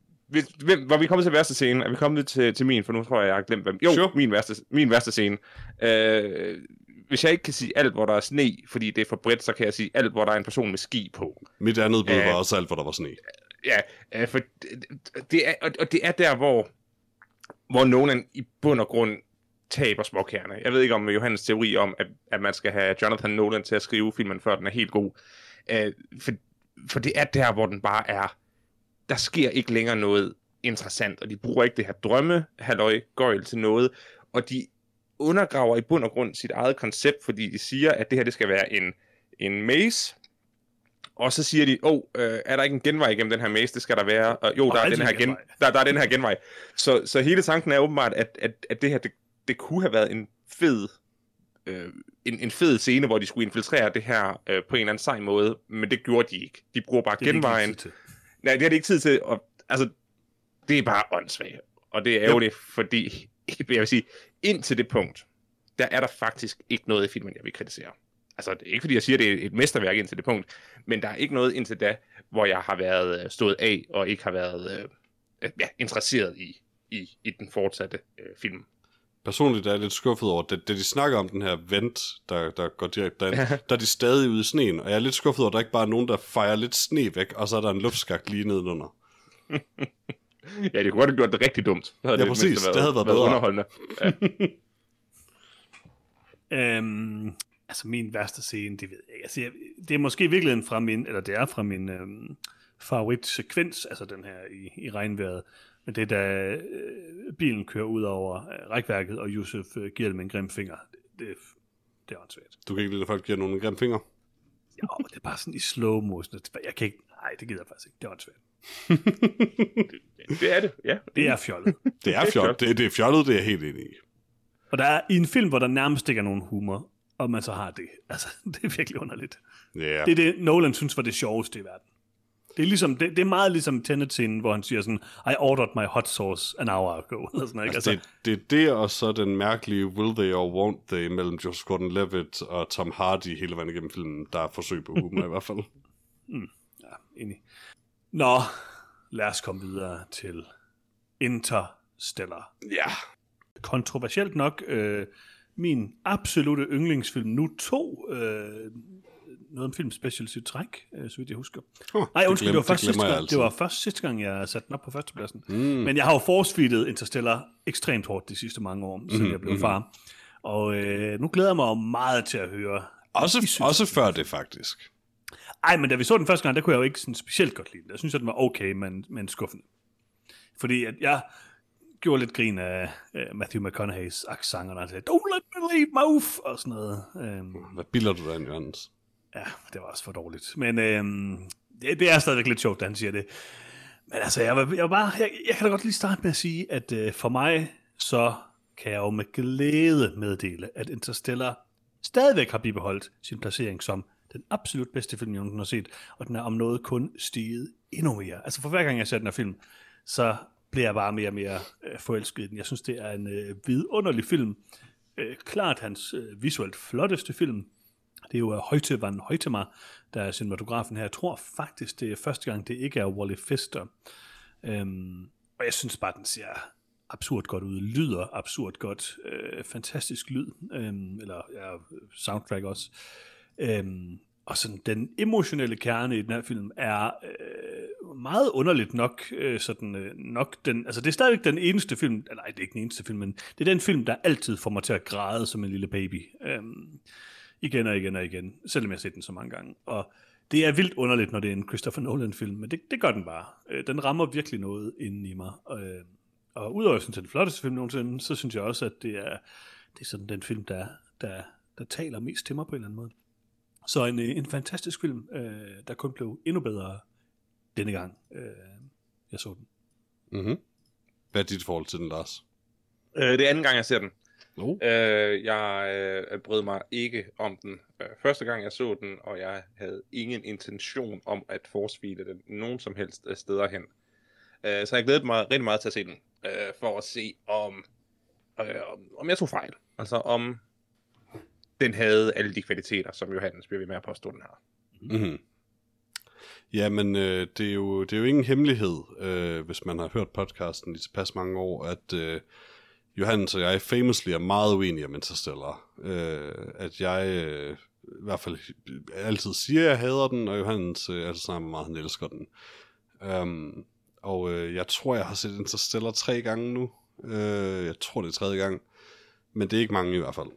Var vi kommet til værste scene? Er vi kommet til, til min? For nu tror jeg, jeg har glemt hvem. Jo, sure. min, værste, min værste scene. Øh, hvis jeg ikke kan sige alt, hvor der er sne, fordi det er for bredt, så kan jeg sige alt, hvor der er en person med ski på. Mit andet bud øh, var også alt, hvor der var sne. Ja, øh, for det, det er, og det er der, hvor, hvor Nolan i bund og grund taber småkærne. Jeg ved ikke om Johannes teori om, at, at man skal have Jonathan Nolan til at skrive filmen, før den er helt god. Øh, for, for det er der, hvor den bare er... Der sker ikke længere noget interessant, og de bruger ikke det her drømme, halløj, gøjl til noget, og de undergraver i bund og grund sit eget koncept, fordi de siger, at det her det skal være en, en maze, og så siger de, åh, oh, øh, er der ikke en genvej igennem den her maze, det skal der være, og jo, der er, den her gen, der, der er den her genvej. Så, så hele tanken er åbenbart, at, at, at det her, det, det kunne have været en fed, øh, en, en fed scene, hvor de skulle infiltrere det her øh, på en eller anden sej måde, men det gjorde de ikke. De bruger bare genvejen. Nej, det har de ikke tid til, og altså, det er bare åndssvagt, og det er ærgerligt, yep. fordi, jeg vil sige, indtil det punkt, der er der faktisk ikke noget i filmen, jeg vil kritisere. Altså, det er ikke fordi, jeg siger, det er et mesterværk indtil det punkt, men der er ikke noget indtil da, hvor jeg har været stået af, og ikke har været øh, ja, interesseret i, i, i den fortsatte øh, film. Personligt er jeg lidt skuffet over, da, da de snakker om den her vent, der, der går direkte derind, der er de stadig ude i sneen, og jeg er lidt skuffet over, at der ikke bare er nogen, der fejrer lidt sne væk, og så er der en luftskakt lige nedenunder. Ja, det kunne godt have gjort det rigtig dumt. Det ja, det præcis. Været, det havde været, været bedre. Underholdende. Ja. øhm, altså, min værste scene, det ved jeg ikke. Altså, jeg, det er måske virkelig fra min, eller det er fra min øhm, favoritsekvens, altså den her i, i regnvejret. Men det er, da øh, bilen kører ud over øh, rækværket, og Yusuf øh, giver dem en grim finger. Det, det, det er åndssvagt. Du kan ikke lide, at folk giver nogen en grim finger? Ja, det er bare sådan i slow motion. Jeg kan ikke... Nej, det gider jeg faktisk ikke. Det er åndssvagt. det, det er det, ja. Det er fjollet. Det er fjollet. Det, det er fjollet, det er jeg helt enig i. Og der er i en film, hvor der nærmest ikke er nogen humor, og man så har det. Altså, det er virkelig underligt. Yeah. Det er det, Nolan synes var det sjoveste i verden. Det er, ligesom, det, det er meget ligesom Tenet-scenen, hvor han siger sådan, I ordered my hot sauce an hour ago. Eller sådan, ikke? Altså, Altså, det, det er det, og så den mærkelige will they or won't they mellem Joseph Gordon-Levitt og Tom Hardy hele vejen igennem filmen, der er forsøg på humor i hvert fald. Mm, ja, enig. Nå, lad os komme videre til Interstellar. Ja. Kontroversielt nok, øh, min absolute yndlingsfilm, nu to, øh, noget om film special sit træk, øh, så vidt jeg husker. Oh, Nej, undskyld, det, det, var først det, sidste gang, altid. det var først sidste gang, jeg satte den op på førstepladsen. Mm. Men jeg har jo force-feedet Interstellar ekstremt hårdt de sidste mange år, siden mm, jeg blev mm. far. Og øh, nu glæder jeg mig meget til at høre. Også, synes, også før det, faktisk. Ej, men da vi så den første gang, der kunne jeg jo ikke sådan specielt godt lide den. Jeg synes, at den var okay, men, men skuffende. Fordi at jeg gjorde lidt grin af uh, Matthew McConaughey's accent, og han sagde, don't let me leave, move, og sådan noget. Um, Hvad bilder du dig, Jørgens? Ja, det var også for dårligt. Men um, det, det er stadigvæk lidt sjovt, da han siger det. Men altså, jeg, var, jeg, var bare, jeg, jeg kan da godt lige starte med at sige, at uh, for mig, så kan jeg jo med glæde meddele, at Interstellar stadigvæk har bibeholdt sin placering som den absolut bedste film, jeg nogensinde har set, og den er om noget kun stiget endnu mere. Altså for hver gang jeg ser den her film, så bliver jeg bare mere og mere øh, forelsket i den. Jeg synes, det er en øh, vidunderlig film. Øh, klart hans øh, visuelt flotteste film. Det er jo Hoyte van Hoytema, der er cinematografen her. Jeg tror faktisk, det er første gang, det ikke er Wally Pfister. Øhm, og jeg synes bare, den ser absurd godt ud. Lyder absurd godt. Øh, fantastisk lyd. Øhm, eller ja, soundtrack også. Øhm, og sådan den emotionelle kerne i den her film er øh, meget underligt nok øh, sådan øh, nok den, altså det er stadigvæk den eneste film, eller nej, det er ikke den eneste film, men det er den film, der altid får mig til at græde som en lille baby. Øhm, igen og igen og igen, selvom jeg har set den så mange gange. Og det er vildt underligt, når det er en Christopher Nolan-film, men det, det gør den bare. Øh, den rammer virkelig noget inden i mig. Øh, og udover sådan den flotteste film nogensinde, så synes jeg også, at det er, det er sådan den film, der, der, der taler mest til mig på en eller anden måde. Så en, en fantastisk film, øh, der kun blev endnu bedre denne gang, øh, jeg så den. Mm-hmm. Hvad er dit forhold til den, Lars? Øh, det er anden gang, jeg ser den. Oh. Øh, jeg øh, brød mig ikke om den øh, første gang, jeg så den, og jeg havde ingen intention om at force-feede den nogen som helst øh, steder hen. Øh, så jeg glædede mig rigtig meget til at se den, øh, for at se, om, øh, om, om jeg tog fejl. Altså om den havde alle de kvaliteter, som Johannes bliver ved med at påstå, den har. Mm-hmm. Ja, men øh, det, er jo, det er jo ingen hemmelighed, øh, hvis man har hørt podcasten i tilpas mange år, at øh, Johannes og jeg famously er meget uenige om Interstellar. Øh, at jeg øh, i hvert fald altid siger, at jeg hader den, og Johannes øh, altid snakker meget, han elsker den. Um, og øh, jeg tror, jeg har set Interstellar tre gange nu. Øh, jeg tror, det er tredje gang. Men det er ikke mange i hvert fald.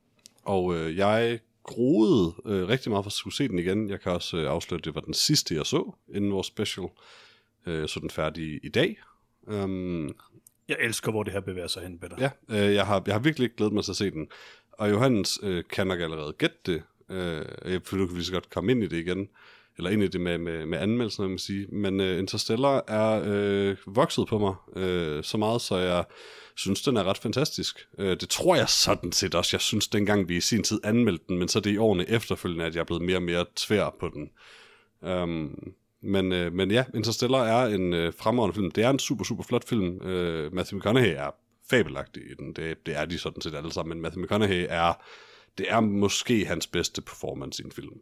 Og øh, jeg groede øh, rigtig meget for at skulle se den igen. Jeg kan også øh, afsløre, at det var den sidste, jeg så, inden vores special. Øh, så den færdig i dag. Um, jeg elsker, hvor det her bevæger sig hen, Peter. Ja, øh, jeg, har, jeg har virkelig ikke glædet mig til at se den. Og Johannes øh, kan nok allerede gætte det. Øh, for nu kan vi så godt komme ind i det igen. Eller ind i det med, med, med anmeldelsen, man sige. Men øh, Interstellar er øh, vokset på mig øh, så meget, så jeg synes, den er ret fantastisk. Øh, det tror jeg sådan set også. Jeg synes, dengang vi i sin tid anmeldte den, men så er det i årene efterfølgende, at jeg er blevet mere og mere tvær på den. Um, men, øh, men ja, Interstellar er en øh, fremragende film. Det er en super, super flot film. Øh, Matthew McConaughey er fabelagtig i den. Det, det er de sådan set alle sammen. Men Matthew McConaughey er, det er måske hans bedste performance i en film.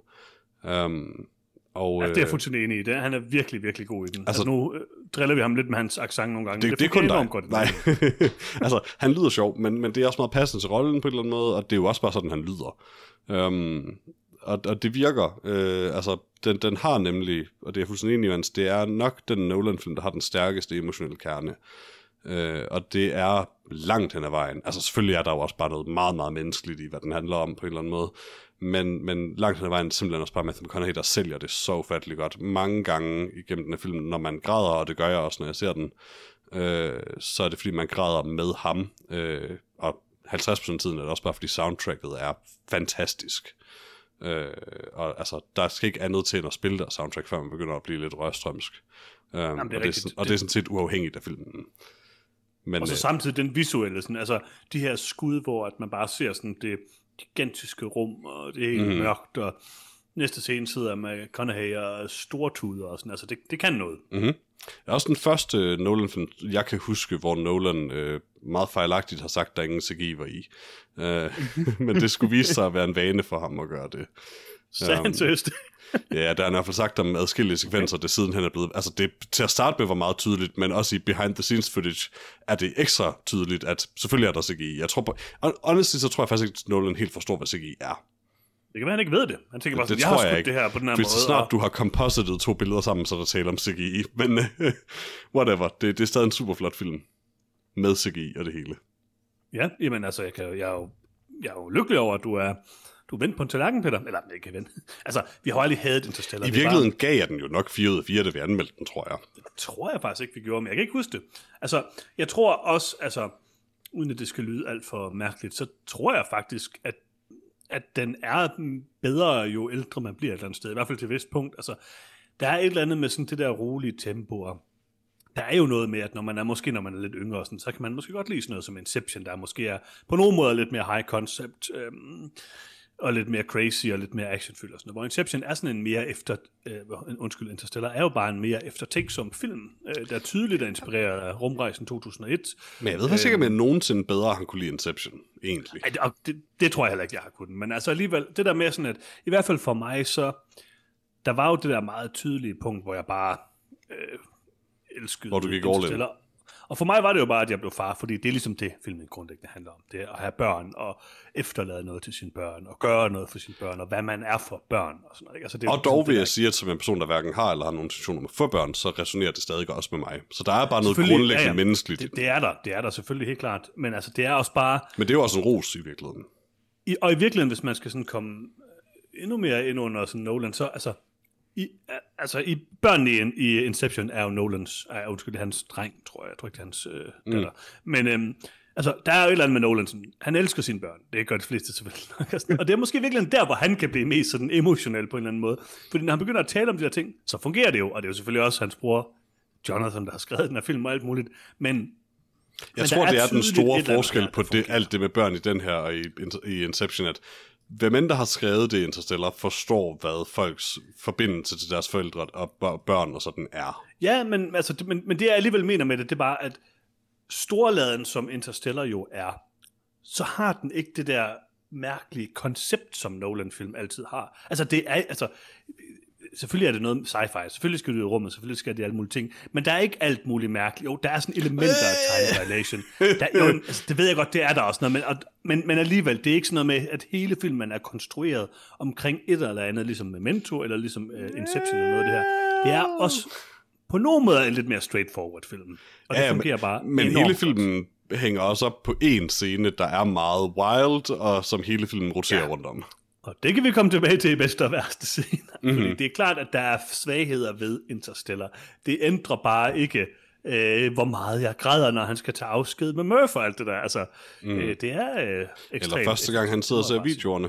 Um, Og, ja, det er jeg fuldstændig enig i. Det, han er virkelig, virkelig god i den. Altså, altså nu øh, driller vi ham lidt med hans accent nogle gange. Det, det, det er kun dig. Godt, Nej. Altså, han lyder sjov, men, men det er også meget passende til rollen på en eller anden måde, og det er jo også bare sådan, han lyder. Um, og, og det virker. Øh, altså, den, den har nemlig, og det er jeg fuldstændig enig i, Hans, det er nok den Nolan-film, der har den stærkeste emotionelle kerne. Øh, og det er langt hen ad vejen. Altså, selvfølgelig er der jo også bare noget meget, meget menneskeligt i, hvad den handler om på en eller anden måde. Men, men langt hen ad vejen simpelthen også bare Matthew McConaughey, der sælger det så ufatteligt godt. Mange gange igennem den her film, når man græder, og det gør jeg også, når jeg ser den, øh, så er det fordi, man græder med ham. Øh, og halvtreds procent af tiden er det også bare fordi soundtracket er fantastisk. Øh, og altså, der skal ikke andet til end at spille der soundtrack, før man begynder at blive lidt rørstrømsk. Øh, Jamen, det og, det er, og det er sådan set uafhængigt af filmen. Men, og så samtidig den visuelle, sådan, altså de her skud, hvor at man bare ser sådan det gigantiske rum, og det er helt mm. mørkt, og næste scene sidder med McConaughey og stortuder og sådan, altså det, det kan noget. Mm-hmm. Det er også den første Nolan-film, jeg kan huske, hvor Nolan øh, meget fejlagtigt har sagt, at der ingen C G I var i. Øh, men det skulle vise sig at være en vane for ham at gøre det. Seriøst. Ja, der er i hvert fald sagt om adskillige sekvenser, det siden han er blevet... Altså, det til at starte med var meget tydeligt, men også i behind-the-scenes footage er det ekstra tydeligt, at selvfølgelig er der C G I. Jeg tror på... Honestly, så tror jeg faktisk ikke, at Nolan helt forstår, hvad C G I er. Det kan være, han ikke ved det. Han tænker bare sådan, det jeg har skudt det her på den her måde. måde. Så snart og... du har compositet to billeder sammen, så er der tale om C G I. Men whatever, det, det er stadig en super flot film. Med C G I og det hele. Ja, jamen altså, jeg, kan, jeg, er, jo, jeg er jo lykkelig over, at du er... Du er vendt på en tallerken, Peter. Eller, ikke vendt. Altså, vi har aldrig hadet Interstellar. I virkeligheden bare... gav jeg den jo nok fire ud af fire, da vi anmeldte den, tror jeg. Det tror jeg faktisk ikke, vi gjorde, men jeg kan ikke huske det. Altså, jeg tror også, altså, uden at det skal lyde alt for mærkeligt, så tror jeg faktisk, at, at den er bedre, jo ældre man bliver et eller andet sted. I hvert fald til et vist punkt. Altså, der er et eller andet med sådan det der rolige tempo, og der er jo noget med, at når man er måske når man er lidt yngre, sådan, så kan man måske godt lide sådan noget som Inception, der måske er på nogle måder lidt mere high concept, øhm, og lidt mere crazy og lidt mere actionfyldt og sådan noget. Hvor Inception er sådan en mere efter, øh, undskyld, Interstellar er jo bare en mere eftertænksom film, øh, der er tydeligt er inspireret af Rumrejsen to tusind og et. Men jeg ved faktisk ikke, om jeg nogensinde bedre han kunne lide Inception, egentlig. Ej, det, det, det tror jeg heller ikke, jeg har kunnet. Men altså alligevel, det der med sådan, at i hvert fald for mig, så der var jo det der meget tydelige punkt, hvor jeg bare øh, elskede hvor du gik all in. Og for mig var det jo bare, at jeg blev far, fordi det er ligesom det, filmen grundlæggende handler om. Det er at have børn, og efterlade noget til sine børn, og gøre noget for sine børn, og hvad man er for børn. Og, sådan noget. Altså, det er og dog vil jeg sige, at som en person, der hverken har eller har nogen intentioner med for børn, så resonerer det stadig også med mig. Så der er bare noget grundlæggende ja, ja, menneskeligt. Det, det er der, det er der selvfølgelig helt klart. Men altså, det er også bare... Men det er jo også en ros i virkeligheden. I, og i virkeligheden, hvis man skal sådan komme endnu mere ind under sådan Nolan, så altså... I, altså, i børnene i, i Inception er jo Nolans, er, undskyld, hans dreng, tror jeg. Jeg tror ikke, det er hans øh, datter. Mm. Men øhm, altså, der er jo et eller andet med Nolan, sådan, han elsker sine børn. Det gør de fleste selvfølgelig. Og det er måske virkelig der, hvor han kan blive mest sådan emotionel på en eller anden måde. Fordi når han begynder at tale om de der ting, så fungerer det jo. Og det er jo selvfølgelig også hans bror, Jonathan, der har skrevet den her film og alt muligt. Men jeg men tror, er det er den store forskel her, på det, alt det med børn i den her og i, i Inception, at hvem end der har skrevet det Interstellar, forstår, hvad folks forbindelse til deres forældre og børn og sådan er. Ja, men, altså, det, men, men det jeg alligevel mener med det, det er bare, at storladen, som Interstellar jo er, så har den ikke det der mærkelige koncept, som Nolan-film altid har. Altså, det er, altså, selvfølgelig er det noget sci-fi, selvfølgelig skal det i rummet, selvfølgelig skal det alle mulige ting, men der er ikke alt muligt mærkeligt. Jo, der er sådan elementer af time dilation. Der, jo, altså, det ved jeg godt, det er der også noget, men, og, men, men alligevel, det er ikke sådan noget med, at hele filmen er konstrueret omkring et eller andet, ligesom Memento, eller ligesom uh, Inception, eller noget af det her. Det er også på nogen måde en lidt mere straightforward film, og det ja, fungerer men, bare men hele filmen hænger også op på en scene, der er meget wild, og som hele filmen roterer ja. rundt om. Og det kan vi komme tilbage til i bedste og værste scener. Mm-hmm. Fordi det er klart, at der er svagheder ved Interstellar. Det ændrer bare ikke, øh, hvor meget jeg græder, når han skal tage afsked med Murph og alt det der. Altså, mm. øh, det er øh, ekstremt. Eller første gang, han sidder og ser videoerne.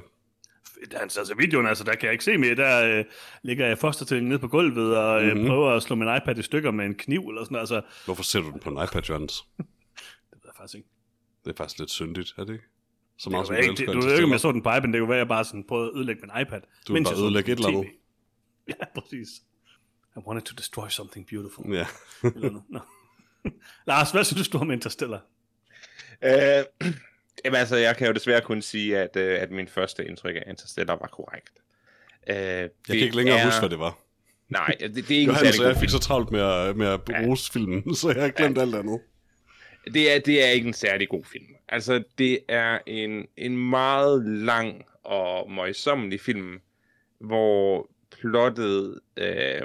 Da han sidder og ser videoerne, altså der kan jeg ikke se mere. Der øh, ligger jeg fostertillingen nede på gulvet og øh, mm-hmm. prøver at slå min iPad i stykker med en kniv eller sådan. Altså. Hvorfor ser du den på en iPad, Jørgens? Det ved jeg faktisk ikke. Det er faktisk lidt syndigt, er det ikke? Så meget som ikke, det, du ved ikke, om jeg så den på iPad, det kunne være, at jeg bare sådan prøvede at ødelægge min iPad. Du vil bare ødelægge et eller andet. Ja, præcis. I wanted to destroy something beautiful. Ja. no. Lars, hvad synes du om Interstellar? Øh, jamen altså, jeg kan jo desværre kun sige, at, at min første indtryk af Interstellar var korrekt. Øh, jeg kan ikke længere er... huske, hvad det var. Nej, det, det er ikke Johannes, så jeg fik så travlt med at, med at rose ja. filmen, så jeg har glemt ja. alt andet. Det er, det er ikke en særlig god film. Altså, det er en, en meget lang og møjsommelig film, hvor plottet... Øh,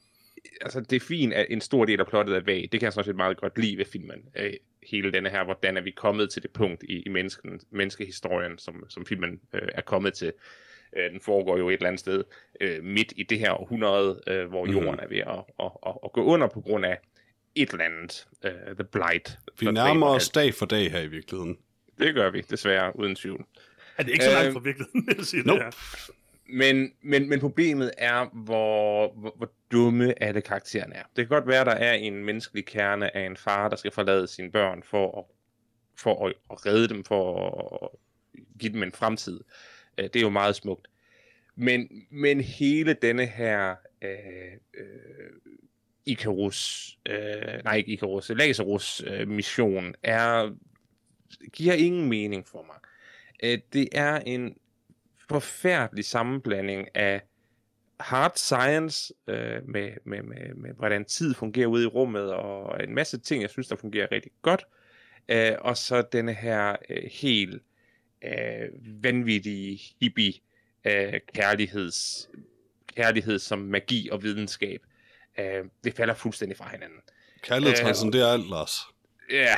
altså, det er fint, at en stor del af plottet er vag. Det kan jeg sådan set meget godt lide ved filmen. Øh, hele denne her, hvordan er vi kommet til det punkt i, i mennesken, menneskehistorien, som, som filmen øh, er kommet til. Øh, den foregår jo et eller andet sted øh, midt i det her århundrede, øh, hvor jorden mm. er ved at, at, at, at gå under på grund af et eller andet, uh, The Blight. Vi nærmer os dag for dag her i virkeligheden. Det gør vi, desværre, uden tvivl. Er det ikke så langt uh, fra virkeligheden, at sige nope. det her? Men, men, men problemet er, hvor, hvor, hvor dumme alle karaktererne er. Det kan godt være, at der er en menneskelig kerne af en far, der skal forlade sine børn for at, for at, at redde dem, for at give dem en fremtid. Uh, det er jo meget smukt. men, men hele denne her øh, øh, Icarus, øh, nej ikke Icarus, Lazarus øh, mission er, giver ingen mening for mig. Øh, det er en forfærdelig sammenblanding af hard science øh, med, med, med, med, hvordan tid fungerer ude i rummet, og en masse ting, jeg synes, der fungerer rigtig godt. Øh, og så denne her øh, helt øh, vanvittige hippie øh, kærligheds, kærlighed som magi og videnskab. Øh, det falder fuldstændig fra hinanden. Kærlighed transcenderer alt, Lars. Ja.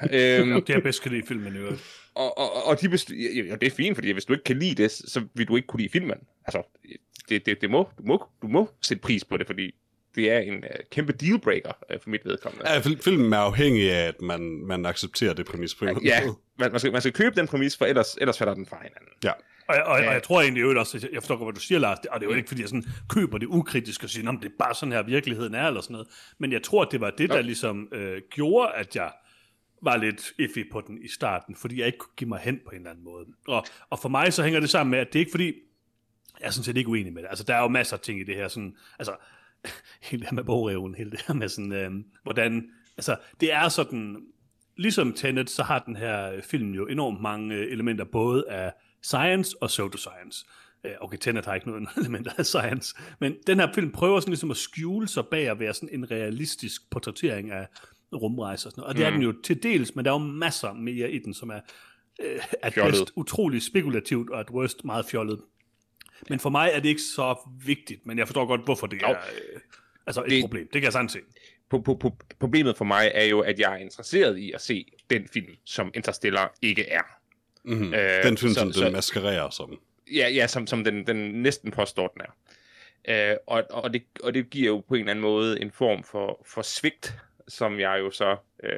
Øh, det er bedst kan lide filmen i øvrigt. Og, og, og de best- ja, det er fint, fordi hvis du ikke kan lide det, så vil du ikke kunne lide filmen. Altså, det, det, det må, du, må, du må sætte pris på det, fordi det er en uh, kæmpe dealbreaker uh, for mit vedkommende. Ja, filmen er afhængig af, at man, man accepterer det præmis på en måde. Ja, man, man, skal, man skal købe den præmis, for ellers, ellers falder den fra hinanden. Ja. Og, og, og jeg tror egentlig jo også, jeg forstår godt, hvad du siger, Lars, og det er jo ikke, fordi jeg sådan køber det ukritisk og siger, at det er bare sådan her, virkeligheden er, eller sådan noget. Men jeg tror, det var det, der ligesom øh, gjorde, at jeg var lidt iffy på den i starten, fordi jeg ikke kunne give mig hen på en eller anden måde. Og, og for mig så hænger det sammen med, at det er ikke fordi, jeg er sådan set ikke uenig med det. Altså, der er jo masser af ting i det her, sådan, altså, hele det her med bogreven, hele det her med sådan, øh, hvordan, altså, det er sådan, ligesom Tenet, så har den her film jo enormt mange elementer, både af science og pseudoscience. Okay, Tenet har ikke noget elementer af science, men den her film prøver sådan ligesom at skjule sig bag at være sådan en realistisk portrættering af rumrejser og sådan noget. Og det er den jo til dels, men der er jo masser mere i den, som er øh, at bedst utrolig spekulativt og at worst meget fjollet. Men for mig er det ikke så vigtigt, men jeg forstår godt, hvorfor det er øh, altså et det, problem. Det kan jeg sandt se. På, på, på, problemet for mig er jo, at jeg er interesseret i at se den film, som Interstellar ikke er. Mm-hmm. Øh, den film, som den maskererer som. Ja, ja som, som den, den næsten påstår, den er. Øh, og, og, det, og det giver jo på en eller anden måde en form for, for svigt, som jeg jo så øh,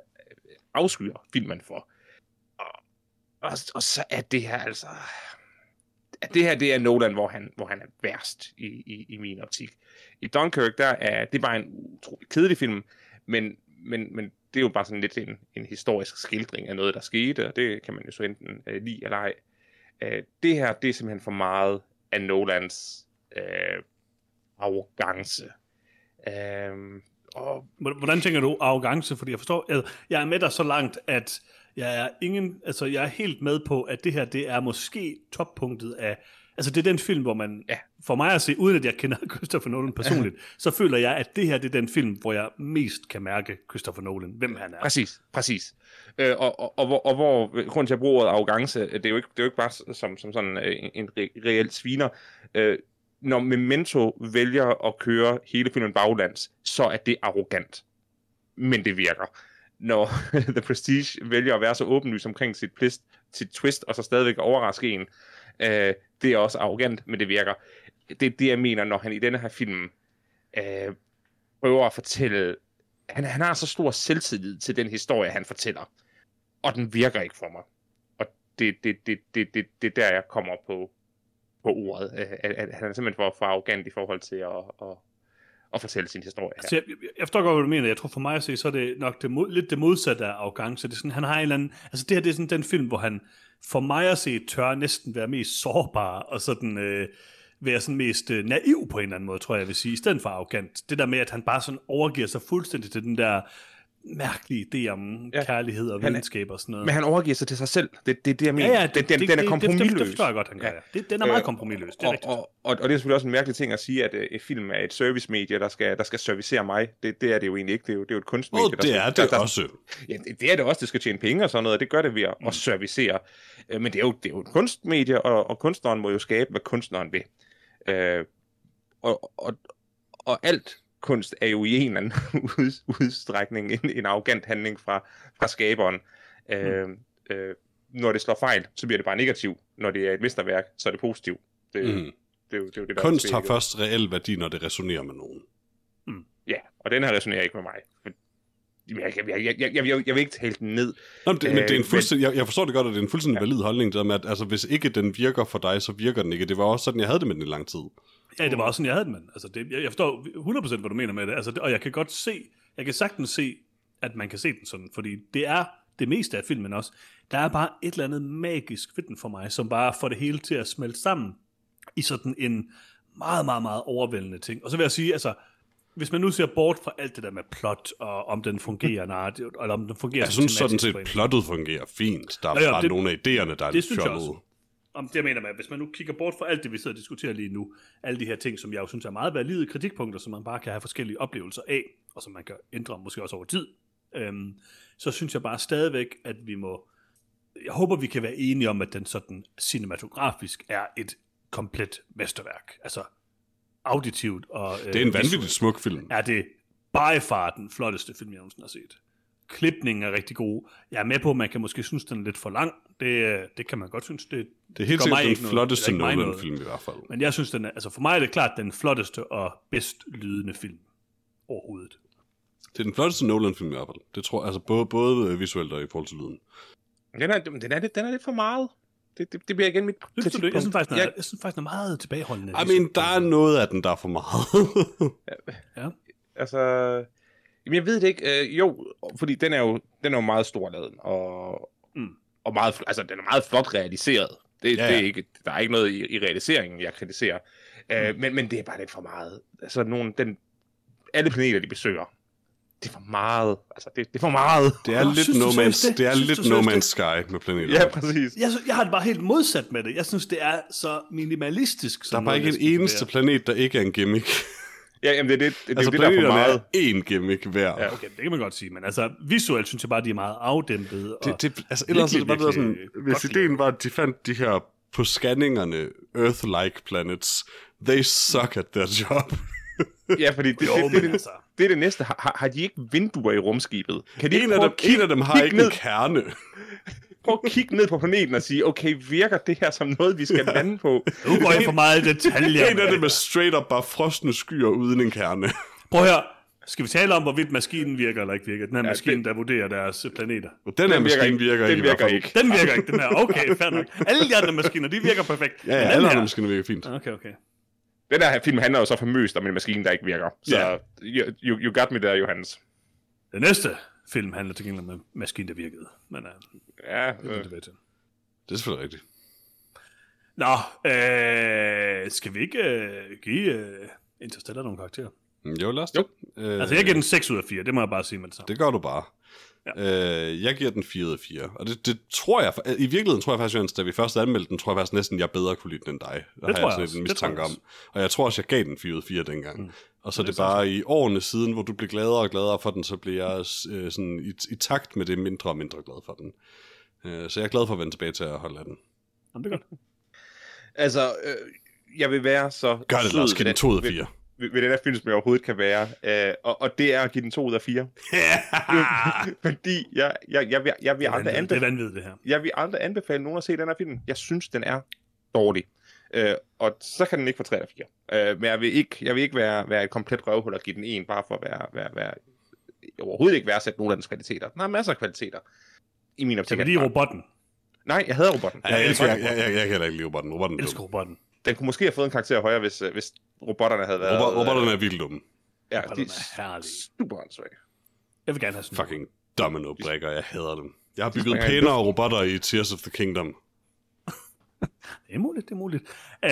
afskyer filmen for. Og, og, og så er det her altså... Det her, det er Nolan, hvor han, hvor han er værst i, i, i min optik. I Dunkirk, der er det er bare en utrolig kedelig film, men, men, men det er jo bare sådan lidt en, en historisk skildring af noget, der skete, og det kan man jo så enten øh, lide eller ej. Øh, det her, det er simpelthen for meget af Nolans øh, arrogance. Øh, og... Hvordan tænker du arrogance? Fordi jeg forstår, jeg, jeg er med dig så langt, at jeg er ingen, altså jeg er helt med på, at det her, det er måske toppunktet af, altså det er den film, hvor man, ja. For mig at se, uden at jeg kender Christopher Nolan personligt, så føler jeg, at det her, det er den film, hvor jeg mest kan mærke Christopher Nolan, hvem han er. Præcis, præcis. Øh, og, og, og, hvor, og hvor, grunden til at bruge ordet arrogance, det er jo ikke, det er jo ikke bare som, som sådan en, en re- reelt sviner. Øh, når Memento vælger at køre hele filmen baglands, så er det arrogant. Men det virker. Når The Prestige vælger at være så åbenlys omkring sit, plist, sit twist, og så stadigvæk overraske en, øh, det er også arrogant, men det virker. Det er det, jeg mener, når han i denne her film øh, prøver at fortælle... Han, han har så stor selvtillid til den historie, han fortæller, og den virker ikke for mig. Og det, det, det, det, det, det er der, jeg kommer på, på ordet. At, at han er simpelthen for, for arrogant i forhold til at... at at fortælle sin historie her. Altså, jeg, jeg forstår godt, hvad du mener. Jeg tror for mig at se, så er det nok det mod, lidt det modsatte af arrogance. Det er sådan, han har en eller anden, altså det her, det er sådan den film, hvor han for mig at se tør næsten være mest sårbar, og sådan øh, være sådan mest øh, naiv på en eller anden måde, tror jeg, jeg vil sige, i stedet for arrogant. Det der med, at han bare sådan overgiver sig fuldstændig til den der mærkelige idé om ja. kærlighed og videnskab og sådan noget. Men han overgiver sig til sig selv. Det, det er det, jeg mener. Ja, ja, det, den, det, den er det, kompromisløs. Det, det forstår jeg godt, han gør. Ja. Det, den er meget øh, kompromisløs, det er og, rigtigt. Og, og, og det er selvfølgelig også en mærkelig ting at sige, at et film er et servicemedie, der skal, der skal servicere mig. Det, det er det jo egentlig ikke. Det er jo, det er jo et kunstmedie. Oh, det der er skal, det der, også. Ja, det, det er det også. Det skal tjene penge og sådan noget, og det gør det ved at, mm. at servicere. Men det er, jo, det er jo et kunstmedie, og, og kunstneren må jo skabe, hvad kunstneren vil. Øh, og, og, og alt kunst er jo i en eller anden udstrækning en, en arrogant handling fra, fra skaberen. Mm. Øh, øh, når det slår fejl, så bliver det bare negativt. Når det er et mesterværk, så er det positivt. Det, mm. det, det, det, det er jo det, der kunst har først reel værdi, når det resonerer med nogen. Mm. Ja, og den her resonerer ikke med mig. Jeg, jeg, jeg, jeg, jeg, jeg, jeg vil ikke tale den ned. Nå, men det, men det er en fuldstændig, jeg, jeg forstår det godt, at det er en fuldstændig ja. valid holdning, det der med, at altså, hvis ikke den virker for dig, så virker den ikke. Det var også sådan, jeg havde det med den i lang tid. Ja, det var også sådan, jeg havde det med. Altså, det, jeg, jeg forstår hundrede procent, hvad du mener med det. Altså, det. Og jeg kan godt se, jeg kan sagtens se, at man kan se den sådan, fordi det er det meste af filmen også. Der er bare et eller andet magisk ved den for mig, som bare får det hele til at smelte sammen. i sådan en meget, meget, meget overvældende ting. Og så vil jeg sige, altså, hvis man nu ser bort fra alt det der med plot, og om den fungerer narrativt, eller om den fungerer... Jeg synes sådan set, plottet fungerer fint. Der er ja, ja, bare det, nogle af idéerne, der er det lidt fjollede. Om det, jeg mener med, hvis man nu kigger bort fra alt det, vi sidder og diskuterer lige nu, alle de her ting, som jeg jo synes er meget valide kritikpunkter, som man bare kan have forskellige oplevelser af, og som man kan ændre måske også over tid, øhm, så synes jeg bare stadigvæk, at vi må... Jeg håber, vi kan være enige om, at den sådan cinematografisk er et komplet mesterværk. Altså auditivt og... Øh, det er en vanvittigt smuk film. Er det by far den flotteste film, jeg nogensinde har set. Klipningen er rigtig god. Jeg er med på, at man kan måske synes, den er lidt for lang. Det, det kan man godt synes. Det, det er helt sikkert den flotteste Nolan-film i hvert fald. Men jeg synes, den er, altså for mig er det klart den flotteste og bedst lydende film overhovedet. Det er den flotteste Nolan-film i hvert fald. Det tror jeg, altså både, både visuelt og i forhold til lyden. Den er, den er, lidt, den er lidt for meget. Det, det, det bliver igen mit kritikpunkt. Jeg synes faktisk, den er, jeg... jeg synes faktisk, den er meget tilbageholdende. I mean, der er noget af den, der er for meget. ja. ja. Altså... Jamen, jeg ved det ikke. Øh, jo, fordi den er jo, den er jo meget storladen, og, mm. og meget, altså, den er meget flot realiseret. Det, ja, ja. Det er ikke, der er ikke noget i, i realiseringen, jeg kritiserer. Mm. Øh, men, men det er bare lidt for meget. Altså, nogen, den, alle planeter, de besøger, det er for meget. Altså, det, det er for meget. Det er oh, lidt No Man's, det? Det er lidt No Man's Sky med planeter. Ja, præcis. Jeg, jeg har det bare helt modsat med det. Jeg synes, det er så minimalistisk. Der er bare ikke en eneste planet, der ikke er en gimmick. Ja, jamen det er det, det, altså, det, det der er for meget. En gimmick hver. Ja, okay, det kan man godt sige, men altså visuelt synes jeg bare, de er meget afdæmpede. Det, det, altså ellers virkelig, det bare sådan, hvis ideen var, at de fandt de her på scanningerne Earth-like planets, they suck at their job. Ja, fordi det, jo, det, det, det, altså. det er det næste. Har, har de ikke vinduer i rumskibet? Kan de en, af dem, kig, en af dem har ikke ned. En kerne. Prøv at kigge ned på planeten og sige, okay, virker det her som noget, vi skal lande på? Nu går jeg for meget detaljer. En af dem er straight up bare frosne skyer uden en kerne. Prøv her. Skal vi tale om, hvorvidt maskinen virker eller ikke virker? Den her ja, maskine, den, der vurderer deres planeter. Den, den her maskine virker ikke. Den virker ikke. Den virker ikke, den her. Okay, fair nok. Alle de andre maskiner, de virker perfekt. Ja, ja alle andre maskiner virker fint. Okay, okay. Den her film handler jo så famøst om en maskine, der ikke virker. Så yeah. you, you got me there, Johannes. Den næste film handler til gengæld om en maskine, der virkede. Men, uh, ja, det, øh. det, det, det er selvfølgelig rigtigt. Nå, øh, skal vi ikke øh, give øh, Interstellar nogle karakterer? Jo, lad os det. Øh, altså, jeg giver den seks ud af fire, det må jeg bare sige med det samme. Det gør du bare. Ja. Øh, jeg giver den fire ud af fire. Og det, det tror jeg, i virkeligheden tror jeg faktisk, Jens, da vi først anmeldte den, tror jeg faktisk næsten, jeg bedre kunne lide den end dig. Der det har tror jeg jeg sådan en mistanke om. Og jeg tror også, jeg gav den fire ud af fire dengang. Mm. Og så det er det bare i årene siden, hvor du blev gladere og gladere for den, så bliver jeg øh, sådan i, i takt med det mindre og mindre glad for den. Øh, så jeg er glad for at vende tilbage til at holde af den. Jamen, det er godt. Altså, øh, jeg vil være så Gør det, Lars, giv den to ud af fire. Ved, ved den her film, som jeg overhovedet kan være. Øh, og, og det er at give den to ud af fire. Fordi jeg, jeg, jeg, jeg, jeg vil aldrig anbefale... Det er vanvittigt, det her. Jeg vil aldrig anbefale nogen at se den her film. Jeg synes, den er dårlig. Øh, og så kan den ikke få tre eller fire. Øh, men jeg vil ikke, jeg vil ikke være, være et komplet røvhul og give den en, bare for at være, være, være overhovedet ikke værdsætte nogen af dens kvaliteter. Der er masser af kvaliteter. I min optik. Så lige robotten? Nej, jeg hader robotten. Ja, jeg, elsker, jeg, jeg, jeg, jeg kan heller ikke lide robotten. robotten jeg elsker robotten. Den kunne måske have fået en karakter højere, hvis, hvis robotterne havde været... Robot, robotterne er vildt dumme. Ja, de er herlige. Super ansvage. Jeg vil gerne have sådan fucking domino-brækker, jeg hader dem. Jeg har bygget pænere robotter i Tears of the Kingdom. Det er muligt, det er muligt.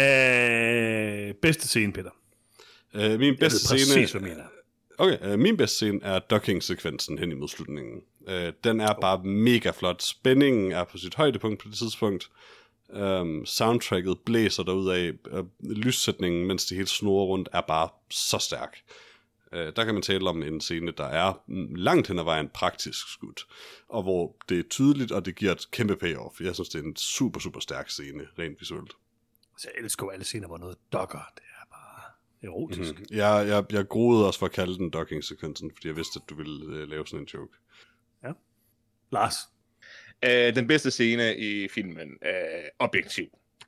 Øh, bedste scene, Peter? Øh, min bedste scene... Præcis, hvad mener. Okay, øh, min bedste scene er docking-sekvensen hen imod slutningen. Øh, den er bare mega flot. Spændingen er på sit højdepunkt på det tidspunkt. Um, soundtracket blæser derudad. Uh, lyssætningen, mens de helt snurrer rundt, er bare så stærk. Uh, der kan man tale om en scene, der er langt hen ad vejen praktisk skudt, og hvor det er tydeligt, og det giver et kæmpe payoff. Jeg synes, det er en super, super stærk scene, rent visuelt. Så jeg elsker alle scener, hvor noget dokker. Det er bare erotisk. Mm-hmm. Jeg, jeg, jeg groede også for at kalde den docking-sekvensen, fordi jeg vidste, at du ville uh, lave sådan en joke. Ja. Lars? Uh, den bedste scene i filmen er uh, objektiv.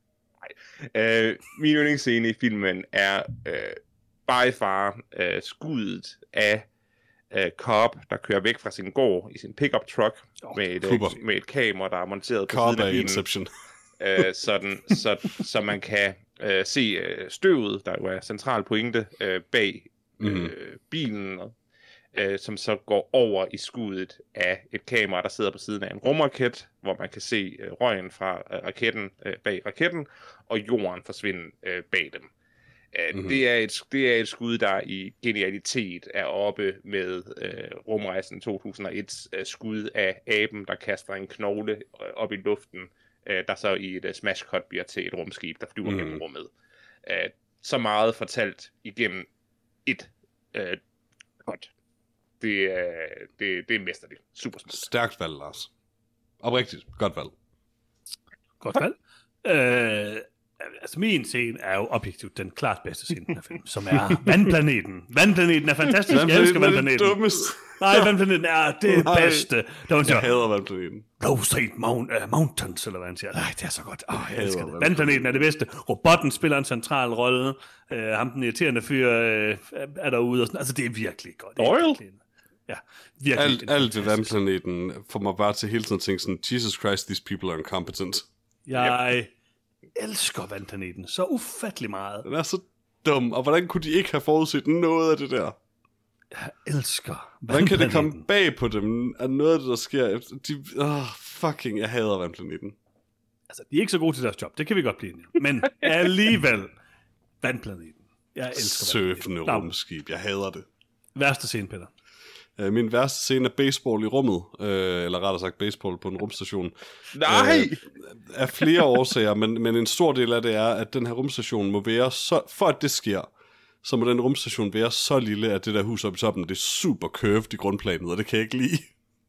Nej. Uh, min yndlingsscene i filmen er uh, by far uh, skuddet af uh, Cobb, der kører væk fra sin gård i sin pickup truck oh, med, et, uh, med et kamera, der er monteret på Cobb siden af bilen. Inception. uh, sådan, så, så man kan uh, se uh, støvet, der jo er central pointe uh, bag uh, mm-hmm. bilen. øh, som så går over i skuddet af et kamera, der sidder på siden af en rumraket, hvor man kan se øh, røgen fra øh, raketten øh, bag raketten, og jorden forsvinde øh, bag dem. Uh, mm-hmm. det, er et, det er et skud, der i genialitet er oppe med uh, rumrejsen to tusind og et uh, skud af aben, der kaster en knogle uh, op i luften, uh, der så i et uh, smash cut bliver til et rumskib, der flyver mm-hmm. gennem rummet. Uh, så meget fortalt igennem et uh, cut. Det, uh, det, det er mesterligt. Super smukt. Stærkt valg, Lars. Oprigtigt. Godt valg. Godt valg. Øh... Altså, min scene er jo objektivt den klart bedste scene af filmen, som er Vandplaneten. Vandplaneten er fantastisk. Jeg elsker Vandplaneten. Det dummeste. Nej, Vandplaneten er det Nej. bedste. Der jeg siger, hader Vandplaneten. Low Street Mount, uh, Mountains, eller hvad han siger. Nej, det er så godt. Oh, jeg, jeg elsker det. Vandplaneten er det bedste. Robotten spiller en central rolle. Uh, ham den irriterende fyr uh, er derude. Og sådan. Altså, det er virkelig godt. Oil? Ja, virkelig. Alt, alt ved Vandplaneten får mig bare til hele tiden at tænke sådan, Jesus Christ, these people are incompetent. Jeg... Yep. elsker Vandplaneten så ufattelig meget. Den er så dum, og hvordan kunne de ikke have forudset noget af det der? Jeg elsker Vandplaneten. Hvordan kan det komme bag på dem, at noget af det, der sker? De, oh, fucking, jeg hader Vandplaneten. Altså, de er ikke så gode til deres job, det kan vi godt blive enige. Men alligevel, Vandplaneten. Jeg elsker Vandplaneten. Surfende rumskib, jeg hader det. Værste scene, Peter. Min værste scene er baseball i rummet, øh, eller rettere sagt baseball på en rumstation. Nej! Øh, af flere årsager, men, men en stor del af det er, at den her rumstation må være så, for at det sker, så må den rumstation være så lille, at det der hus oppe i toppen, det er super curved i grundplanet, og det kan jeg ikke lide.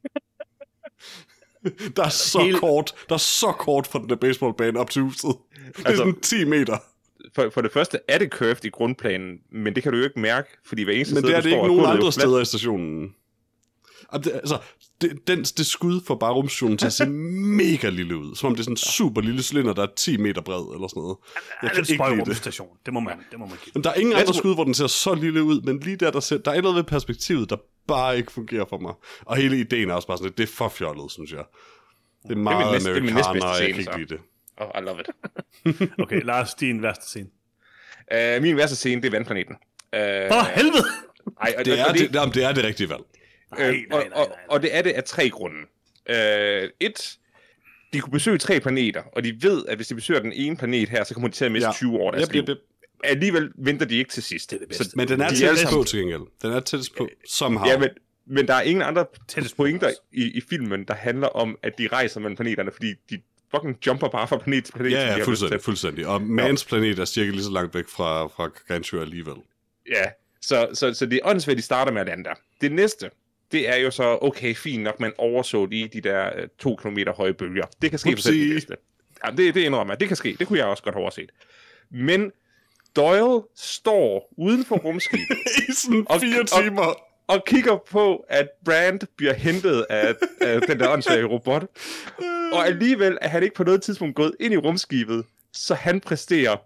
Der er så Hele... kort, der er så kort fra den der baseballbane op til huset. Det er altså... sådan ti meter. For, for det første er det curved i grundplanen, men det kan du jo ikke mærke, fordi hver eneste men sted, det er det ikke nogen andre steder i stationen. Altså, altså, det, den, det skud får bare rumstationen til at se mega lille ud, som om det er sådan en super lille cylinder, der er ti meter bred eller sådan noget. Jeg kan ikke lide rumstation. Det må man, det må man give. Men der er ingen andre skud, hvor den ser så lille ud, men lige der, der, ser, der er noget ved perspektivet, der bare ikke fungerer for mig. Og hele ideen er også bare sådan, det er for fjollet, synes jeg. Det er meget det er min amerikaner, og jeg kan ikke lide det. Oh, I love it. Okay, Lars, din værste scene. Uh, min værste scene, det er Vandplaneten. Uh, For helvede! Ej, og, det, er og det, det, det er det rigtige valg. Nej, nej, nej, nej, nej. Og, og, og det er det af tre grunde. Uh, et, de kunne besøge tre planeter, og de ved, at hvis de besøger den ene planet her, så kommer de til at miste ja. tyve år af deres liv. Alligevel venter de ikke til sidst. Det er det bedste. Så, men den er de tættest på til gengæld. Den er tættest på, somehow. Ja, men, men der er ingen andre pointer i, i filmen, der handler om, at de rejser mellem planeterne, fordi de fucking jumper bare fra planet til planet. Ja, ja, fuldstændig, fuldstændig. Og Mans ja. planet er cirka lige så langt væk fra, fra Gargantua alligevel. Ja, så, så, så det er åndssvagt, de starter med at lande der. Det næste, det er jo så, okay, fint nok, man overså lige de der uh, to kilometer høje bølger. Det kan ske Upsi. på selv det næste. Ja, det, det indrømmer jeg. Det kan ske. Det kunne jeg også godt have overset. Men Doyle står uden for rumskibet. I sådan fire og, timer. Og, og kigger på, at Brand bliver hentet af, af den der åndssvage robot. Og alligevel er han ikke på noget tidspunkt gået ind i rumskibet, så han præsterer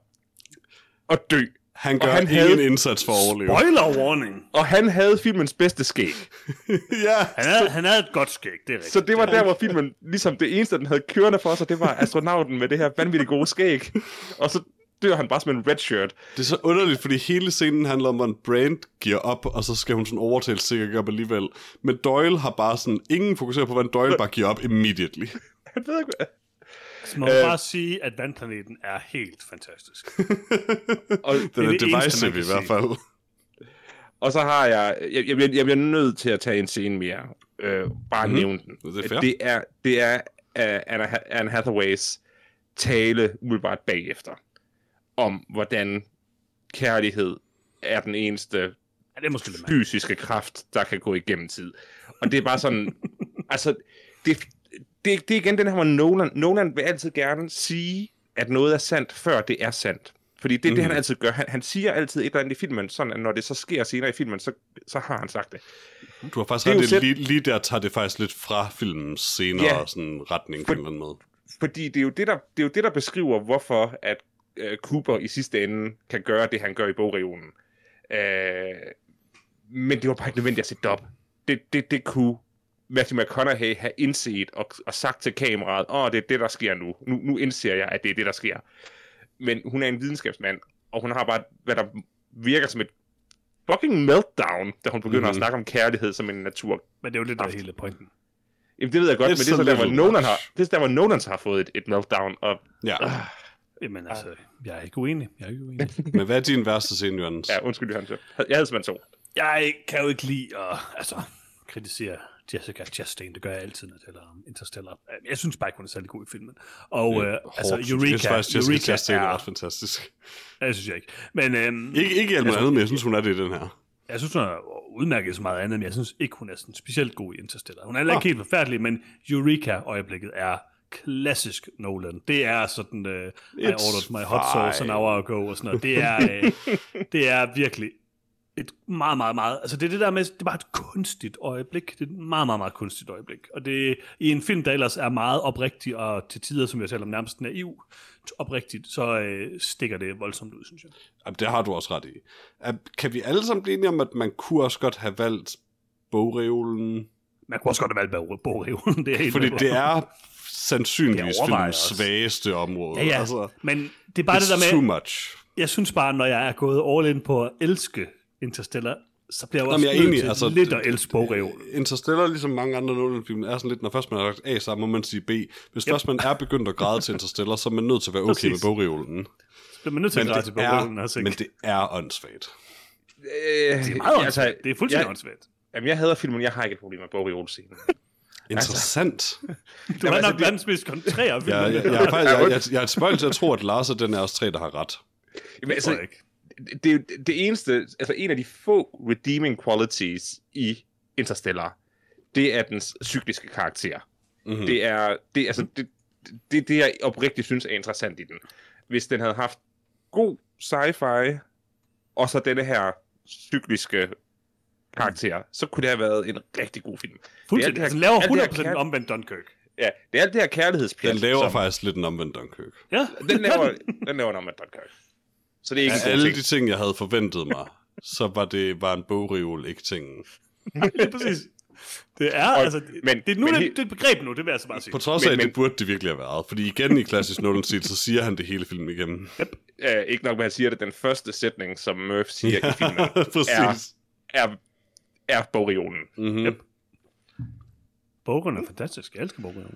at dø. Han gør han ingen havde... indsats for at overleve. Spoiler warning! Og han havde filmens bedste skæg. Ja. Han havde, han havde et godt skæg, det er rigtigt. Så det var der, hvor filmen, ligesom det eneste, den havde kørende for sig, det var astronauten med det her vanvittigt gode skæg. Og så dør han bare som en red shirt. Det er så underligt, fordi hele scenen handler om, at Brand giver op, og så skal hun sådan overtale sikkert op alligevel. Men Doyle har bare sådan, ingen fokuserer på, hvordan Doyle bare giver op immediately. Han ved ikke, hvad... Så må man øh, bare sige, at Vandplaneten er helt fantastisk. Og den er, er divisive i hvert fald. Og så har jeg, jeg, jeg, bliver, jeg bliver nødt til at tage en scene mere. Øh, bare mm-hmm. nævne den. Det er, det er, det er uh, Anna, Anne Hathaways tale umiddelbart bagefter. Om hvordan kærlighed er den eneste ja, det er måske fysiske kraft, der kan gå igennem tid. Og det er bare sådan, altså, det, det, det er igen den her, hvor Nolan, Nolan vil altid gerne sige, at noget er sandt, før det er sandt. Fordi det er mm. det, han altid gør. Han, han siger altid et eller andet i filmen, sådan at når det så sker senere i filmen, så, så har han sagt det. Du har faktisk ret, det, lige, lige der tager det faktisk lidt fra filmens senere ja, sådan retning på en eller anden måde. Fordi det er jo det, der, det er jo det, der beskriver, hvorfor at uh, Cooper i sidste ende kan gøre det, han gør i bogreolen. Uh, men det var bare ikke nødvendigt at sætte op. Det, det, det kunne Matthew McConaughey have indset og, og sagt til kameraet, åh, oh, det er det, der sker nu. nu. Nu indser jeg, at det er det, der sker. Men hun er en videnskabsmand, og hun har bare, hvad der virker som et fucking meltdown, da hun begynder Mhm. at snakke om kærlighed som en natur. Men det er jo lidt der hele pointen. Jamen, det ved jeg godt, It's men det er så a der, hvor little Nolan much. har, det er der, hvor Nolan har fået et, et meltdown, og Ja. øh, Jamen altså, jeg er ikke uenig. Jeg er ikke uenig. Men hvad er din værste scene, Johannes? ja, undskyld, Johannes. Jeg havde simpelthen to. Jeg kan jo ikke lide at altså, kritisere Jessica Chastain. Det gør jeg altid, når det taler om Interstellar. Jeg synes bare ikke, hun er særlig god i filmen. Og øh, altså, Hårdt. Jeg synes Eureka, faktisk, Jessica Eureka Chastain er er... ret fantastisk. Ja, det synes jeg ikke. Men øhm, Ikke, ikke alt muligt andet, men jeg synes, hun er det i den her. jeg synes, hun er udmærket så meget andet, men jeg synes ikke, hun er sådan specielt god i Interstellar. Hun er heller ikke helt forfærdelig, men Eureka-øjeblikket er klassisk Nolan. Det er sådan, uh, I ordered my hot sauce an hour ago og sådan noget. Det er, uh, det er virkelig et meget, meget, meget... Altså det er det der med, det er bare et kunstigt øjeblik. Det er et meget, meget, meget kunstigt øjeblik. Og det i en film, der ellers er meget oprigtig, og til tider, som jeg taler om, nærmest naiv oprigtigt, så uh, stikker det voldsomt ud, synes jeg. Jamen, det har du også ret i. Kan vi alle sammen blive enige om, at man kunne også godt have valgt bogreolen? Man kunne også godt have valgt bogreolen. Det er helt Fordi med på. det er sandsynligvis Det overvejer filmens jeg også. svageste område. Ja, ja. Altså, Men det er bare det it's der med... too much. Jeg synes bare, når jeg er gået all in på at elske Interstellar, så bliver jeg jo Jamen, også jeg er nødt enig, til altså, lidt det- at elske bogreolen. Interstellar, ligesom mange andre Nolan-film, er sådan lidt, når først man har lagt A, så må man sige B. Hvis yep. først man er begyndt at græde til Interstellar, så er man nødt til at være okay Præcis. med bogreolen. Så bliver man nødt til at Men græde til det, bogreolen. er, Altså, men det er åndssvagt. Øh, det er meget åndssvagt. Det er fuldstændig jeg, åndssvagt. Jamen, jeg hader filmen, jeg har ikke et problem med bogreolscenen. Interessant. Du Jamen, er altså, nok det- verdens mest kontrære film. Jeg, jeg, jeg, er faktisk, jeg, jeg, jeg er et spøjl til at tro, at Lars og den er os tre, der har ret. Jamen, Det tror altså, jeg ikke. det, det, er jo det eneste, altså en af de få redeeming qualities i Interstellar, det er dens cykliske karakter. Mm-hmm. Det er det, altså, det, det, det, jeg oprigtigt synes er interessant i den. Hvis den havde haft god sci-fi, og så denne her cykliske karakter, så kunne det have været en rigtig god film. Fuldstændig. det er Altså, alt den laver det her hundrede procent kær- omvendt Dunkirk. Ja, det er alt det her kærlighedspjat. Den laver som, faktisk lidt en omvendt Dunkirk. Ja, den laver, den laver en omvendt Dunkirk. Så det er ikke Af en god alle ting. de ting, jeg havde forventet mig, så var det var en bogreol, ikke tingen. det præcis. Det er, Og- altså, det, men- det, er nu, men det, he- det er et begreb nu, det vil jeg så bare sige. På trods af, Men- at det men- burde det virkelig have været. Fordi igen i klassisk Nolan-stil, så siger han det hele filmen igennem. Uh, ikke nok med, at han siger det, den første sætning, som Murph siger i filmen, Præcis. er, er bogreolen. Mm-hmm. Yep. Bogen er fantastisk. Jeg elsker bogen.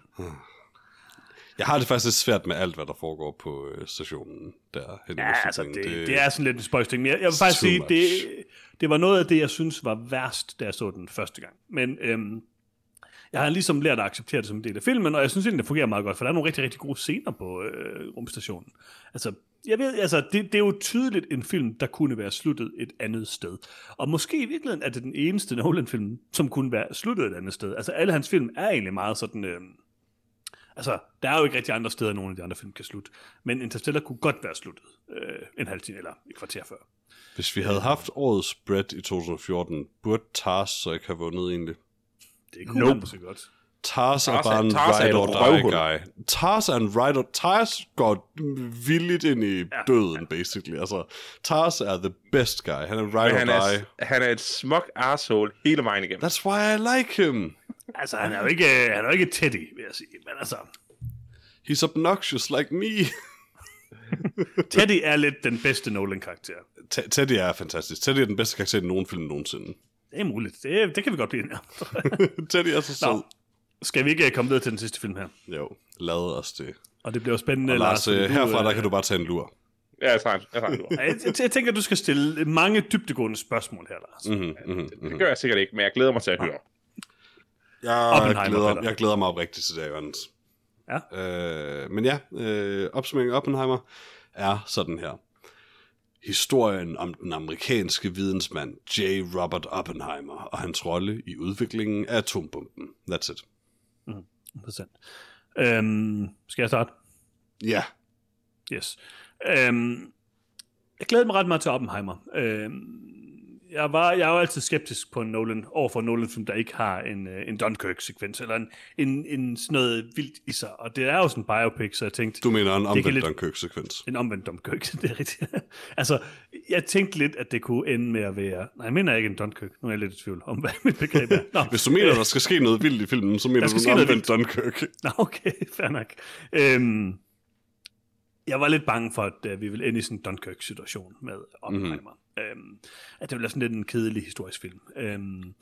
Jeg har det faktisk lidt svært med alt, hvad der foregår på øh, stationen der. hen Ja, over altså, slutningen. det, det er sådan lidt en spøjsting. Men jeg, jeg vil faktisk too sige, much. det, det var noget af det, jeg synes var værst, da jeg så den første gang. Men øhm, jeg har ligesom lært at acceptere det som en del af filmen, og jeg synes egentlig, det fungerer meget godt, for der er nogle rigtig, rigtig gode scener på øh, rumstationen. Altså, jeg ved, altså det, det er jo tydeligt en film, der kunne være sluttet et andet sted. Og måske i virkeligheden er det den eneste Nolan-film, som kunne være sluttet et andet sted. Altså, alle hans film er egentlig meget sådan... Øh, Altså, der er jo ikke rigtig andre steder, nogen af de andre film kan slutte. Men Interstellar kunne godt være sluttet øh, en halv time eller et kvarter før. Hvis vi havde haft årets spread i to tusind og fjorten, burde Tars så ikke have vundet egentlig. Det kunne Nope. man måske godt. Tars er Tars er- bare en Tars er ride et or die røvhul. guy. Tars er en ride or... Tars går villigt ind i døden, basically. Altså, Tars er the best guy. Han er ride Men han or er, die. han er et smuk asshole hele vejen igennem. That's why I like him. Altså, han er jo ikke, han er jo ikke Teddy, vil jeg sige. Men altså, He's obnoxious like me. Teddy er lidt den bedste Nolan-karakter. T- Teddy er fantastisk. Teddy er den bedste karakter i nogen film nogensinde. Det er muligt. Det, det kan vi godt blive enige om. Teddy er så sød. Nå, skal vi ikke komme videre til den sidste film her? Jo, lad os det. Og det bliver jo spændende, Og Lars, fordi øh, du, herfra øh, der kan du bare tage en lur. Ja, jeg tager en, jeg tager en lur. Jeg, jeg, jeg tænker, du skal stille mange dybdegående spørgsmål her, Lars. Mm-hmm, mm-hmm, Det mm-hmm. gør jeg sikkert ikke, men jeg glæder mig til at høre. Jeg, Oppenheimer, glæder, Peter. jeg glæder mig oprigtigt til det, Jørgens. Ja. Øh, men ja, øh, opsummeringen af Oppenheimer er sådan her. Historien om den amerikanske vidensmand J. Robert Oppenheimer og hans rolle i udviklingen af atombomben. That's it. Interessant. Øhm, skal jeg starte? Ja. Yes. Øhm, jeg glæder mig ret meget til Oppenheimer. Øhm, jeg, var, jeg er jo altid skeptisk på en Nolan, overfor en Nolan-film, der ikke har en, øh, en Dunkirk-sekvens, eller en, en, en sådan noget vildt i sig. Og det er jo sådan en biopic, så jeg tænkte... Du mener en omvendt lidt- Dunkirk-sekvens. En omvendt Dunkirk, det er rigtigt. Altså, jeg tænkte lidt, at det kunne ende med at være... Nej, jeg mener ikke en Dunkirk. Nu er jeg lidt i tvivl om, hvad mit begreb er. Nå, Hvis du mener, der skal ske noget vildt i filmen, så mener Der du skal en ske noget omvendt Dunkirk. Nå, okay, fair nok. Øhm, jeg var lidt bange for, at uh, vi ville ende i sådan en Dunkirk-situation med Oppenheimer. Øhm, at det ville være sådan lidt en kedelig historisk film. Øhm,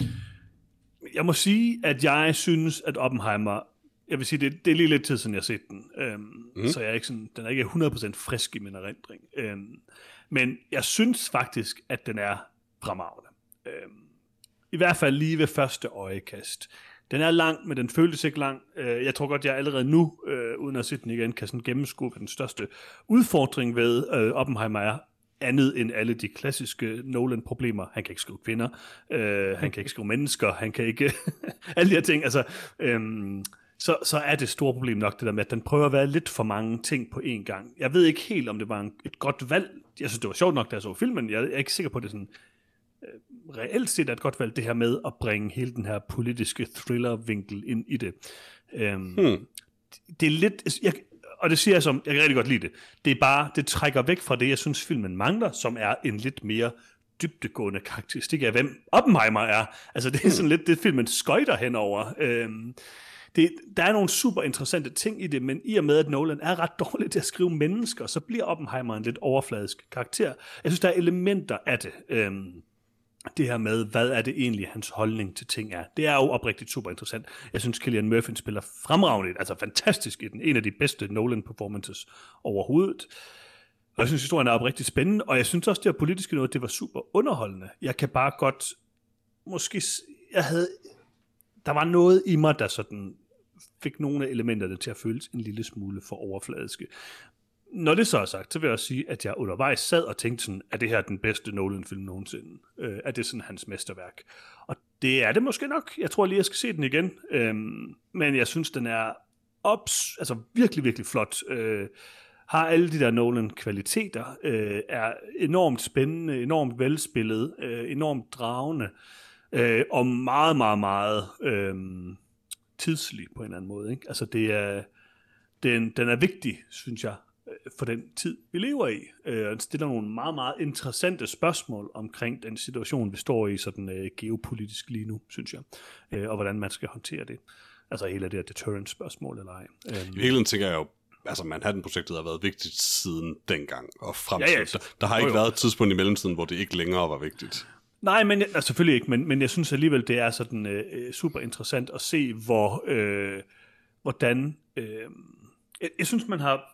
jeg må sige, at jeg synes, at Oppenheimer, jeg vil sige, det, det er lige lidt tid siden jeg har set den, øhm, mm. så jeg er ikke sådan, den er ikke hundrede procent frisk i min erindring. Øhm, men jeg synes faktisk, at den er fremragende. Øhm, I hvert fald lige ved første øjekast. Den er lang, men den føles ikke lang. Jeg tror godt, jeg allerede nu, øh, uden at se den igen, kan sådan gennemskue, hvad den største udfordring ved øh, Oppenheimer er, andet end alle de klassiske Nolan-problemer. Han kan ikke skrive kvinder, øh, han kan ikke skrive mennesker, han kan ikke... alle de her ting, altså... Øhm, så, så er det store problem nok det der med, at den prøver at være lidt for mange ting på én gang. Jeg ved ikke helt, om det var en, et godt valg. Jeg synes, det var sjovt nok, da jeg så filmen. Jeg er ikke sikker på, at det sådan... reelt set er et godt valg, det her med at bringe hele den her politiske thriller-vinkel ind i det. Øhm, hmm. Det er lidt... Jeg, og det siger jeg som, jeg kan rigtig godt lide det. Det er bare, det trækker væk fra det, jeg synes, filmen mangler, som er en lidt mere dybdegående karakteristik af, hvem Oppenheimer er. Altså, det er sådan lidt det, filmen skøjter henover. Øhm, det, der er nogle super interessante ting i det, men i og med, at Nolan er ret dårlig til at skrive mennesker, så bliver Oppenheimer en lidt overfladisk karakter. Jeg synes, der er elementer af det. Øhm, det her med, hvad er det egentlig, hans holdning til ting er. Det er jo oprigtigt super interessant. Jeg synes, Cillian Murphy spiller fremragende, altså fantastisk i den. En af de bedste Nolan-performances overhovedet. Og jeg synes, historien er oprigtigt spændende, og jeg synes også, det her politiske noget, det var super underholdende. Jeg kan bare godt, måske, jeg havde, der var noget i mig, der sådan fik nogle af elementerne til at føles en lille smule for overfladiske. Når det så er sagt, så vil jeg også sige, at jeg undervejs sad og tænkte sådan, er det her den bedste Nolan-film nogensinde? Øh, er det sådan hans mesterværk? Og det er det måske nok. Jeg tror lige, jeg skal se den igen. Øhm, men jeg synes, den er ops, altså virkelig, virkelig flot. Øh, har alle de der Nolan-kvaliteter, øh, er enormt spændende, enormt velspillet, øh, enormt dragende, øh, og meget, meget, meget øh, tidslig på en eller anden måde. Ikke? Altså det er, den, den er vigtig, synes jeg, for den tid, vi lever i. Øh, den stiller nogle meget, meget interessante spørgsmål omkring den situation, vi står i sådan øh, geopolitisk lige nu, synes jeg, øh, og hvordan man skal håndtere det. Altså hele det her deterrence-spørgsmål eller ej. I virkeligheden tænker jeg jo, altså Manhattan-projektet har været vigtigt siden dengang og frem til. Ja, ja. Der, der har ikke jo, jo. været et tidspunkt i mellemtiden, hvor det ikke længere var vigtigt. Nej, men altså, selvfølgelig ikke, men, men jeg synes alligevel, det er sådan øh, super interessant at se, hvor øh, hvordan øh, jeg, jeg synes, man har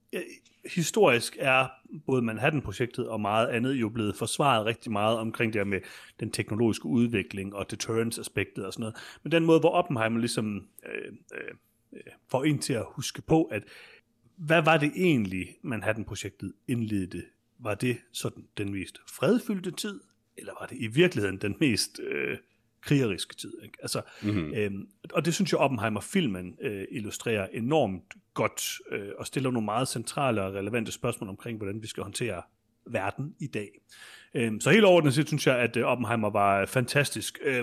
historisk er både Manhattan-projektet og meget andet jo blevet forsvaret rigtig meget omkring det her med den teknologiske udvikling og deterrence-aspektet og sådan noget. Men den måde, hvor Oppenheimer ligesom øh, øh, får en til at huske på, at hvad var det egentlig, Manhattan-projektet indledte? Var det sådan den mest fredfyldte tid, eller var det i virkeligheden den mest øh, krigeriske tid? Ikke? Altså, mm-hmm. øh, og det synes jeg, Oppenheimer-filmen øh, illustrerer enormt godt, øh, og stiller nogle meget centrale og relevante spørgsmål omkring, hvordan vi skal håndtere verden i dag. Øh, så helt overordnet set synes jeg, at øh, Oppenheimer var fantastisk. Øh,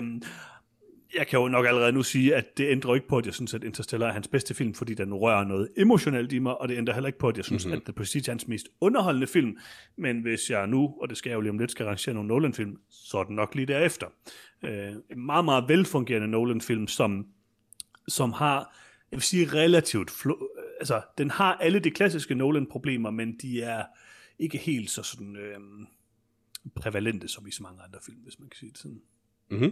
jeg kan jo nok allerede nu sige, at det ændrer ikke på, at jeg synes, at Interstellar er hans bedste film, fordi den rører noget emotionelt i mig, og det ændrer heller ikke på, at jeg synes, mm-hmm. at The Prestige er hans mest underholdende film. Men hvis jeg nu, og det skal jeg jo lige om lidt, skal arrangere nogle Nolan-film, så er den nok lige derefter. Øh, en meget, meget velfungerende Nolan-film, som, som har, jeg vil sige, relativt flo- altså, den har alle de klassiske Nolan-problemer, men de er ikke helt så sådan øh, prævalente som i så mange andre film, hvis man kan sige det sådan. Mhm.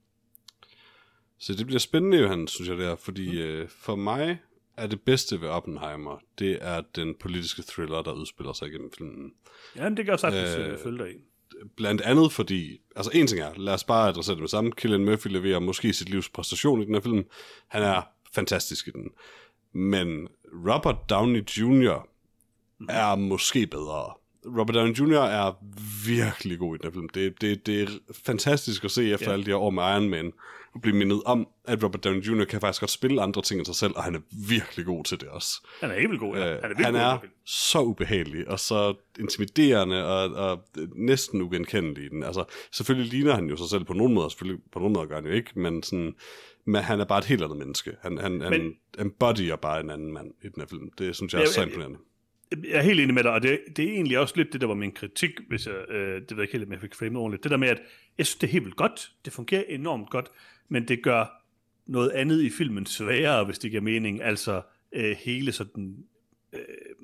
Så det bliver spændende, Johan, synes jeg det er, fordi mm. øh, for mig er det bedste ved Oppenheimer, det er den politiske thriller, der udspiller sig gennem filmen. Ja, men det kan jeg sagtens øh, følge dig i. Blandt andet fordi, altså en ting er, lad os bare adressere det med sammen, Cillian Murphy leverer måske sit livs præstation i den her film. Han er fantastisk i den. Men Robert Downey junior Mm. er måske bedre. Robert Downey junior er virkelig god i den her film. Det, det, det er fantastisk at se efter yeah. alle de her år med Iron Man. Og blive mindet om, at Robert Downey junior kan faktisk godt spille andre ting end sig selv, og han er virkelig god til det også. Han er helt vildt god, ja. Han er, han er så ubehagelig, og så intimiderende, og, og næsten ugenkendelig i den. Altså, selvfølgelig ligner han jo sig selv på nogen måde, selvfølgelig på nogen måde gør han jo ikke, men sådan, men han er bare et helt andet menneske. Han, han, men, han embodyer bare en anden mand i den her film. Det synes jeg er så imponerende. Jeg er helt enig med dig, og det, det er egentlig også lidt det, der var min kritik, hvis jeg, øh, det ved jeg ikke helt, om jeg fik framet ordentligt. Det der med, at jeg synes, det er helt vildt godt, det fungerer enormt godt, men det gør noget andet i filmen sværere, hvis det giver mening. Altså øh, hele sådan øh,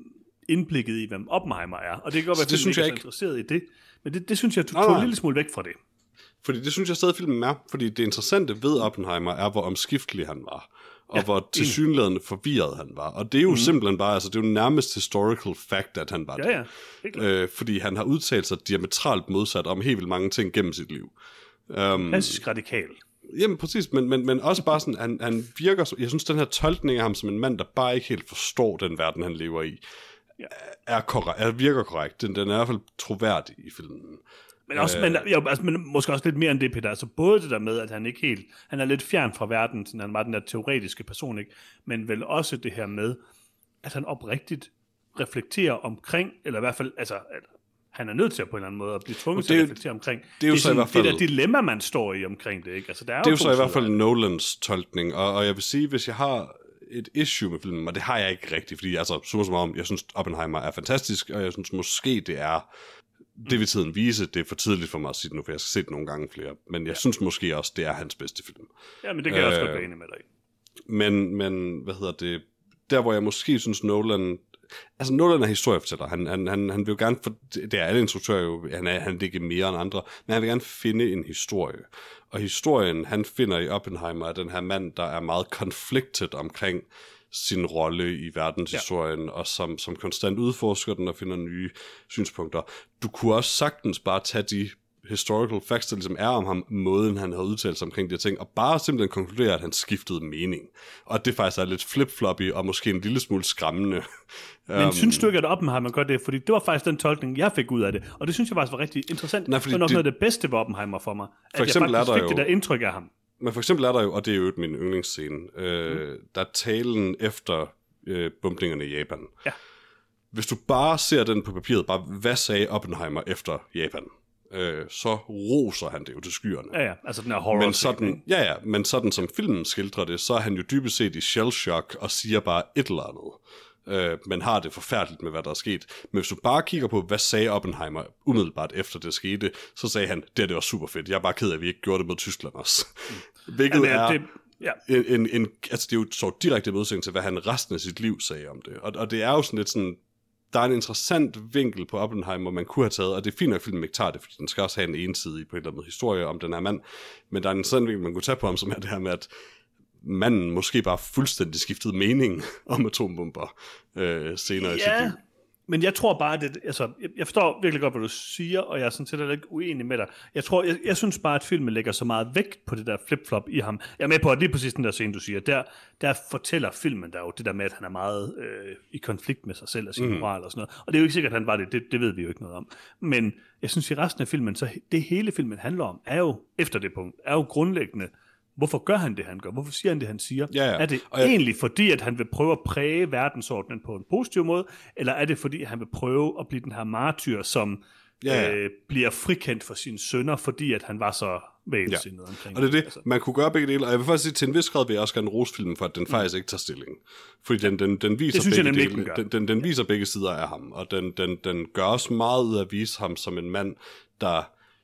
indblikket i, hvem Oppenheimer er. Og det kan godt være, at det synes jeg jeg ikke er ikke interesseret i det. Men det, det synes jeg, du nej, tog nej. en lille smule væk fra det. Fordi det synes jeg stadig filmen er. Fordi det interessante ved Oppenheimer er, hvor omskiftelig han var. Og ja, hvor tilsyneladende forvirret han var. Og det er jo mm. simpelthen bare, altså det er jo nærmest historical fact, at han var ja, det. Ja, øh, fordi han har udtalt sig diametralt modsat om helt vildt mange ting gennem sit liv. Um, Klassisk radikal. Jamen præcis, men, men, men også bare sådan, han, han virker, jeg synes den her tolkning af ham som en mand, der bare ikke helt forstår den verden, han lever i, ja. er, korrekt, er virker korrekt. Den, den er i hvert fald troværdig i filmen. Men, også, men, jo, altså, men måske også lidt mere end det, Peter. Altså både det der med, at han ikke helt, han er lidt fjern fra verden, sådan han var den der teoretiske person, ikke? Men vel også det her med, at han oprigtigt reflekterer omkring, eller i hvert fald, altså, at han er nødt til at på en eller anden måde at blive tvunget til at reflektere omkring. Det er jo det, så i hvert fald det der dilemma, man står i omkring det, ikke? Altså, der er det er jo, jo så i hvert fald Nolans tolkning, og, og jeg vil sige, hvis jeg har et issue med filmen, og det har jeg ikke rigtigt, fordi altså, super som om, jeg synes Oppenheimer er fantastisk, og jeg synes måske det er det vil tiden vise, det er for tidligt for mig at sige det nu, for jeg skal se det nogle gange flere. Men jeg ja. synes måske også, det er hans bedste film. Ja, men det kan jeg også øh, godt være enig med dig. Men, men, hvad hedder det, der hvor jeg måske synes Nolan, altså Nolan er historiefortæller, han, han, han, han vil jo gerne, for, det er alle instruktører jo, han er, han er ikke mere end andre, men han vil gerne finde en historie. Og historien, han finder i Oppenheimer, er den her mand, der er meget conflicted omkring sin rolle i verdenshistorien, ja. og som, som konstant udforsker den og finder nye synspunkter. Du kunne også sagtens bare tage de historical facts, der ligesom er om ham, måden han har udtalt sig omkring de her ting, og bare simpelthen konkludere, at han skiftede mening. Og at det faktisk er lidt flip-floppy, og måske en lille smule skræmmende. Men um, synes du ikke, at Oppenheimer gør det? Fordi det var faktisk den tolkning, jeg fik ud af det. Og det synes jeg faktisk var rigtig interessant. Nej, det var nok det, noget af det bedste ved Oppenheimer for mig. For at eksempel jeg faktisk er der fik jo, det der indtryk af ham. Men for eksempel er der jo, og det er jo min yndlingsscene, øh, mm. der er talen efter øh, bumpningerne i Japan. Ja. Hvis du bare ser den på papiret, bare hvad sagde Oppenheimer efter Japan, øh, så roser han det jo til skyerne. Ja, ja, altså den her horror. Men sådan, ja, ja, men sådan som filmen skildrer det, så er han jo dybest set i shell shock og siger bare et eller andet. Øh, men har det forfærdeligt med, hvad der er sket. Men hvis du bare kigger på, hvad sagde Oppenheimer umiddelbart efter det skete, så sagde han, det, det var super fedt. Jeg er bare ked af, at vi ikke gjorde det med Tyskland også. Mm. Hvilket ja, er... Det, ja. en, en, en, altså det er jo så direkte modsætning til, hvad han resten af sit liv sagde om det. Og, og det er jo sådan lidt sådan... Der er en interessant vinkel på Oppenheimer, man kunne have taget, og det er fint, at filmen ikke tager det, fordi den skal også have en ensidig på en eller anden historie om den her mand. Men der er en interessant vinkel, man kunne tage på ham, som er det her med, at manden måske bare fuldstændig skiftede mening om atombomber øh, senere ja, i sit liv. Men jeg tror bare, at altså, jeg, jeg forstår virkelig godt, hvad du siger, og jeg er sådan set ikke uenig med dig. Jeg tror, jeg, jeg synes bare, at filmen lægger så meget vægt på det der flip-flop i ham. Jeg er med på, at lige præcis den der scene, du siger, der, der fortæller filmen der jo det der med, at han er meget øh, i konflikt med sig selv og sin mm. moral og sådan noget. Og det er jo ikke sikkert, at han var det. det, det ved vi jo ikke noget om. Men jeg synes, i resten af filmen, så det hele filmen handler om, er jo, efter det punkt, er jo grundlæggende, hvorfor gør han det, han gør? Hvorfor siger han det, han siger? Ja, ja. Er det jeg... egentlig fordi, at han vil prøve at præge verdensordenen på en positiv måde, eller er det fordi, at han vil prøve at blive den her martyr, som ja, ja. Øh, bliver frikendt for sine sønner, fordi at han var så vælsindet ja. omkring og det er det. Altså. Man kunne gøre begge dele, og jeg vil faktisk sige, til en vis grad vil jeg også gerne rose filmen, for at den mm. faktisk ikke tager stilling. Fordi den, den, den viser, synes, begge, jeg, dele, den, den, den, den viser begge sider af ham, og den, den, den gør også meget ud af at vise ham som en mand, der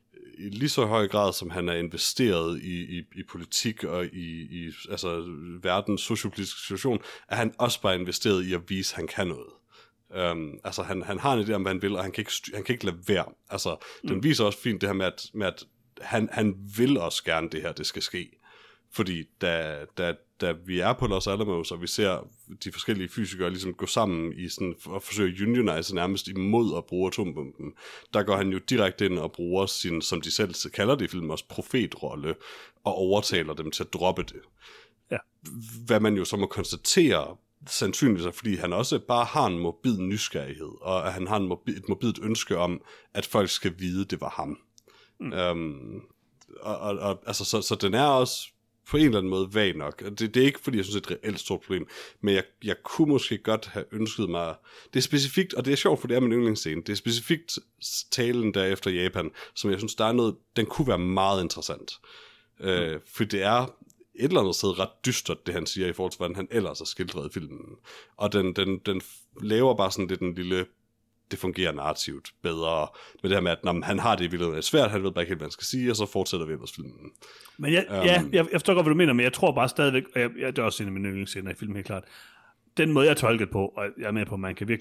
i lige så høj grad, som han er investeret i, i, i politik og i, i altså, verdens sociopolitiske situation, er han også bare investeret i at vise, at han kan noget. Um, altså, han, han har en idé om, hvad han vil, og han kan ikke, han kan ikke lade være. Altså, mm. den viser også fint det her med, at, med, at han, han vil også gerne det her, det skal ske. Fordi da, da, da vi er på Los Alamos, og vi ser de forskellige fysikere ligesom gå sammen i sådan, at forsøge at unionize nærmest imod at bruge atombomben, der går han jo direkte ind og bruger sin, som de selv kalder det i filmen, også profetrolle, og overtaler dem til at droppe det. Ja. Hvad man jo så må konstatere, sandsynligvis er, fordi han også bare har en morbid nysgerrighed, og at han har en morbid, et morbidt ønske om, at folk skal vide, at det var ham. Mm. Um, og, og, og, altså, så, så den er også på en eller anden måde vag nok. Det, det er ikke, fordi jeg synes, det er et reelt stort problem, men jeg, jeg kunne måske godt have ønsket mig... Det er specifikt, og det er sjovt, for det er min yndlingsscene, det er specifikt talen der efter Japan, som jeg synes, der er noget... Den kunne være meget interessant. Mm. Øh, for det er et eller andet sted ret dystert, det han siger, i forhold til, hvordan han ellers har skildret i filmen. Og den, den, den laver bare sådan lidt en lille... Det fungerer narrativt bedre med det her med, at når han har det i virkeligheden svært, han ved bare ikke helt, hvad han skal sige, og så fortsætter vi ellers filmen. Men jeg, um, ja, jeg, jeg forstår godt, hvad du mener, men jeg tror bare stadigvæk, og jeg, jeg, det er også en af mine yndlingsscener i filmen, helt klart, den måde, jeg tolker på, og jeg er med på, at man kan virkelig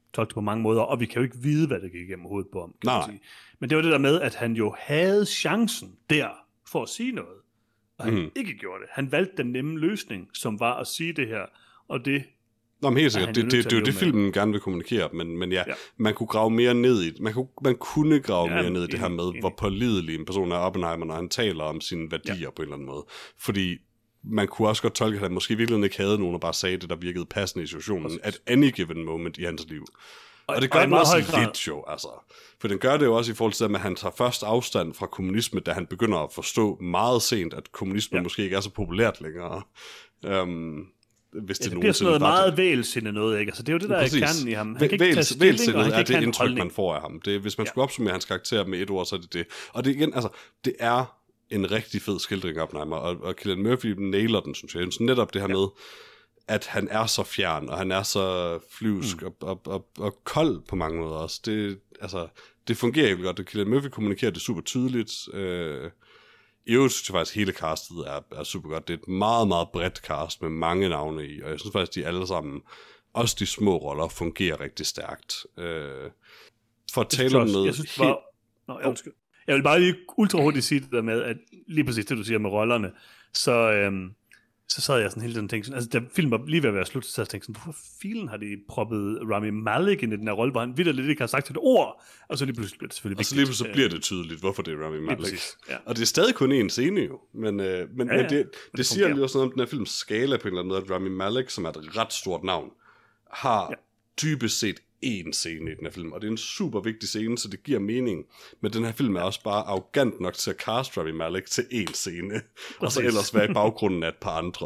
tolke det på mange måder, og vi kan jo ikke vide, hvad det gik igennem hovedet på ham. Kan Nej. man sige. Men det var det der med, at han jo havde chancen der for at sige noget, og han mm. ikke gjorde det. Han valgte den nemme løsning, som var at sige det her, og det... Nå, men helt sikkert, det, det, det, det er jo det, filmen gerne vil kommunikere, men, men ja, ja, man kunne grave mere ned i man kunne, man kunne grave ja, mere ned i det her med, enig. hvor pålidelig en person er Oppenheimer, når han taler om sine værdier ja. på en eller anden måde. Fordi man kunne også godt tolke, at han måske virkelig ikke havde nogen, der bare sagde det, der virkede passende i situationen, at any given moment i hans liv. Og, og det gør og den også lidt jo, altså. For den gør det jo også i forhold til, at han tager først afstand fra kommunisme, da han begynder at forstå meget sent, at kommunisme ja. måske ikke er så populært længere. Um, Hvis det, ja, det bliver sådan noget meget vælsinde noget, ikke? Altså, det er jo det, der Præcis. er kernen i ham. Han kan ikke tage stilling, og han kan ikke have en indtryk, man får af ham. Det, hvis man ja. skulle opsummere hans karakter med et ord, så er det det. Og det igen, altså, det er en rigtig fed skildring af Oppenheimer, og, og Cillian Murphy nailer den, synes jeg. Så netop det her ja. med, at han er så fjern, og han er så flyvsk mm. og, og, og, og kold på mange måder også. Det, altså, det fungerer helt godt, og Cillian Murphy kommunikerer det super tydeligt. Øh, I øvrigt synes jeg faktisk, at hele castet er, er super godt. Det er et meget, meget bredt cast med mange navne i, og jeg synes faktisk, de alle sammen, også de små roller, fungerer rigtig stærkt. Øh, for at tale om noget... Jeg synes bare... Nå, jeg, undskyld. Jeg vil bare lige ultra hurtigt sige det der med, at lige præcis det, du siger med rollerne, så, øhm, så sad jeg sådan hele tiden og tænkte sådan, altså da filmen var lige ved at være slut, så jeg tænkte sådan, hvorfor filen har de proppet Rami Malek ind i den her rolle, hvor han vitterligt ikke har sagt et ord, og så lige pludselig bliver det selvfølgelig vigtigt. Og så lige pludselig bliver det tydeligt, hvorfor det er Rami Malek. Ja. Og det er stadig kun en scene jo, men, øh, men, ja, ja. men det, det, det siger lige også noget om den her films skala på en eller anden måde, at Rami Malek, som er et ret stort navn, har ja. dybest set en scene i den her film, og det er en super vigtig scene, så det giver mening. Men den her film er også bare arrogant nok til at cast Rami Malek til en scene, Præcis. og så ellers være i baggrunden af et par andre.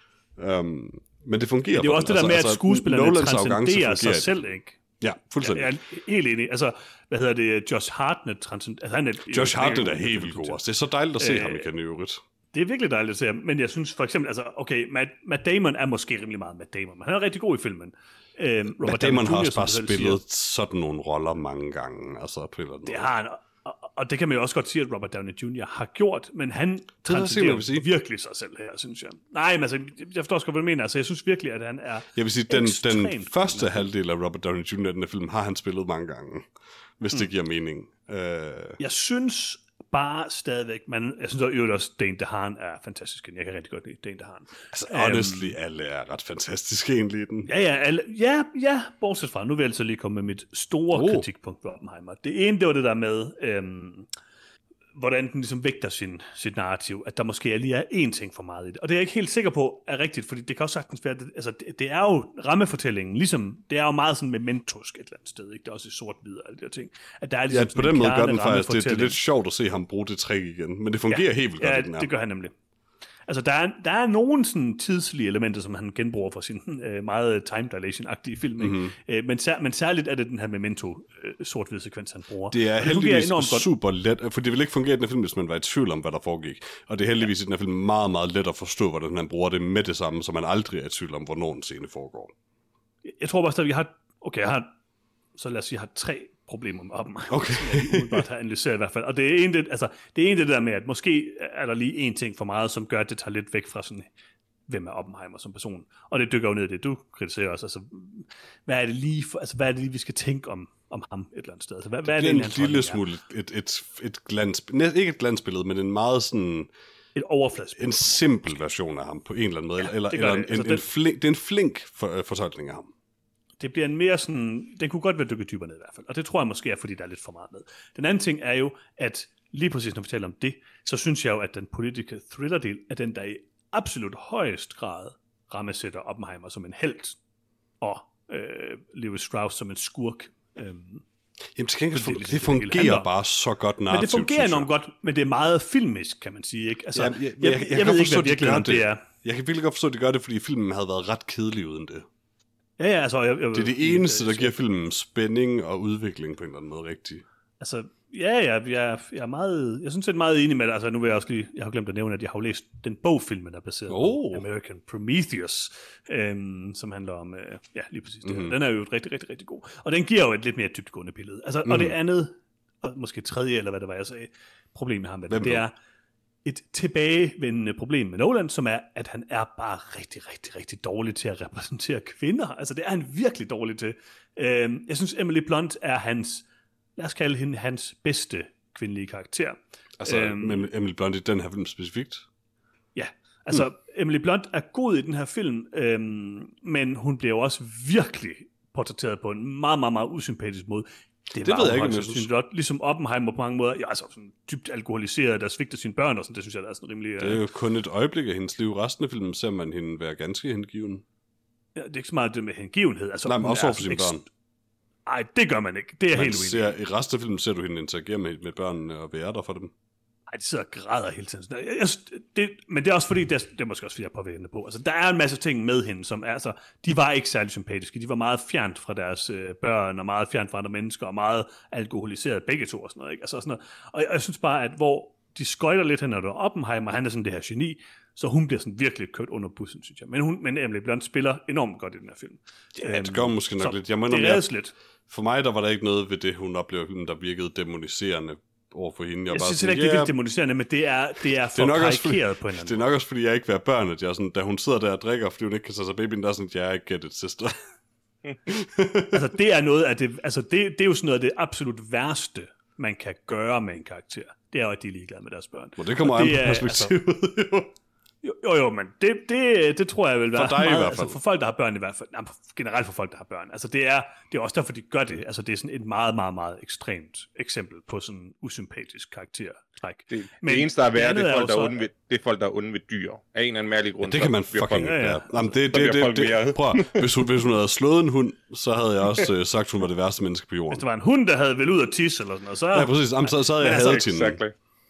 Um, men det fungerer. Det er jo også det der med, altså, at skuespillerne transcenderer sig selv, ikke? Ja, fuldstændig. Jeg, jeg er helt enig. Altså, hvad hedder det? Josh Hartnett transcenderer. Altså, han er, Josh Hartnett er helt vildt god også. Det er så dejligt at se øh, ham igen i øvrigt. Det er virkelig dejligt at se ham, men jeg synes for eksempel, altså, okay, Matt, Matt Damon er måske rimelig meget Matt Damon, men han er rigtig god i filmen. Øhm, Matt Damon har også bare spillet siger, sådan nogle roller mange gange, altså på en eller anden det har han, og, og det kan man jo også godt sige, at Robert Downey junior har gjort, men han transcenderer virkelig sig selv her, synes jeg. Nej, men altså, jeg forstår også godt, hvad du mener, altså, jeg synes virkelig, at han er Jeg vil sige, den, den første halvdel af Robert Downey junior i den her film, har han spillet mange gange, hvis mm. det giver mening. Uh... Jeg synes bare stadigvæk, men jeg synes jo også, Dane DeHaan er fantastisk. Jeg kan rigtig godt lide Dane DeHaan. Altså, honestly, um, alle er ret fantastiske egentlig i den. Ja, ja, alle, ja, ja, bortset fra. Nu vil jeg altså lige komme med mit store oh. kritikpunkt på Oppenheimer. Det ene, det var det der med, øhm, hvordan den ligesom vægter sin, sit narrativ, at der måske lige er én ting for meget i det. Og det er jeg ikke helt sikker på er rigtigt, fordi det kan også sagtens være, det, altså det, det er jo rammefortællingen, ligesom, det er jo meget sådan mementosk et eller andet sted, ikke? Det er også i sort-hvid og alle de her ting. At der er ligesom ja, på den måde gør den faktisk, det, det er lidt sjovt at se ham bruge det trick igen, men det fungerer ja, helt vildt godt ja, i den her. Det gør han nemlig. Altså, der er, der er nogle sådan tidslige elementer, som han genbruger for sin øh, meget time dilation-agtige film, ikke? Mm-hmm. Øh, men, sær, men særligt er det den her memento øh, sort-hvid sekvens, han bruger. Det er heldigvis super let, for det vil ikke fungere i den her film, hvis man var i tvivl om, hvad der foregik. Og det er heldigvis ja. i den her film meget, meget let at forstå, hvordan han bruger det med det samme, så man aldrig er i tvivl om, hvornår en scene foregår. Jeg tror bare, at vi har, okay, jeg har, så lad os sige, jeg har tre problemer med Oppenheimer, okay. som jeg bare har analyseret i hvert fald. Og det er en det, altså, det er en det der med, at måske er der lige en ting for meget, som gør, at det tager lidt væk fra sådan, hvem er Oppenheimer som person. Og det dykker jo ned i det, du kritiserer også. Altså, hvad er det lige, for, altså, hvad er det lige, vi skal tænke om, om ham et eller andet sted? Altså, hvad, hvad det er det, det, en lille smule et, et, et glans, ikke et glansbillede, men en meget sådan et overfladsbillede. En simpel version af ham på en eller anden måde. Ja, eller, eller en, altså, en, den, en flink, det er en flink for, uh, fortolkning af ham. Det bliver en mere sådan, den kunne godt være dykket dybere ned i hvert fald, og det tror jeg måske er, fordi der er lidt for meget med. Den anden ting er jo, at lige præcis når vi taler om det, så synes jeg jo, at den politiske thriller-del er den, der i absolut højest grad rammesætter Oppenheimer som en helt, og øh, Lewis Strauss som en skurk. Øhm, Jamen til gengæld, det, det fungerer det bare så godt narrativt. Men det fungerer enormt godt, men det er meget filmisk, kan man sige, ikke? Altså, ja, jeg, jeg, jeg, jeg, jeg, jeg, jeg ved ikke, forstå, hvad virkeligheden det. det er. Jeg kan virkelig godt forstå, at de gør det, fordi filmen havde været ret kedelig uden det. Ja, ja, altså, jeg, jeg, det er det eneste, der giver filmen spænding og udvikling på en eller anden måde rigtigt. Altså, ja, ja, jeg, jeg er meget, jeg synes, jeg er meget enig med det. Altså, nu vil jeg også lige, jeg har glemt at nævne, at jeg har læst den bogfilmen, der er baseret oh. på American Prometheus, øhm, som handler om, øh, ja, lige præcis det. Mm-hmm. Den er jo rigtig, rigtig, rigtig god. Og den giver jo et lidt mere dybdegående billede. Altså, mm-hmm. Og det andet, og måske tredje, eller hvad det var, jeg sagde, problemet med ham, det, det er, et tilbagevendende problem med Nolan, som er, at han er bare rigtig, rigtig, rigtig dårlig til at repræsentere kvinder. Altså, det er han virkelig dårlig til. Øh, jeg synes, Emily Blunt er hans, lad os kalde hende hans bedste kvindelige karakter. Altså, øhm, Emily Blunt i den her film specifikt? Ja, altså, mm. Emily Blunt er god i den her film, øhm, men hun bliver jo også virkelig portrætteret på en meget, meget, meget usympatisk måde. Det, det var ved jeg ikke, om jeg synes. Ligesom Oppenheimer på mange måder, ja, altså sådan dybt alkoholiseret, der svigter sine børn, og sådan, det synes jeg, der er sådan rimelig... Det er jo kun et øjeblik af hendes liv. Resten af filmen ser man hende være ganske hengiven. Ja, det er ikke så meget det med hengivenhed. Altså, nej, men også over for sine børn. Nej, det gør man ikke. Det er man helt ser, uenig. I resten af filmen ser du hende interagere med, med børnene og være der for dem. Nej, de sidder og græder hele tiden. Jeg, jeg, det, men det er også fordi, det er, det er måske også fordi, jeg er påvirkende på. Altså, der er en masse ting med hende, som er, altså, de var ikke særlig sympatiske. De var meget fjernt fra deres øh, børn, og meget fjernt fra andre mennesker, og meget alkoholiseret begge to og sådan noget. Ikke? Altså, sådan noget. Og jeg, jeg synes bare, at hvor de skøjter lidt hen, når der er Oppenheimer, han er sådan det her geni, så hun bliver sådan virkelig kørt under bussen, synes jeg. Men, hun, men Emily Blunt spiller enormt godt i den her film. Ja, det gør hun måske nok så lidt. Jeg må det er lidt. For mig, der var der ikke noget ved det, hun oplever, der virkede demoniserende over for hende. Jeg, jeg bare synes sådan, ikke, det er vildt demoniserende, men det er, det er for karikeret fordi, på en eller anden. Det er nok også, fordi jeg ikke vil have børn, at jeg sådan, da hun sidder der og drikker, fordi hun ikke kan tage sig babyen, der er sådan, at jeg ikke get it, sister. altså, det er noget af det, altså, det, det er jo sådan noget af det absolut værste, man kan gøre med en karakter. Det er jo, at de er ligeglade med deres børn. Og det kommer an på perspektivet. Altså, Jo, jo, jo, men det, det, det tror jeg vil være for dig meget, i hvert fald. Altså for folk, der har børn i hvert fald. Nej, generelt for folk, der har børn. Altså det er, det er også derfor, de gør det. Altså det er sådan et meget, meget, meget ekstremt eksempel på sådan en usympatisk karaktertræk. Det, men det eneste, der er værd, det er folk, der er onde ved, det er folk, der er onde ved dyr. Af en eller anden mærkelig grund. Ja, det kan man fucking... Folk, ja, ja. Jamen, det, det, det, det, prøv, hvis hun, hvis hun havde slået en hund, så havde jeg også uh, sagt, hun var det værste menneske på jorden. Hvis det var en hund, der havde vel ud at tisse eller sådan noget, så... Ja, præcis. Jamen, så, så havde jeg hadet hende. Exactly.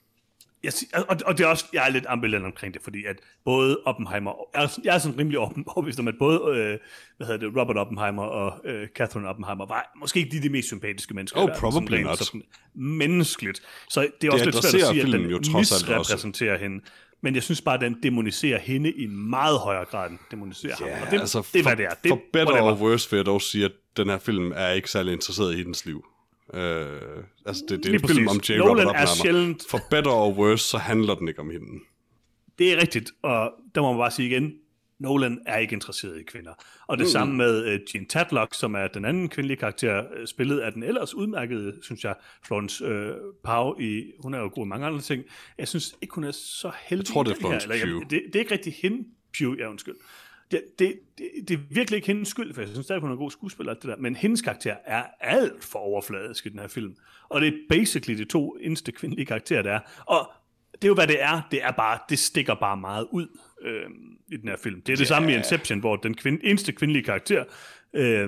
Jeg, og, og det er også, jeg er lidt ambivalent omkring det, fordi at både Oppenheimer, jeg er, jeg er sådan rimelig overbevist om, at både øh, hvad hedder det, Robert Oppenheimer og øh, Catherine Oppenheimer var måske ikke de, de mest sympatiske mennesker oh, i verden, probably sådan, not. Sådan, menneskeligt. Så det er også det lidt svært at sige, at den misrepræsenterer hende. Men jeg synes bare, at den demoniserer hende i en meget højere grad, end demoniserer yeah, ham. Og det, altså, det er, hvad det er. Det, for better or worse vil jeg dog sige, at den her film er ikke særlig interesseret i hendes liv. Øh, altså det, det er en film om J. Robert Oppenheimer. Sjældent... For better or worse, så handler den ikke om hende. Det er rigtigt, og der må man bare sige igen, Nolan er ikke interesseret i kvinder. Og det mm. samme med uh, Jean Tatlock, som er den anden kvindelige karakter, uh, spillet af den ellers udmærkede, synes jeg, Florence uh, Pugh i, hun er jo god i mange andre ting. Jeg synes ikke, hun er så heldig. Jeg tror, det er Florence Pugh. Eller, det, det er ikke rigtig hende, Pugh, ja undskyld. Det, det, det, det er virkelig ikke hendes skyld, for jeg synes stadig, hun er en god skuespiller, det der. Men hendes karakter er alt for overfladisk i den her film. Og det er basically de to eneste kvindelige karakterer, der er. Og det er jo, hvad det er. Det er bare, det stikker bare meget ud øh, i den her film. Det er det yeah. samme i Inception, hvor den kvinde, eneste kvindelige karakter øh,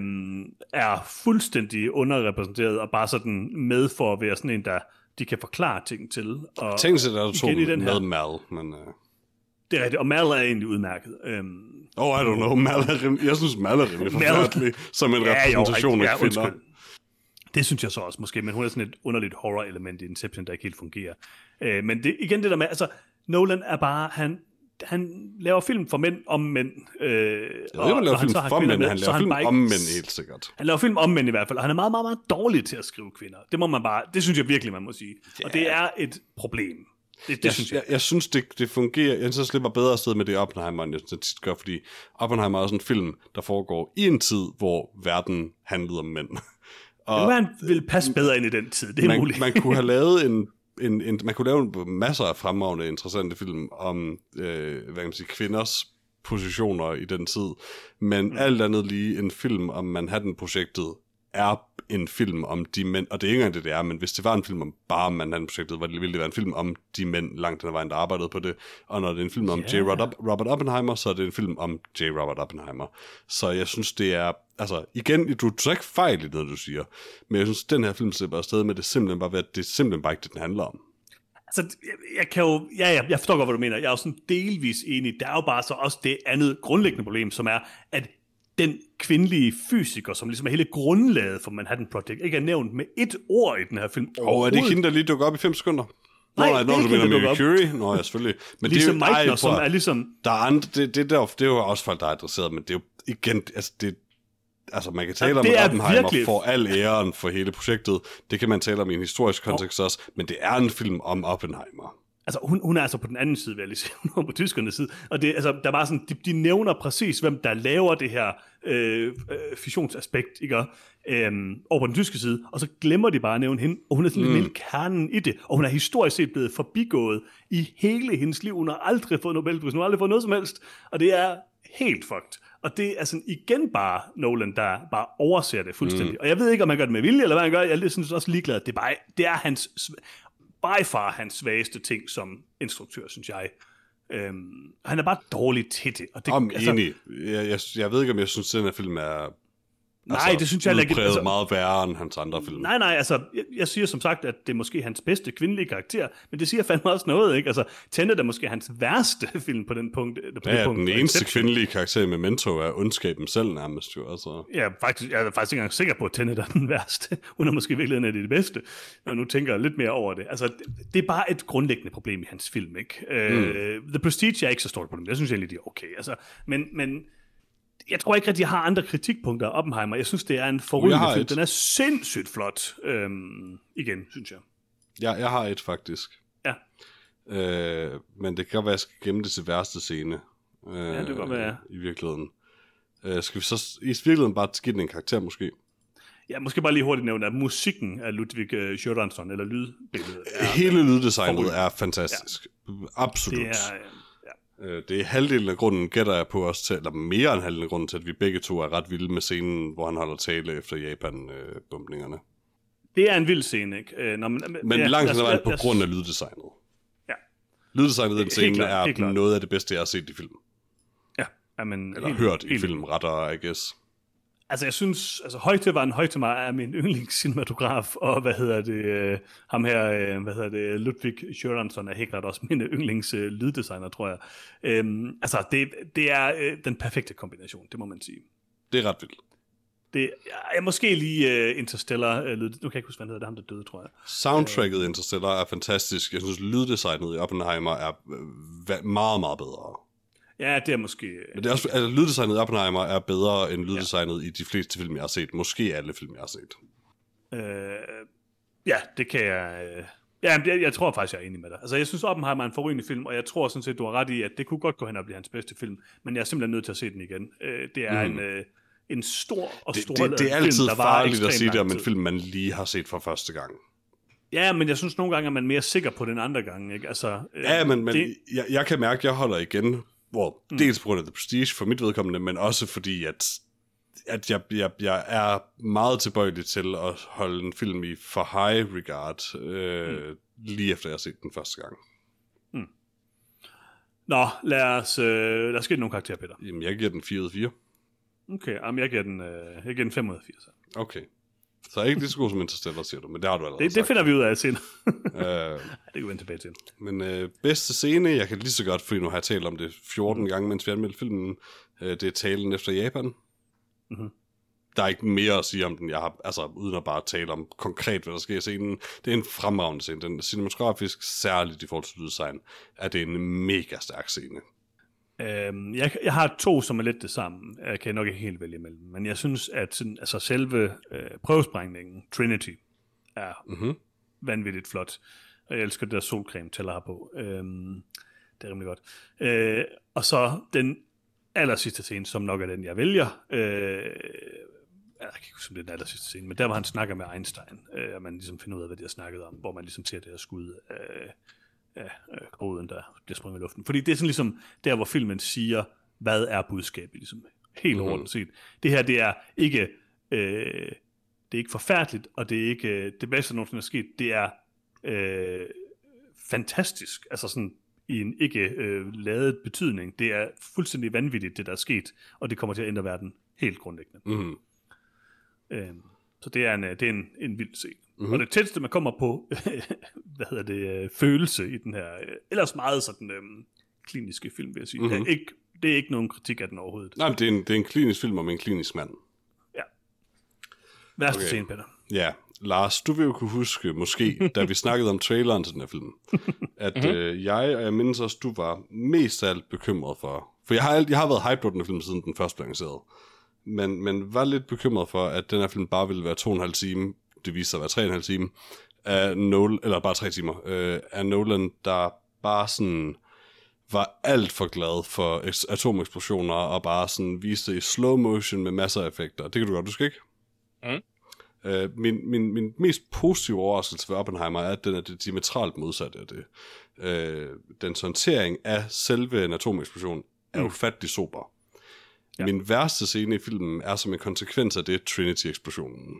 er fuldstændig underrepræsenteret, og bare sådan med for at være sådan en, der de kan forklare ting til. Og tænk sig, der er to med Mal, men... Uh... Det er rigtigt, og Mal er egentlig udmærket. Øhm, oh, I don't know, Mal er rim- jeg synes, Mal er rimelig forfærdelig, som en ja, repræsentation jo, af kvinder. Ja, det synes jeg så også måske, men hun er sådan et underligt horror-element i Inception, der ikke helt fungerer. Øh, men det, igen det der med, altså, Nolan er bare, han, han laver film for mænd om mænd. Øh, jeg ved ikke, han laver film for mænd, med, han laver film om mænd helt sikkert. Han laver film om mænd i hvert fald, og han er meget, meget, meget dårlig til at skrive kvinder. Det må man bare, det synes jeg virkelig, man må sige. Yeah. Og det er et problem. Det, det jeg, synes jeg. Jeg, jeg synes, det, det fungerer. Jeg synes, slipper bedre afsted med det Oppenheimer, end jeg tit gør, fordi Oppenheimer er også en film, der foregår i en tid, hvor verden handlede om mænd. Og man vil passe bedre ind i den tid, det er man, muligt. Man kunne have lavet en, en, en man kunne lave masser af fremragende, interessante film om øh, hvad kan man sige, kvinders positioner i den tid, men mm. alt andet lige en film om Manhattan-projektet er en film om de mænd, og det er ikke engang det, det er, men hvis det var en film om bare Manhattan-projektet, ville det være en film om de mænd langt den vejen, der arbejdede på det, og når det er en film om yeah. J. Robert Oppenheimer, så er det en film om J. Robert Oppenheimer. Så jeg synes, det er, altså igen, du tager ikke fejl i det, du siger, men jeg synes, den her film slipper afsted med det simpelthen bare, at det er simpelthen bare ikke det, den handler om. Altså, jeg, jeg kan jo, ja, ja, jeg forstår godt, hvad du mener, jeg er jo sådan delvis enig, der er jo bare så også det andet grundlæggende problem, som er, at den kvindelige fysiker, som ligesom er hele grundlaget for Manhattan Project, ikke er nævnt med et ord i den her film. Og oh, er det ikke hende, der lige dukker op i fem sekunder? Nej, nej, det er ikke hende, der dukker op. Curie? Nå, ja, selvfølgelig. Men Lisa det er jo, Meitner, ej, som er ligesom... Der er andre, det, det, der, det er jo også folk, der er adresseret, men det er jo igen, altså det, altså man kan tale ja, om, at Oppenheimer virkelig... får al æren for hele projektet. Det kan man tale om i en historisk kontekst oh. også, men det er en film om Oppenheimer. Altså, hun, hun er altså på den anden side, vil jeg lige sige. Hun er på tyskernes side. Og det, altså, der er bare sådan, de, de nævner præcis, hvem der laver det her øh, øh, fissionsaspekt, ikke? Øhm, over på den tyske side. Og så glemmer de bare at nævne hende. Og hun er sådan mm. lidt kernen i det. Og hun er historisk set blevet forbigået i hele hendes liv. Hun har aldrig fået Nobelpris. Hun har aldrig fået noget som helst. Og det er helt fucked. Og det er sådan igen bare Nolan, der bare overser det fuldstændig. Mm. Og jeg ved ikke, om han gør det med vilje, eller hvad han gør. Jeg er synes også ligeglad. Det er, bare, det er hans... by far hans svageste ting som instruktør, synes jeg. Øhm, han er bare dårlig til det. Og det Om altså, enig. Jeg, jeg, jeg ved ikke, om jeg synes, at den her film er nej, altså, det synes jeg ikke. udpræget Altså, meget værre end hans andre film. Nej, nej, altså, jeg, jeg siger som sagt, at det er måske hans bedste kvindelige karakter, men det siger fandme også noget, ikke? Altså, Tenet er måske hans værste film på den punkt. På ja, det punkt, den eneste kvindelige karakter i Memento er ondskaben selv nærmest jo, altså. Ja, faktisk, jeg er faktisk ikke engang sikker på, at Tenet er den værste. Hun er måske i virkeligheden af det bedste, når nu tænker jeg lidt mere over det. Altså, det, det er bare et grundlæggende problem i hans film, ikke? Mm. Uh, The Prestige er ikke så stort problem. Jeg synes egentlig, de er okay. Altså, men, men jeg tror ikke, at jeg har andre kritikpunkter af Oppenheimer. Jeg synes, det er en forrygende film. Den er sindssygt flot. Øhm, igen, synes jeg. Ja, jeg har et faktisk. Ja. Øh, men det kan godt være, at jeg skal gemme det til værste scene. Øh, ja, det kan godt være. I virkeligheden. Øh, skal vi så i virkeligheden bare give den en karakter, måske? Ja, måske bare lige hurtigt nævne, at musikken af Ludwig uh, Göransson, eller lydbilledet. Er, hele lyddesignet forrygende. Er fantastisk. Ja. Absolut. Det er... Det er halvdelen af grunden, gætter jeg på os til, eller mere end halvdelen af grunden til, at vi begge to er ret vilde med scenen, hvor han holder tale efter Japan-bombningerne. Det er en vild scene, ikke? Når man, men ja, langt hen ad vejen på grund af lyddesignet. Ja. Lyddesignet i den scene klart, er noget af det bedste, jeg har set i filmen. Ja. Jamen, eller helt, hørt helt, i filmen, rettere, I guess. Altså, jeg synes, altså, Højte var en Højtemar er min yndlingscinematograf, og hvad hedder det, øh, ham her, øh, hvad hedder det, Ludwig Göransson er helt klart også min yndlings øh, lyddesigner, tror jeg. Øhm, altså, det, det er øh, den perfekte kombination, det må man sige. Det er ret vildt. Det er måske lige øh, Interstellar, øh, lyd, nu kan jeg ikke huske, hvad det hedder, det er ham, der døde, tror jeg. Soundtracket i Interstellar er fantastisk. Jeg synes, lyddesignet i Oppenheimer er øh, meget, meget bedre. Ja, det er måske... Men det er også, altså, lyddesignet i Oppenheimer er bedre end lyddesignet ja. i de fleste film, jeg har set. Måske alle film, jeg har set. Øh, ja, det kan jeg... Øh, ja, jeg, jeg tror faktisk, jeg er enig med dig. Altså, jeg synes, Oppenheimer er en forrygende film, og jeg tror sådan set, du har ret i, at det kunne godt gå hen og blive hans bedste film, men jeg er simpelthen nødt til at se den igen. Øh, det er mm. en, øh, en stor og stor det, det, det er altid film, der farligt at sige det om en film, man lige har set for første gang. Ja, men jeg synes, nogle gange er man mere sikker på den andre gang, ikke? Altså, øh, ja, men, men det... jeg, jeg kan mærke, at jeg holder igen... Hvor mm. dels på grund af The Prestige for mit vedkommende, men også fordi, at, at jeg, jeg, jeg er meget tilbøjelig til at holde en film i for high regard, øh, mm. lige efter jeg har set den første gang. Mm. Nå, lad os, øh, lad os give den nogle karakterer, Peter. Jamen, jeg giver den fire ud af fire. Okay, jamen, jeg giver den, øh, jeg giver den fem ud af fire. Så. Okay. Så er ikke lige så god som Interstellar, siger du, men det har du allerede det, sagt. Det finder vi ud af senere. øh, det kan vi vende tilbage til. Men øh, bedste scene, jeg kan lige så godt, fordi nu har jeg talt om det fjorten mm. gange, mens vi anmeldte filmen, øh, det er talen efter Japan. Mm-hmm. Der er ikke mere at sige om den, jeg har, altså uden at bare tale om konkret, hvad der sker i scenen. Det er en fremragende scene. Den er cinematografisk, særligt i forhold til lyddesign, er det en mega stærk scene. Øhm, jeg, jeg har to, som er lidt det samme. Jeg kan nok ikke helt vælge imellem. Men jeg synes, at sådan, altså selve øh, prøvesprængningen, Trinity, er mm-hmm. vanvittigt flot. Og jeg elsker det der solcreme, Teller har på. Øhm, det er rimelig godt. Øh, og så den aller sidste scene, som nok er den, jeg vælger. Øh, jeg kan ikke huske, om det er den aller sidste scene, men der, hvor han snakker med Einstein, øh, og man ligesom finder ud af, hvad de har snakket om, hvor man ligesom ser det her skud af... ja, gråden, der bliver sprunget i luften. Fordi det er sådan ligesom der, hvor filmen siger, hvad er budskabet, ligesom helt mm-hmm. overordnet set. Det her, det er ikke øh, det er ikke forfærdeligt, og det er ikke det bedste, der nogensinde er sket. Det er øh, fantastisk, altså sådan i en ikke øh, ladet betydning. Det er fuldstændig vanvittigt, det der er sket, og det kommer til at ændre verden helt grundlæggende. Mm-hmm. Øh, så det er en, det er en, en vild scene. Mm-hmm. Og det tætteste, man kommer på, hvad hedder det, følelse i den her, ellers meget sådan øhm, kliniske film, vil jeg sige. Mm-hmm. Det, er ikke, det er ikke nogen kritik af den overhovedet. Nej, men det er en, det er en klinisk film om en klinisk mand. Ja. Værste okay. scene, Peter. Ja, Lars, du vil jo kunne huske, måske, da vi snakkede om traileren til den her film, at mm-hmm. øh, jeg, og jeg mindes også, du var mest af alt bekymret for, for jeg har, jeg har været hyped på den her film, siden den først blev lanceret, men, men var lidt bekymret for, at den her film bare ville være to og en halv time, det viste sig at være tre og en halv time, af Nolan, eller bare tre timer, øh, af Nolan, der bare sådan var alt for glad for atomeksplosioner, og bare sådan viste i slow motion med masser af effekter. Det kan du godt, du skal ikke? Mm. Uh, min, min, min mest positive overraskelse ved Oppenheimer er, at den er det diametralt modsatte af det. Uh, dens håndtering af selve en atomeksplosion er mm. ufattelig sober. Ja. Min værste scene i filmen er som en konsekvens af det, Trinity-eksplosionen.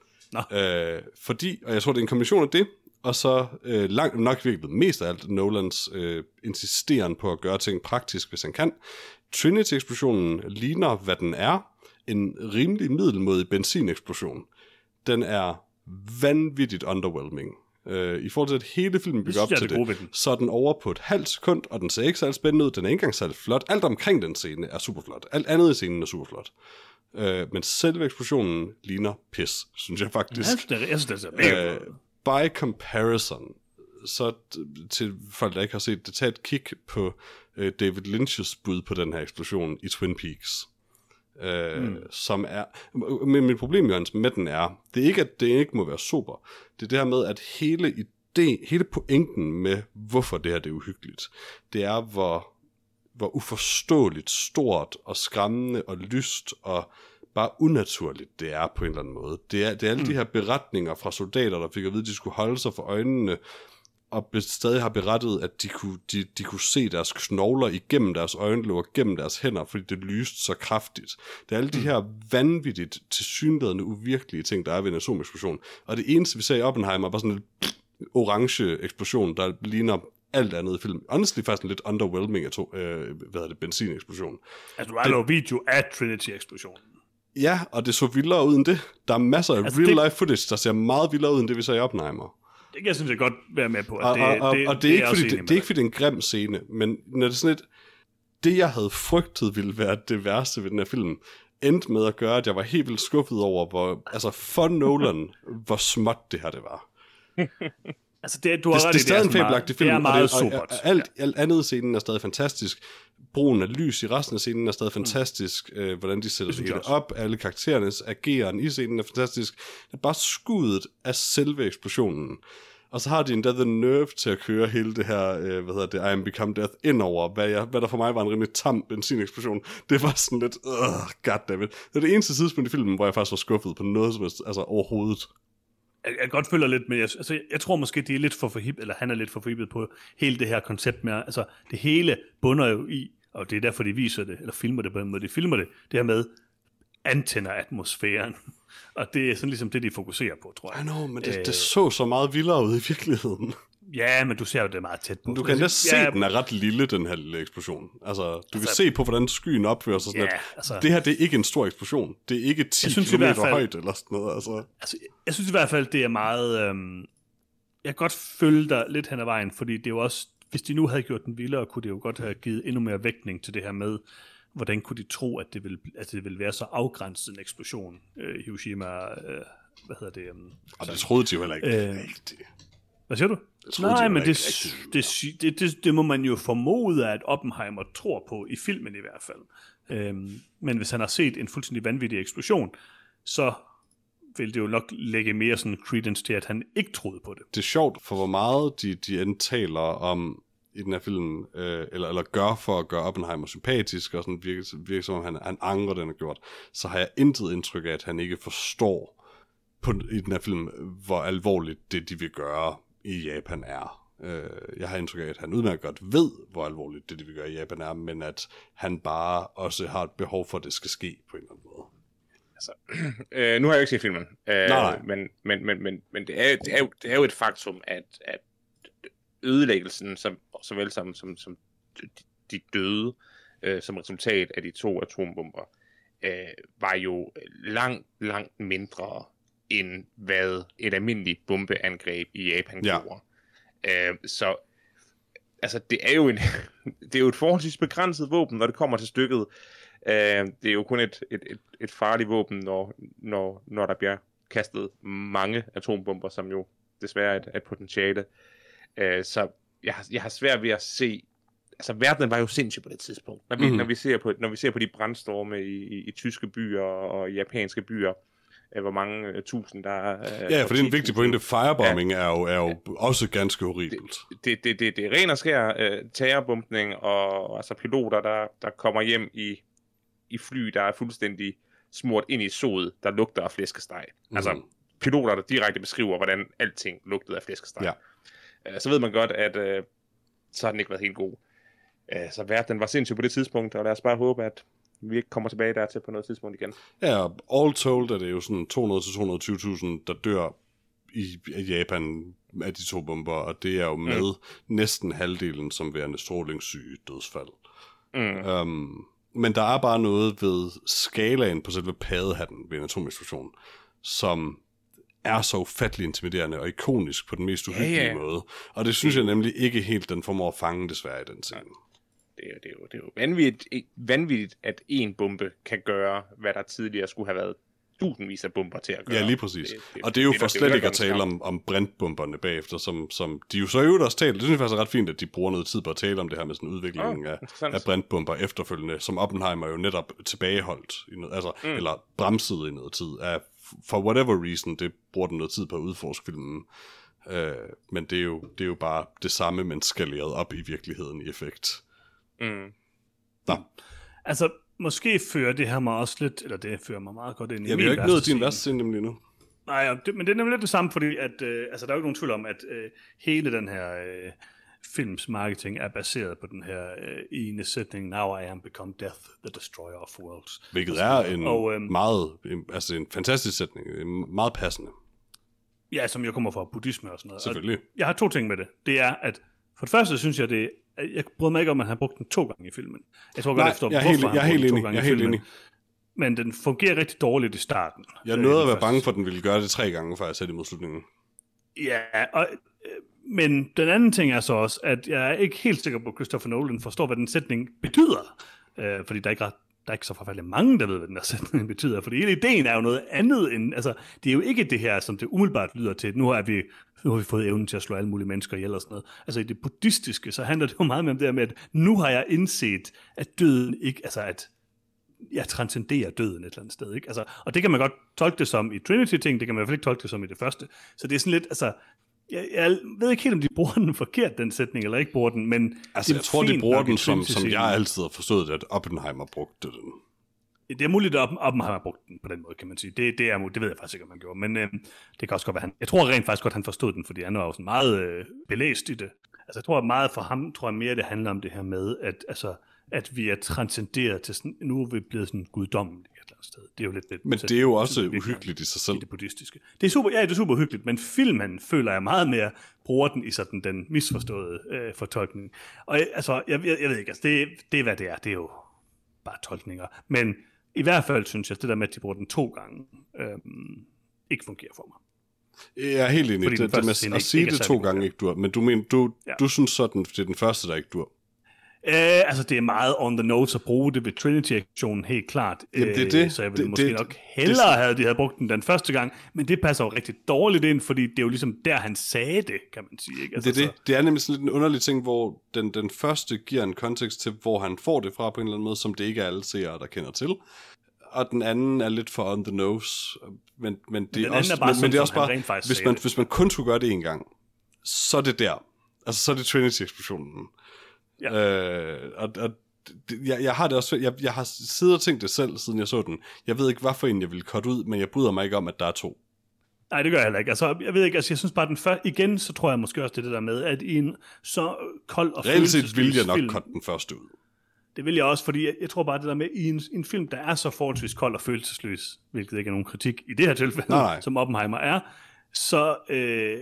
Uh, fordi, og jeg tror, det er en kombination af det, og så øh, langt nok virkelig mest af alt Nolans øh, insisteren på at gøre ting praktisk, hvis han kan. Trinity-eksplosionen ligner, hvad den er, en rimelig middelmådig benzineksplosion. Den er vanvittigt underwhelming. Øh, I forhold til, at hele filmen bygger op til det, så er den over på et halvt sekund, og den ser ikke særlig spændende ud, den er ikke engang særlig flot. Alt omkring den scene er super flot. Alt andet i scenen er super flot. Øh, men selve eksplosionen ligner pis, synes jeg faktisk. Jeg synes, det er mega øh, By comparison, så til folk, der ikke har set det, tag et kig på øh, David Lynch's bud på den her eksplosion i Twin Peaks. Øh, mm. Som er... Men mit problem, Jørgens, med den er, det er ikke, at det ikke må være super. Det er det her med, at hele idé, hele pointen med, hvorfor det her det er uhyggeligt, det er, hvor, hvor uforståeligt stort og skræmmende og lyst og bare unaturligt det er på en eller anden måde. Det er, det er alle mm. de her beretninger fra soldater, der fik at vide, at de skulle holde sig for øjnene, og stadig har berettet, at de kunne, de, de kunne se deres knogler igennem deres øjenlåg og gennem deres hænder, fordi det lyste så kraftigt. Det er alle de her vanvittigt tilsyneladende uvirkelige ting, der er ved en atomeksplosion. Og det eneste, vi ser i Oppenheimer, er bare sådan en orange eksplosion, der ligner alt andet i film. Honestly faktisk en lidt underwhelming atom, øh, hvad hedder det, benzineksplosion. Altså, du har lavet video af Trinity-eksplosionen. Ja, og det så vildere ud end det. Der er masser af altså real-life det... footage, der ser meget vildere ud end det, vi ser i Oppenheimer. Det kan jeg synes jeg godt være med på. At og, det, og, og, det, og det, det, er ikke, fordi, det, det er ikke fordi det er en grim scene, men når det er sådan et, det jeg havde frygtet ville være det værste ved den her film, endte med at gøre, at jeg var helt vildt skuffet over, hvor, altså for Nolan, hvor småt det her det var. Altså det, du har det, ret det er stadig det en fabelagtig film, det er meget og, det, og, og, og alt, ja. alt andet i scenen er stadig fantastisk. Brugen af lys i resten af scenen er stadig fantastisk. Mm. Øh, hvordan de sætter det hele op, alle karakterernes ageren i scenen er fantastisk. Det er bare skuddet af selve eksplosionen. Og så har de endda the nerve til at køre hele det her, øh, hvad hedder det, I Am Become Death ind over, hvad, jeg, hvad der for mig var en rimelig tam benzineksplosion. Det var sådan lidt, uh, goddammit. Det er det eneste tidspunkt i filmen, hvor jeg faktisk var skuffet på noget som helst, altså overhovedet. Jeg, jeg godt føler lidt med, jeg, altså, jeg tror måske, de er lidt for forhippet, eller han er lidt for forhippet på hele det her koncept med, altså det hele bunder jo i, og det er derfor, de viser det, eller filmer det på den måde, de filmer det, det her med antænder atmosfæren. Og det er sådan ligesom det, de fokuserer på, tror jeg. I know, men det, øh, det så så meget vildere ud i virkeligheden. Ja, men du ser jo det meget tæt på. Du kan da se, ja, den er ret lille, den her lille eksplosion. Altså, du altså, kan se på, hvordan skyen opfører sig. Sådan ja, altså, det her, det er ikke en stor eksplosion. Det er ikke ti kilometer højt eller sådan noget. Altså. Altså, jeg synes i hvert fald, det er meget... Øhm, jeg kan godt følge dig lidt hen ad vejen, fordi det er jo også... Hvis de nu havde gjort den vildere, kunne det jo godt have givet endnu mere vægtning til det her med, hvordan kunne de tro, at det ville, at det ville være så afgrænset en eksplosion øh, i Hiroshima... Øh, hvad hedder det? Um, og det troede de jo heller ikke øh, rigtigt. Hvad siger du? Nej, men det, det, det, det, det må man jo formode, at Oppenheimer tror på, i filmen i hvert fald. Øhm, men hvis han har set en fuldstændig vanvittig eksplosion, så vil det jo nok lægge mere sådan credence til, at han ikke troede på det. Det er sjovt, for hvor meget de, de indtaler om i den her film, øh, eller, eller gør for at gøre Oppenheimer sympatisk, og sådan virker, virker som om han, han angrer, den har gjort, så har jeg intet indtryk af, at han ikke forstår på, i den her film, hvor alvorligt det, de vil gøre i Japan er. Øh, jeg har indtryk af, at han udmærket godt ved, hvor alvorligt det, de vil gøre i Japan er, men at han bare også har et behov for, at det skal ske på en eller anden måde. Altså, øh, nu har jeg jo ikke set filmen, øh, Nej. men, men, men, men, men det, er, det, er jo, det er jo et faktum, at, at ødelæggelsen, som, såvel som, som, som de døde, øh, som resultat af de to atombomber, øh, var jo langt, langt mindre end hvad et almindeligt bombeangreb i Japan ja. gjorde. Øh, så altså, det er jo en det er jo et forholdsvis begrænset våben, når det kommer til stykket. Øh, det er jo kun et, et, et, et farligt våben, når, når, når der bliver kastet mange atombomber, som jo desværre er et, et potentiale. Øh, så jeg har, jeg har svært ved at se, altså verdenen var jo sindssyg på det tidspunkt. Når vi, mm. når vi, ser, på, når vi ser på de brandstorme i, i, i tyske byer og i japanske byer, hvor mange uh, tusind der er. Uh, ja, for det er en vigtig pointe. Firebombing ja. er, jo, er jo også ganske horribelt. Det, det, det, det er ren og skær uh, terrorbumpning, og altså piloter, der, der kommer hjem i, i fly, der er fuldstændig smurt ind i sod, der lugter af flæskesteg. Mm. Altså piloter, der direkte beskriver, hvordan alting lugtede af flæskesteg. Ja. Uh, så ved man godt, at uh, så har den ikke været helt god. Uh, så verden var sindssyg på det tidspunkt, og lad os bare håbe, at vi ikke kommer tilbage dertil på noget tidspunkt igen. Ja, all told er det jo sådan to hundrede til to hundrede og tyve tusind, der dør i Japan af de to bomber, og det er jo med mm. næsten halvdelen som værende strålingssyge dødsfald. Mm. Um, men der er bare noget ved skalaen på selve paddehatten ved en atomeksplosion, som er så ufattelig intimiderende og ikonisk på den mest uhyggelige ja, ja. måde. Og det synes jeg nemlig ikke helt, den formår at fange desværre i den scene. Det er, det, er jo, det er jo vanvittigt, vanvittigt, at en bombe kan gøre, hvad der tidligere skulle have været tusindvis af bomber til at gøre. Ja, lige præcis. Det, det, og det er jo det, for det, slet ikke at tale om, om brintbomberne bagefter, som, som de jo så øvrigt også taler. Det synes jeg faktisk er ret fint, at de bruger noget tid på at tale om det her med sådan en udvikling oh, af, af brintbomber efterfølgende, som Oppenheimer jo netop tilbageholdt, i noget, altså, mm. eller bremsede i noget tid. Af, for whatever reason, det bruger den noget tid på at udforske filmen. Uh, men det er, jo, det er jo bare det samme, men skaleret op i virkeligheden i effekt. Mm. Nå. Altså, måske fører det her mig også lidt, eller det fører mig meget godt ind i ja, min vi har ikke nået din værste scene nemlig nu. Nej, ja, det, men det er nemlig lidt det samme, fordi at, øh, altså, der er jo ikke nogen tvivl om, at øh, hele den her øh, films marketing er baseret på den her øh, ene sætning, Now I am become death, the destroyer of worlds. Hvilket er en og, øh, meget, en, altså en fantastisk sætning, meget passende. Ja, som jeg kommer fra buddhisme og sådan noget. Selvfølgelig. Og jeg har to ting med det. Det er, at for det første synes jeg, det jeg bryder mig ikke om, at han har brugt den to gange i filmen. Jeg tror godt, Nej, jeg forstår, jeg er helt, jeg er helt enig. Jeg er helt enig. Men den fungerer rigtig dårligt i starten. Jeg nåede at være bange for, at den ville gøre det tre gange, før jeg satte imod slutningen. Ja, og, men den anden ting er så også, at jeg er ikke helt sikker på, at Christopher Nolan forstår, hvad den sætning betyder. Øh, fordi der er ikke ret Der er ikke så forfærdeligt mange, der ved, hvad den der sætning betyder. Fordi hele ideen er jo noget andet end... Altså, det er jo ikke det her, som det umiddelbart lyder til. Nu har vi, nu har vi fået evnen til at slå alle mulige mennesker ihjel og sådan noget. Altså, i det buddhistiske, så handler det jo meget mere om det her med, at nu har jeg indset, at døden ikke... Altså, at jeg transcenderer døden et eller andet sted, ikke? Altså, og det kan man godt tolke det som i Trinity-ting, det kan man i hvert fald ikke tolke det som i det første. Så det er sådan lidt... Altså, Jeg, jeg ved ikke helt, om de bruger den forkert, den sætning, eller ikke bruger den, men... Altså, jeg tror, de bruger den, som, som jeg altid har forstået, at Oppenheimer brugte den. Det er muligt, at Oppenheimer har brugt den på den måde, kan man sige. Det, det, er, det ved jeg faktisk ikke, om han gjorde, men øh, det kan også godt være, han... Jeg tror rent faktisk godt, han forstod den, fordi han var jo sådan meget øh, belæst i det. Altså, jeg tror at meget for ham, tror jeg mere, det handler om det her med, at, altså, at vi er transcenderet til sådan... Nu er vi blevet sådan guddommelige et eller andet sted. Det er jo lidt... lidt men det er jo også uhyggeligt i sig selv. I det buddhistiske. Det er super, ja, det er super uhyggeligt, men filmen føler jeg meget mere bruger den i sådan den misforståede øh, fortolkning. Og altså, jeg, jeg, jeg ved ikke, altså, det, det er, hvad det er. Det er jo bare tolkninger. Men i hvert fald synes jeg, at det der med, at de bruger den to gange, øh, ikke fungerer for mig. Jeg er helt enig. Det, det med at, at sige det to gange ikke dur. Men du mener, du, ja. du synes sådan, det er den første, der ikke dur. Uh, altså, det er meget on the nose at bruge det ved Trinity-aktionen, helt klart. Jamen, det er det. Uh, så jeg ville det, måske det, nok hellere det, have, de havde brugt den den første gang, men det passer jo rigtig dårligt ind, fordi det er jo ligesom der, han sagde det, kan man sige. Ikke? Altså, det, er det. det er nemlig sådan lidt en underlig ting, hvor den, den første giver en kontekst til, hvor han får det fra på en eller anden måde, som det ikke er alle seere, der kender til. Og den anden er lidt for on the nose. Men, men det men er også, er bare men, sådan, men det er også bare, hvis man, det. hvis man kun skulle gøre det en gang, så er det der. Altså, så er det Trinity-eksplosionen. Ja. Øh, og, og jeg, jeg har det også, jeg, jeg har siddet og tænkt det selv, siden jeg så den. Jeg ved ikke, hvad for en jeg ville cutte ud, men jeg bryder mig ikke om, at der er to. Nej, det gør jeg heller ikke. Altså, jeg ved ikke, altså, jeg synes bare, den første, igen, så tror jeg måske også, det er det der med, at i en så kold og reelt set vil jeg nok film, cutte den første ud. Det vil jeg også, fordi jeg, jeg tror bare, det der med, i en, en film, der er så forholdsvis kold og følelsesløs, hvilket ikke er nogen kritik i det her tilfælde, nej, nej. som Oppenheimer er, så, øh,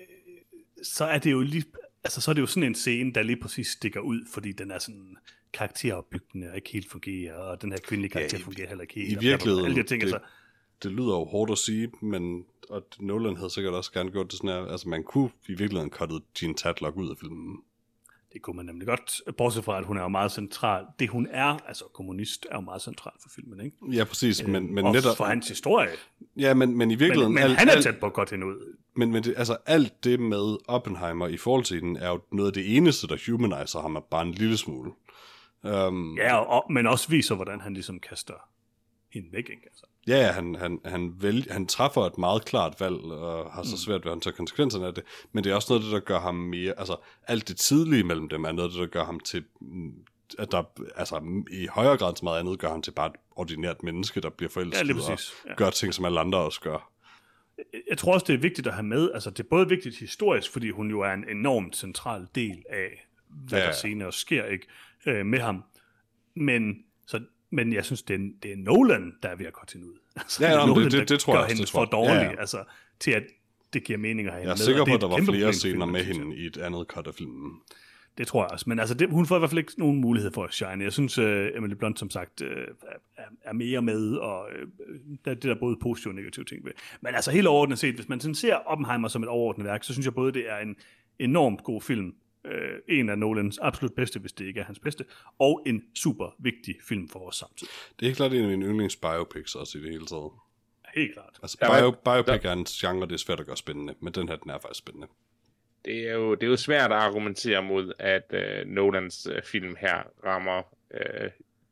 så er det jo lige... Altså, så er det jo sådan en scene, der lige præcis stikker ud, fordi den er sådan karakteropbyggende og ikke helt fungerer, og den her kvindelige karakter ja, i, fungerer heller ikke helt. I virkeligheden, alle de ting, det, altså. det lyder jo hårdt at sige, men og Nolan havde sikkert også gerne gjort det sådan her, altså man kunne i virkeligheden cuttet Jean Tadlock ud af filmen. Det kunne man nemlig godt, bortset fra, at hun er jo meget central. Det hun er, altså kommunist, er jo meget central for filmen, ikke? Ja, præcis, men, men også netop... for hans historie. Ja, men, men i virkeligheden... Men, men alt, han er alt, tæt på at godt hende ud. Men, men det, altså, alt det med Oppenheimer i forhold til den, er jo noget af det eneste, der humaniser ham, er bare en lille smule. Um, ja, og, men også viser, hvordan han ligesom kaster hende væk, ikke? Altså. Ja, ja, han, han, han, vælg, han træffer et meget klart valg, og har så svært ved at håndtere konsekvenserne af det, men det er også noget af det, der gør ham mere, altså alt det tidlige mellem dem, er noget af det, der gør ham til, at der, altså i højere grad så meget andet, gør ham til bare et ordinært menneske, der bliver forelsket ja, og ja. gør ting, som alle andre også gør. Jeg tror også, det er vigtigt at have med, altså det er både vigtigt historisk, fordi hun jo er en enormt central del af, hvad ja. der senere sker, ikke, øh, med ham, men så Men jeg synes, det er, det er Nolan, der er ved at gå til ud. Altså, ja, det er Nolan, det, det, det tror der jeg gør hende for dårlig, ja, ja. Altså, til at det giver mening at have jeg er med. sikker på, at der var flere problem, scener med hende i et andet cut af filmen. Det tror jeg også. Men altså, det, hun får i hvert fald ikke nogen mulighed for at shine. Jeg synes, uh, Emily Blunt, som sagt, uh, er, er mere med, og uh, der, det der både positive og negative ting ved. Men altså, helt overordnet set, hvis man sådan ser Oppenheimer som et overordnet værk, så synes jeg både, det er en enormt god film, uh, en af Nolans absolut bedste, hvis det ikke er hans bedste, og en super vigtig film for os samtidig. Det er helt klart en af mine yndlings biopics også i det hele taget. Helt klart. Altså, bio, biopic er en genre, det er svært at gøre spændende, men den her, den er faktisk spændende. Det er jo, det er jo svært at argumentere mod, at øh, Nolans øh, film her rammer øh,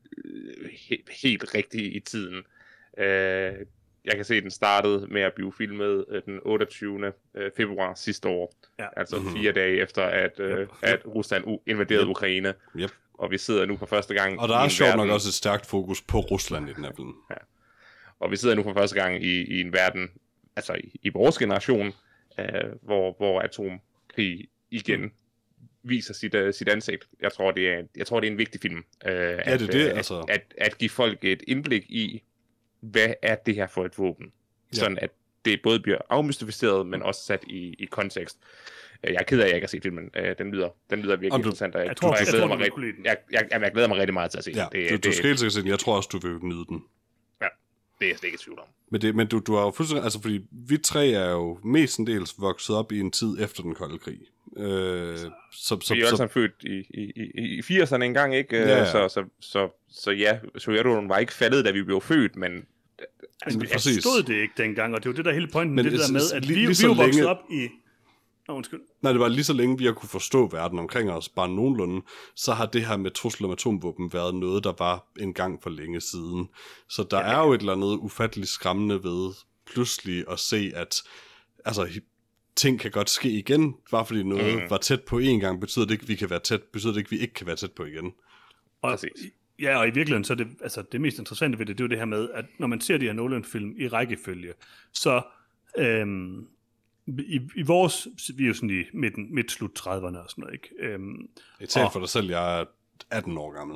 he, helt rigtigt i tiden. Øh, jeg kan se, at den startede med at blive filmet øh, den otteogtyvende februar sidste år. Ja. Altså mm-hmm. fire dage efter, at, øh, yep. at Rusland u- invaderede yep. Ukraine. Yep. Og vi sidder nu for første gang... Og der er sjovt nok også et stærkt fokus på Rusland i den her film. Ja. Og vi sidder nu for første gang i, i en verden, altså i, i vores generation, øh, hvor, hvor atomkrig igen mm. viser sit, uh, sit ansigt. Jeg tror, det er, jeg tror, det er en vigtig film. Øh, ja, at, det er det, at, altså. At, at, at give folk et indblik i, hvad er det her for et våben? Ja. Sådan at det både bliver afmystificeret, men også sat i, i kontekst. Jeg er ked af, at jeg ikke har set filmen. Den lyder, den lyder virkelig du, interessant. Jeg, jeg, tror, jeg, glæder mig rigtig, jeg, jeg, jeg, jeg glæder mig rigtig meget til at se ja, den. Det, du, det, du skal helt sikkert se den. Jeg tror også, du vil nyde den. Ja, det er jeg slet ikke i tvivl om. Men, det, men du, du har jo fuldstændig... Altså, fordi vi tre er jo mestendels vokset op i en tid efter den kolde krig. Øh, så, så, vi er jo alle sammen født i, i, i, i firserne engang, ikke? Ja, ja. Så, så, så, så ja, Sovjetunionen var ikke faldet, da vi blev født, men... Altså, vi forstod det ikke dengang, og det var det der hele pointen, men det, det der med, at vi, vi jo voksede længe... op i... Oh, undskyld. Nej, det var lige så længe, vi har kunne forstå verden omkring os, bare nogenlunde, så har det her med trusler om atomvåben været noget, der var en gang for længe siden. Så der ja. er jo et eller andet ufatteligt skræmmende ved pludselig at se, at altså, ting kan godt ske igen, bare fordi noget mm. var tæt på en gang, betyder det ikke, vi kan være tæt, betyder det ikke, vi ikke kan være tæt på igen. Og, ja, og i virkeligheden, så er det, altså, det mest interessante ved det, det er jo det her med, at når man ser de her Nolan-film i rækkefølge, så... Øhm, I, i vores, vi er jo sådan i midten, midt slut trediverne og sådan noget, ikke? Øhm, jeg taler for dig selv, jeg er atten år gammel.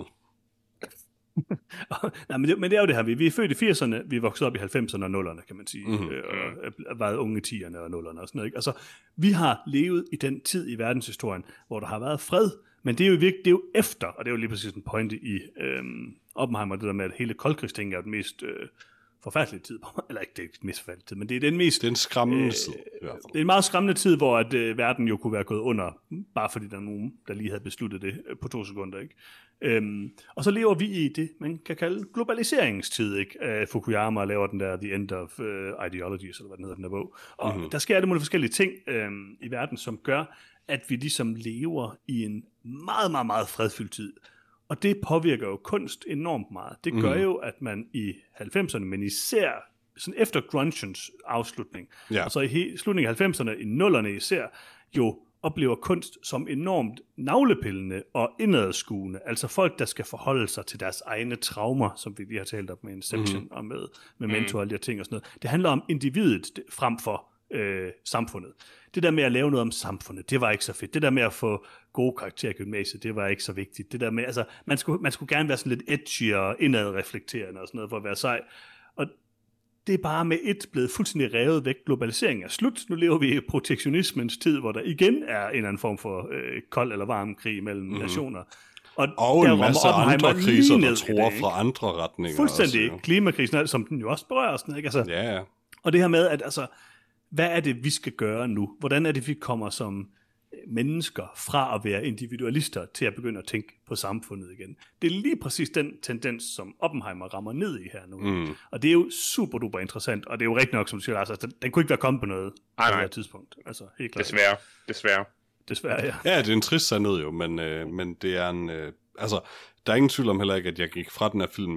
Nej, men det, men det er jo det her, vi, vi er født i firserne, vi er vokset op i halvfemserne og nullerne, kan man sige, mm-hmm. øh, og været unge i tierne og nullerne og sådan noget, ikke? Altså, vi har levet i den tid i verdenshistorien, hvor der har været fred, men det er jo virkelig, det er jo efter, og det er jo lige præcis en pointe i øhm, Oppenheimer, det der med, at hele koldkrigsting er jo den mest... Øh, forfærdelig tid, eller ikke det er mest forfærdelig tid, men det er den mest... Det er en skræmmende øh, tid. I hvert fald. Det er en meget skræmmende tid, hvor at, øh, verden jo kunne være gået under, bare fordi der er nogen, der lige havde besluttet det øh, på to sekunder, ikke? Øhm, og så lever vi i det, man kan kalde globaliseringstid, ikke? Øh, Fukuyama laver den der The End of uh, Ideologies, eller hvad den hedder, den der bog. Og mm-hmm. der sker alle mulige forskellige ting øh, i verden, som gør, at vi ligesom lever i en meget, meget, meget fredfyldt tid. Og det påvirker jo kunst enormt meget. Det gør mm. jo, at man i halvfemserne, men især sådan efter grungens afslutning, ja. og så i he- slutningen af halvfemserne, i nullerne især, jo oplever kunst som enormt navlepillende og indadskuende. Altså folk, der skal forholde sig til deres egne traumer, som vi lige har talt om med Inception mm. og med Memento og alle de her ting og sådan noget. Det handler om individet frem for øh, samfundet. Det der med at lave noget om samfundet, det var ikke så fedt. Det der med at få gode karakterer i gymnasiet, det var ikke så vigtigt. Det der med, altså, man skulle, man skulle gerne være sådan lidt edgy og indadreflekterende og sådan noget for at være sej. Og det er bare med et blevet fuldstændig revet væk. Globaliseringen er slut. Nu lever vi i protektionismens tid, hvor der igen er en eller anden form for øh, kold eller varm krig mellem mm. nationer. Og, og en masse andre kriser, der tror det, fra andre retninger. Fuldstændig. Også, klimakrisen, som den jo også berører. Sådan, ikke? Altså, ja, ja. Og det her med, at altså, hvad er det, vi skal gøre nu? Hvordan er det, vi kommer som mennesker fra at være individualister til at begynde at tænke på samfundet igen? Det er lige præcis den tendens, som Oppenheimer rammer ned i her nu. Mm. Og det er jo super duper interessant, og det er jo rigtig nok, som du siger, altså, den, den kunne ikke være kommet på noget ej, på det her tidspunkt. Altså, helt klart. Desværre, desværre. Desværre, ja. Ja, det er en trist sandhed jo, men, øh, men det er en... Øh, altså, der er ingen tvivl om heller ikke, at jeg gik fra den her film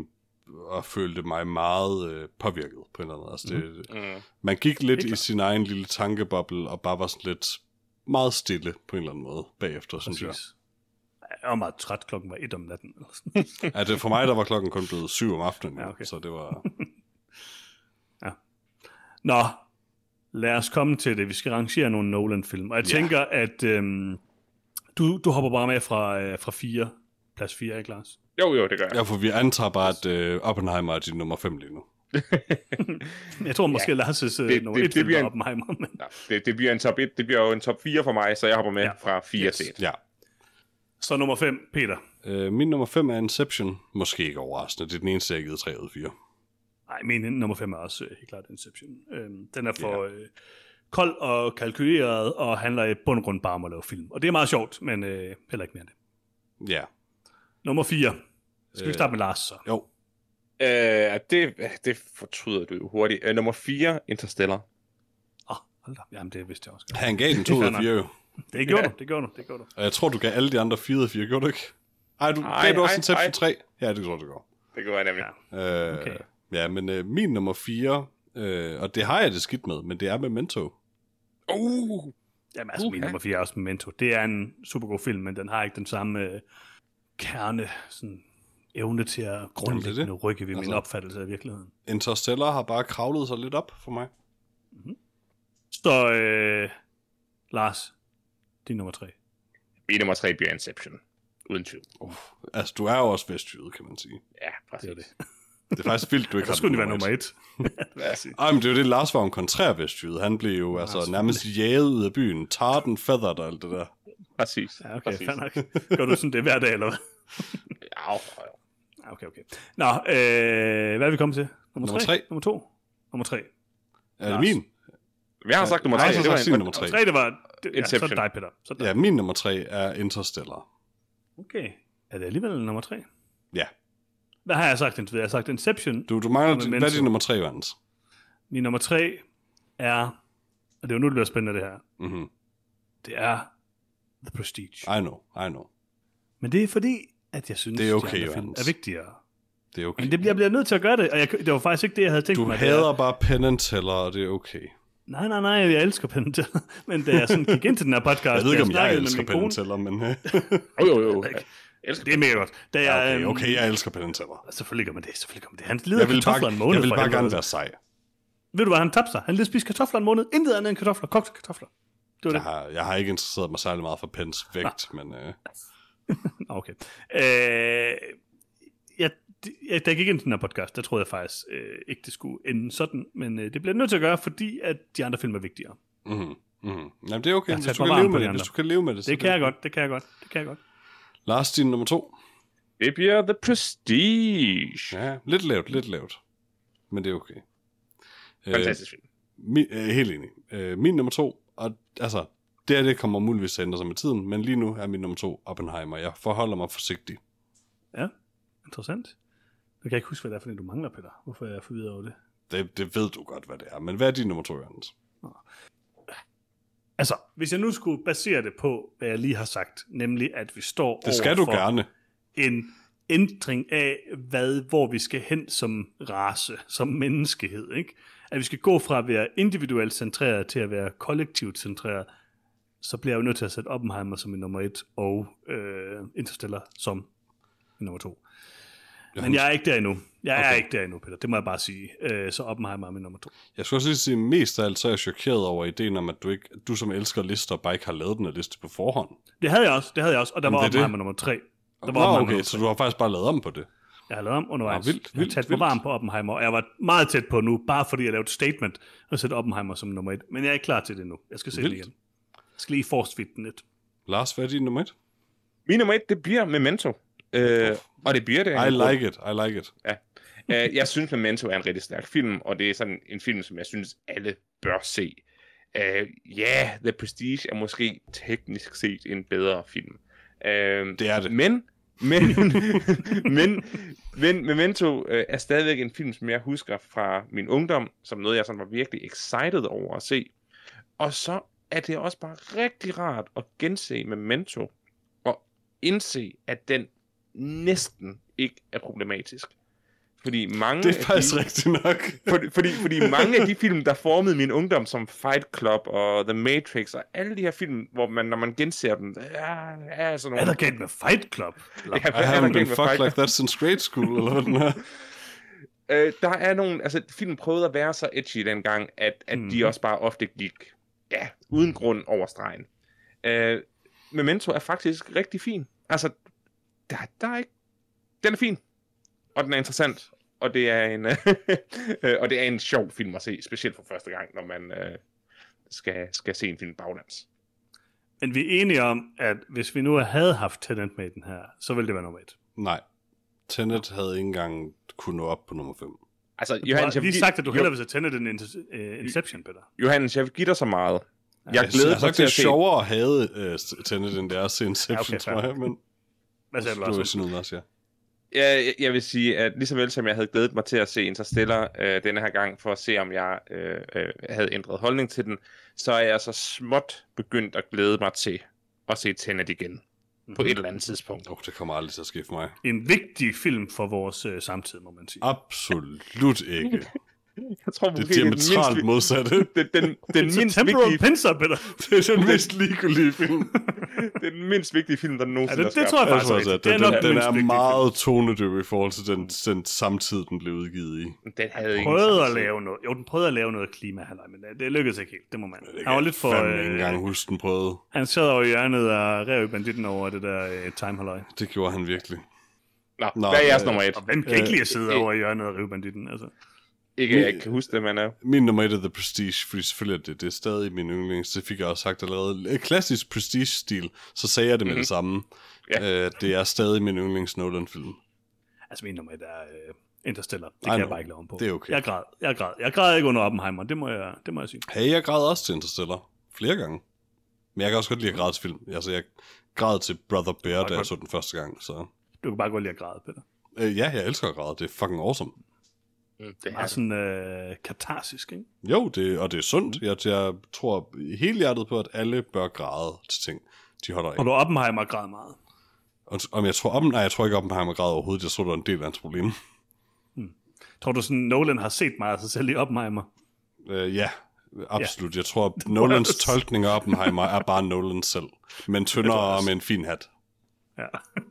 og følte mig meget øh, påvirket på en eller anden måde. Altså, det, Mm. man gik lidt Det er i sin egen lille tankeboble, og bare var sådan lidt meget stille på en eller anden måde bagefter, synes jeg. Præcis. Jeg var meget træt, klokken var et om natten. Eller sådan. Ja, det, for mig der var klokken kun blevet syv om aftenen, Ja, okay. så det var... Nå, lad os komme til det. Vi skal rangere nogle Nolan-film. Og jeg Ja. tænker, at øhm, du, du hopper bare med fra, øh, fra fire. Plads fire, ikke Lars? Jo, jo, det gør jeg. Ja, for vi antager bare, at øh, Oppenheimer er din nummer fem lige nu. Jeg tror måske, ja. Lars' øh, Det- nummer det- et det film bliver er en- Oppenheimer. Men... Ja, det, det bliver en top et, det bliver jo en top fire for mig, så jeg hopper med Ja. ja. fra fire Yes. til et. Ja. Så nummer fem, Peter. Øh, min nummer fem er Inception. Måske ikke overraskende. Det er den eneste, jeg har givet tre ud af fire. Nej, min nummer fem er også øh, helt klart Inception. Øhm, den er for øh, kold og kalkuleret, og handler i bund og grund bare om at lave film. Og det er meget sjovt, men øh, heller ikke mere end det. Ja. Nummer fire. Skal vi Øh. starte med Lars så? Jo. Øh, det, det fortryder du jo hurtigt. Øh, nummer fire, Interstellar. Åh, oh, hold da. Jamen, det vidste jeg også godt. Han gav den to ud af fire jo. Det gjorde Ja. du, det gjorde du, det gjorde du. Og jeg tror, du gav alle de andre fire ud af fire, gjorde du ikke? Ej, du Ej, gav du også ej, Inception ej. tre? Ja, det tror jeg, du går. Det gør jeg nemlig. Ja. Øh, Okay. Ja, men øh, min nummer fire, øh, og det har jeg det skidt med, men det er Memento. Uh, Jamen, altså, min Uha. nummer fire er også Memento. Det er en super god film, men den har ikke den samme øh, kerne, sådan evne til at grundlæggende det. rykke ved Altså- min opfattelse af virkeligheden. Interstellar har bare kravlet sig lidt op for mig. Så, øh, Lars, din nummer tre. min nummer tre bliver Inception. Uden tvivl. Uh, altså, du er jo også vestjyde, kan man sige. Ja, præcis. Det er det. Det er faktisk vildt, du ikke Så har skulle det den være nummer et. Præcis. Ej, men det er jo det, Lars var en kontrær vestjyde. Han blev jo altså selvfølgelig. nærmest jaget ud af byen. Tarten, feathered og alt det der. Præcis. Ja, okay, Præcis. fair nok. Gør du sådan det hver dag, eller hvad? Ja, ja. Ja, okay, okay. Nå, øh, hvad er vi kommet til? Nummer, Nummer tre? tre. Nummer to? Nummer tre. Er Lars. det min? Jeg har sagt nummer Nej, tre. så Det var sagt sin en, nummer tre. Nummer tre, det var... Det, ja, så er Inception. det dig, Peter. Så er det dig. Ja, min nummer tre er Interstellar. Okay. Er det alligevel nummer tre? Ja. Hvad har jeg sagt indtil videre? Jeg har sagt Inception. Du, du mangler... Og Memento. Hvad er din nummer tre, Vans? Min nummer tre er... Og det er jo nu, det bliver spændende, det her. Mhm. Det er The Prestige. I know, I know. Men det er fordi, at jeg synes, Det er okay, de andre film Johannes. er vigtigere. Det er okay. Men det bliver, jeg bliver nødt til at gøre det, og jeg, det var faktisk ikke det, jeg havde tænkt Du mig. det hader er- bare Penn and Teller, og det er okay. Nej, nej, nej, jeg elsker Penn and Teller. Men da jeg sådan gik ind til den her podcast... Jeg ved ikke, om da jeg snakkede med elsker min Penn and kone- Teller, men... øh, Jo, jo, jo. ikke. Jeg elsker Det er mega godt. Da ja, jeg, okay, øhm, okay, jeg elsker Penn and Teller. Selvfølgelig gør man det, selvfølgelig gør man det. Han lider Jeg vil kartofler bare, en måned. jeg vil for bare helvede. gerne være sej. Ved du hvad, han tabte sig. Han lige spise kartofler en måned. Intet andet end kartofler. Kogte kartofler. Det var Jeg det. har, jeg har ikke interesseret mig særlig meget for Penns vægt, men... Øh, Okay. Øh, jeg, jeg, da jeg gik ind til den her podcast, der troede jeg faktisk øh, ikke, det skulle ende sådan. Men øh, det bliver jeg nødt til at gøre, fordi at de andre film er vigtigere. mhm, mhm. Jamen, det er okay, Jeg har hvis sat du, mig kan varm leve på med de det, andre. hvis du kan leve med det. så Det kan jeg godt, det kan jeg godt, det kan jeg godt. Lars, din nummer to. Det bliver The Prestige. Ja, lidt lavt, lidt lavt. Men det er okay. Fantastisk film. Min, øh, helt enig. Øh, min nummer to, og altså, det her det kommer muligvis til at ændre sig med tiden, men lige nu er min nummer to Oppenheimer. Jeg forholder mig forsigtigt. Ja, interessant. Jeg kan ikke huske, hvad det er for det, du mangler, Peter. Hvorfor er jeg forvirret over det? Det, det ved du godt, hvad det er. Men hvad er din nummer to, Jørgens? Altså, hvis jeg nu skulle basere det på, hvad jeg lige har sagt, nemlig at vi står Det skal du overfor gerne. en ændring af, hvad, hvor vi skal hen som race, som menneskehed, ikke? At vi skal gå fra at være individuelt centreret til at være kollektivt centreret, så bliver jeg jo nødt til at sætte Oppenheimer som min nummer et, og øh, Interstellar som min nummer to. Men jeg er ikke der endnu. Jeg er Okay. ikke der endnu, Peter. Det må jeg bare sige. Øh, så Oppenheimer er min nummer to. Jeg skulle også lige sige, mest af alt, så er jeg chokeret over ideen om, at du, ikke, du som elsker lister, bare ikke har lavet den her liste på forhånd. Det havde jeg også, det havde jeg også, og der Jamen, var det er Oppenheimer det. nummer tre. Der var Nå, Oppenheimer okay, nummer så tre. du har faktisk bare lavet om på det. Jeg har lavet om undervejs. Ah, vildt, jeg har vildt, talt for vildt. varm på Oppenheimer, og jeg var meget tæt på nu, bare fordi jeg lavede et statement og sætte Oppenheimer som nummer et. Men jeg er ikke klar til det nu. Jeg skal se Vildt. det igen. Jeg skal lige force-fit den lidt. Lars, hvad er din nummer et? Min nummer et, det bliver Memento. Øh, og det bliver det. af I en grund. like it, I like it. Uh, jeg synes, Memento er en rigtig stærk film, og det er sådan en film, som jeg synes, alle bør se. Ja, uh, yeah, The Prestige er måske teknisk set en bedre film. Uh, Det er det. Men, men, men, men Memento uh, er stadigvæk en film, som jeg husker fra min ungdom, som noget, jeg sådan var virkelig excited over at se. Og så er det også bare rigtig rart at gense Memento, og indse, at den næsten ikke er problematisk. Fordi mange det er faktisk de, rigtigt nok. fordi, fordi, fordi mange af de film, der formede min ungdom, som Fight Club og The Matrix, og alle de her film, hvor man, når man genser dem, er, er sådan nogle... Er der galt med Fight Club? Ja, I er der haven't galt been med fucked Fight like that since grade school, eller hvad den er. Øh, der er nogle, altså filmen prøvede at være så edgy dengang, at, at mm. de også bare ofte gik, ja, uden grund over stregen. Øh, Memento er faktisk rigtig fin. Altså, der, der er ikke, den er fin, og den er interessant, og det er en, og det er en sjov film at se, specielt for første gang, når man øh, skal, skal se en film baglands. Men vi er enige om, at hvis vi nu havde haft Tenet med i den her, så ville det være nummer et. Nej. Tenet havde ikke engang kunne nå op på nummer fem. Altså, Du Johannes, har jeg lige vil, sagt, at du jo, hellere vil se Tenet end uh, Inception, Peter. Johannes, jeg vil give dig så meget. Jeg Jeg glæder har mig sagt, til det er at se... sjovere at have uh, Tenet, end det er at se Inception, Ja, okay, tror jeg. Men Hvad sagde du, du vil Lars? sige noget også, ja. Ja, jeg, jeg vil sige, at lige så vel som jeg havde glædet mig til at se Interstellar øh, denne her gang, for at se, om jeg øh, øh, havde ændret holdning til den, så er jeg så småt begyndt at glæde mig til at se Tenet igen. Mm-hmm. På et eller andet tidspunkt. Oh, det kommer aldrig til at ske for mig. En vigtig film for vores uh, samtid, må man sige. Absolut ikke. Jeg tror, Det er diametralt modsatte. Den, den, den It's a mindst temporal vigtige, pincer, Peter. Det er den mest ligegyldige film. den mindst vigtige film, der Ja, nogensinde det, er det skabt. tror jeg Jeg faktisk tror er altså, rigtigt. at Det er den, nok den, den mindst er vigtige meget tonedøv i forhold til den, den samtid, den blev udgivet i. Den havde film. ingen Prøvede at samtid. lave noget. Jo, den prøvede at lave noget klimahaløj, men det, det lykkedes ikke helt. Det må man. Det Han var lidt for... fandme ikke engang Øh, huske, den prøvede. han sad over i hjørnet og rev i banditten over det der uh, timehaløj. Det gjorde han virkelig. Nå, Nå, hvad er jeres øh, nummer et? Og hvem kan ikke lide at sidde Øh, over i hjørnet og rive banditten? Altså. Ikke, at jeg ikke kan huske det, men... Uh... Min nummer et er The Prestige, fordi selvfølgelig er det, det er stadig min yndlings. Det fik jeg også sagt allerede. Klassisk Prestige-stil, så sagde jeg det med Mhm. det samme. Ja. Øh, det er stadig min yndlings Nolan-film. Altså, min nummer et er uh, Interstellar. Det I kan jeg know. bare ikke lave om på. Det er okay. Jeg græd. Jeg græd. Jeg græd ikke under Oppenheimer. Det må jeg, det må jeg sige. Hey, jeg græd også til Interstellar. Flere gange. Men jeg kan også godt lide at græde til film. Altså, jeg græd til Brother Bear, da jeg så den første gang. Så. Du kan bare godt lide at græde, Peter. Øh, ja, jeg elsker at græde. Det er fucking awesome. Mm, det Det er er sådan øh, katarsisk, ikke? Jo, det, og det er sundt. Jeg, jeg tror helt hjertet på, at alle bør græde til ting, de holder af. Og du Oppenheimer græd meget. Og, om jeg tror, om, nej, jeg tror ikke, Oppenheimer græd overhovedet. Jeg tror, det var en del af hans problem. Tror du sådan, Nolan har set meget af sig selv i Oppenheimer? Øh, ja, absolut. Jeg tror, Nolans tolkning af Oppenheimer er bare Nolan selv. Men tyndere jeg og også. med en fin hat. Ja.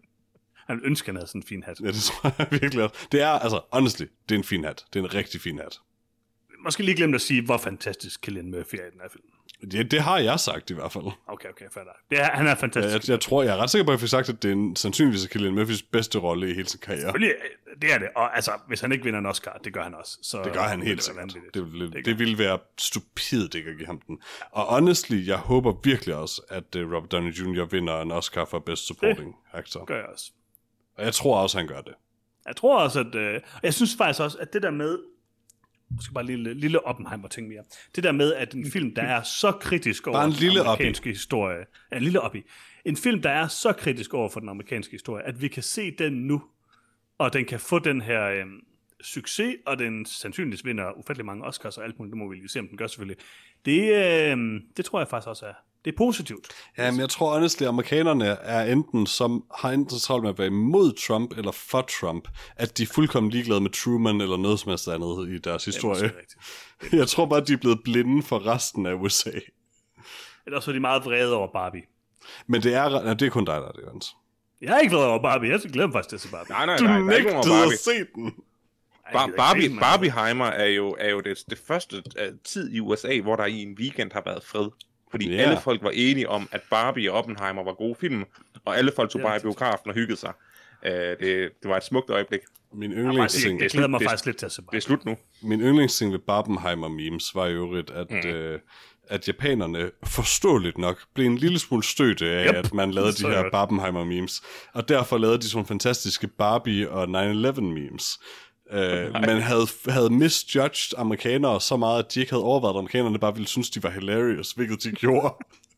Han ønsker, han havde sådan en fin hat. Ja, det tror jeg virkelig også. Det er, altså, honestly, det er en fin hat. Det er en rigtig fin hat. Måske lige glemt at sige, hvor fantastisk Cillian Murphy er i den her film. Det, det har jeg sagt i hvert fald. Okay, okay, fair nok. Det er, han er fantastisk. Jeg, jeg tror, jeg er ret sikker på, at jeg fik sagt, at det er en, sandsynligvis er Cillian Murphys bedste rolle i hele sin karriere. Selvfølgelig, øh, det er det. Og altså, hvis han ikke vinder en Oscar, det gør han også. Så, Det gør han vil helt være sikkert. vanvittigt. Det, ville, Det det, gør det ville være stupidt ikke at give ham den. Og honestly, jeg håber virkelig også, at uh, Robert Downey junior vinder en Oscar for Best Supporting Actor. gør jeg også. Og jeg tror også, han gør det. Jeg tror også, at... Øh, jeg synes faktisk også, at det der med... Måske bare en lille, lille Oppenheimer-ting mere. Det der med, at en film, der er så kritisk over Bare en den lille amerikanske historie... Ja, en lille op i. En film, der er så kritisk over for den amerikanske historie, at vi kan se den nu, og den kan få den her øh, succes, og den sandsynligvis vinder ufattelig mange Oscars og alt muligt. Det må vi lige se, om den gør selvfølgelig. Det, øh, det tror jeg faktisk også er... Det er positivt. Ja, men jeg tror honestly, at amerikanerne er enten som, har enten så travlt med at være imod Trump eller for Trump, at de er fuldkommen ligeglade med Truman eller noget som helst andet i deres historie. Det er rigtigt. Jeg tror bare, at de er blevet blinde for resten af U S A. Ellers så er de meget vrede over Barbie. Men det er, nej, det er kun dig, der er det, Jens. Jeg har ikke været over Barbie. Jeg glæder mig faktisk til at se Barbie. Nej, nej, Du nej, der er ikke nogen nægtede Barbie. at se den. Bar- Barbie, Barbieheimer er jo, er jo det, det første uh, tid i U S A, hvor der i en weekend har været fred. Fordi Ja. alle folk var enige om, at Barbie og Oppenheimer var gode film, og alle folk tog bare i biografen og hyggede sig. Uh, det, det var et smukt øjeblik. Min Jeg, yndlingsting, jeg glæder mig det- faktisk lidt til at se Barbie. Det er slut nu. min yndlingsting ved Barbenheimer memes var jo øvrigt, at, mm. øh, at japanerne forståeligt nok blev en lille smule stødte af, Yep. at man lavede Så de her godt. Barbenheimer memes. Og derfor lavede de sådan nogle fantastiske Barbie og nine eleven memes. Uh, men havde, havde misjudged amerikanere så meget, at de ikke havde overvejet, at amerikanerne bare ville synes, de var hilarious, hvilket de gjorde.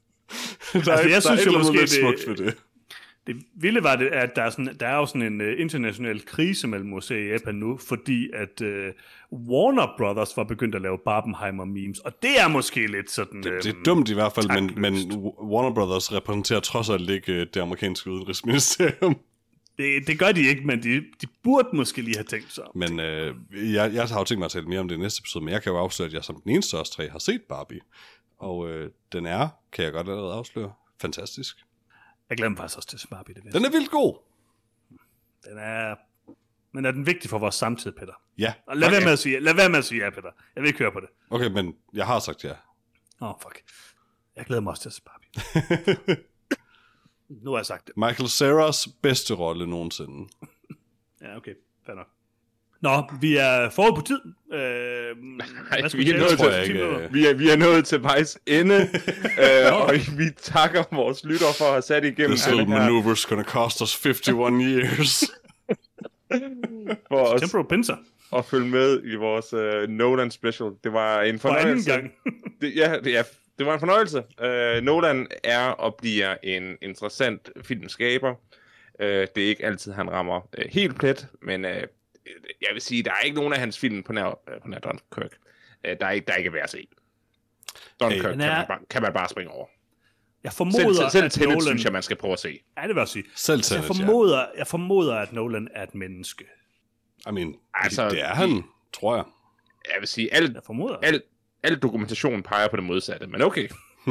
der Altså, er, jeg der synes er jo et eller andet måske, lidt det- smukt ved det. Det vilde var det, at der er, sådan, der er jo sådan en uh, international krise mellem U S A og Japan nu, fordi at uh, Warner Brothers var begyndt at lave Barbenheimer memes, og det er måske lidt sådan... Det, det er øhm, dumt i hvert fald, men, men taktløst. Warner Brothers repræsenterer trods alt ikke øh, det amerikanske udenrigsministerium. Det, det gør de ikke, men de, de burde måske lige have tænkt sig om. Men øh, jeg, jeg har jo tænkt mig at tale mere om det i næste episode, men jeg kan jo afsløre, at jeg som den eneste af os tre har set Barbie. Og øh, den er, kan jeg godt allerede afsløre, fantastisk. Jeg glemmer faktisk også til Barbie. Det den er vildt god. Den er... Men er den vigtig for vores samtid, Peter? Ja. Og lad, okay. være med at sige, lad være med at sige ja, Peter. Jeg vil ikke høre på det. Okay, men jeg har sagt ja. Åh, oh, fuck. Jeg glæder mig også til at se Barbie. Nu har jeg sagt det. Michael Cera's bedste rolle nogensinde. Ja, okay. Fair nok. Nå, vi er forud på tid. Øh, Nej, vi, er nået til, ikke, vi, er, vi er nået til vejs ende, øh, og vi takker vores lytter for at have sat igennem. This little maneuver's gonna cost us fifty-one years. For os Temporal Pincer. at følge med i vores uh, Nolan special. Det var en fornøjelse. For anden gang. det, ja, det, ja, det var en fornøjelse. Uh, Nolan er og bliver en interessant filmskaber. Uh, det er ikke altid, han rammer uh, helt plet, men uh, jeg vil sige, der er ikke nogen af hans film på nær, uh, på nær Dunkirk. Uh, der er ikke, der er ikke værd at se. Dunkirk hey, kan, man bare, kan man bare springe over. Jeg formoder, selv selv at Tenet, Nolan... synes jeg, man skal prøve at se. Ja, det vil jeg sige. Selv Tenet, jeg formoder, ja. jeg formoder, at Nolan er et menneske. I mean, altså, det er han, i, tror jeg. Jeg vil sige, alt, jeg formoder. Alt, alt dokumentation peger på det modsatte, men okay.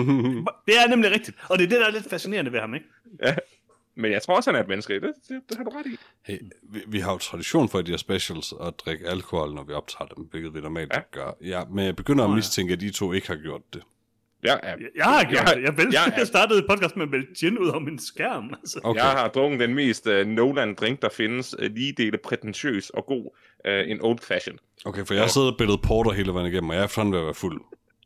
Det er nemlig rigtigt, og det er det, der er lidt fascinerende ved ham, ikke? Ja, men jeg tror også, han er et menneske. Det, det, det har du ret i. Hey, vi, vi har jo tradition for i de her specials at drikke alkohol, når vi optager dem, hvilket vi normalt ja. gør. Ja, men jeg begynder at mistænke, at de to ikke har gjort det. Ja, ja. Jeg, jeg har gjort jeg, det. Jeg, vel, jeg, jeg startede podcast med at vælge gin ud af min skærm. Altså. Okay. Jeg har drukket den mest uh, Nolan-drink, der findes. Uh, lige dele prætentiøs og god. Uh, en old fashion. Okay, for jeg har siddet og billedet porter hele vejen igennem, og jeg er efterhånden ved at være fuld.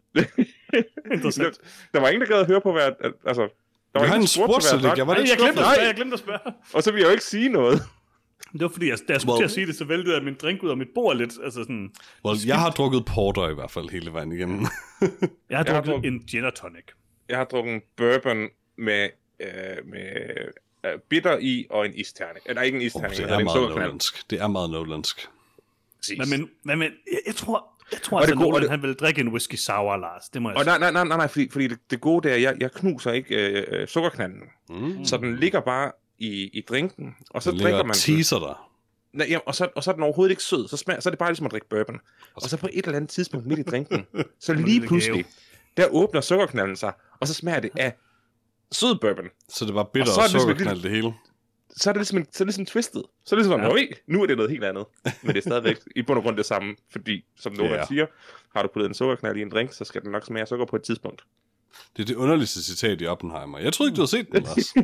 Interessant. Der, der var ingen, der gad at høre på, hvad... Altså, der var ingen spurgt til det. Jeg var lidt jeg glemte, at jeg glemte at spørge. Og så vil jeg jo ikke sige noget. Det var fordi, jeg, da jeg skulle well, til at sige det, så væltede jeg min drink ud af mit bord lidt. Altså sådan, well, jeg har drukket porter i hvert fald hele vejen igennem. jeg har drukket jeg har drukket en gin og tonic. Jeg har drukket en bourbon med, øh, med øh, bitter i og en isterning. Eller ikke en isterning, oh, det, er meget nolandsk. det er meget nolandsk. Men, men, men, men jeg, jeg tror, jeg tror altså, at Nolan, det... han vil drikke en whisky sour, Lars. Det må jeg og nej, nej, nej, nej, nej, fordi, fordi det, det gode der, jeg, jeg knuser ikke øh, sukkerknalden. Mm. Så den ligger bare i, i drinken, og så den drikker man teaser der. Nej, ja, og, så, og så er den overhovedet ikke sød. Så, smager, så er det bare ligesom at drikke bourbon. Og så på et eller andet tidspunkt midt i drinken, så lige pludselig, der åbner sukkerknalden sig, og så smager det af sød bourbon. Så det var bitter og, og sukkerknald det, det hele? Så er det ligesom, så er det ligesom twistet. Så er det ligesom, ja. nu er det noget helt andet. Men det er stadigvæk i bund og grund det samme, fordi som nogen ja. siger, har du puttet en sukkerknald i en drink, så skal den nok smage sukker på et tidspunkt. Det er det underligste citat i Oppenheimer. Jeg troede ikke, du havde set den, Lars.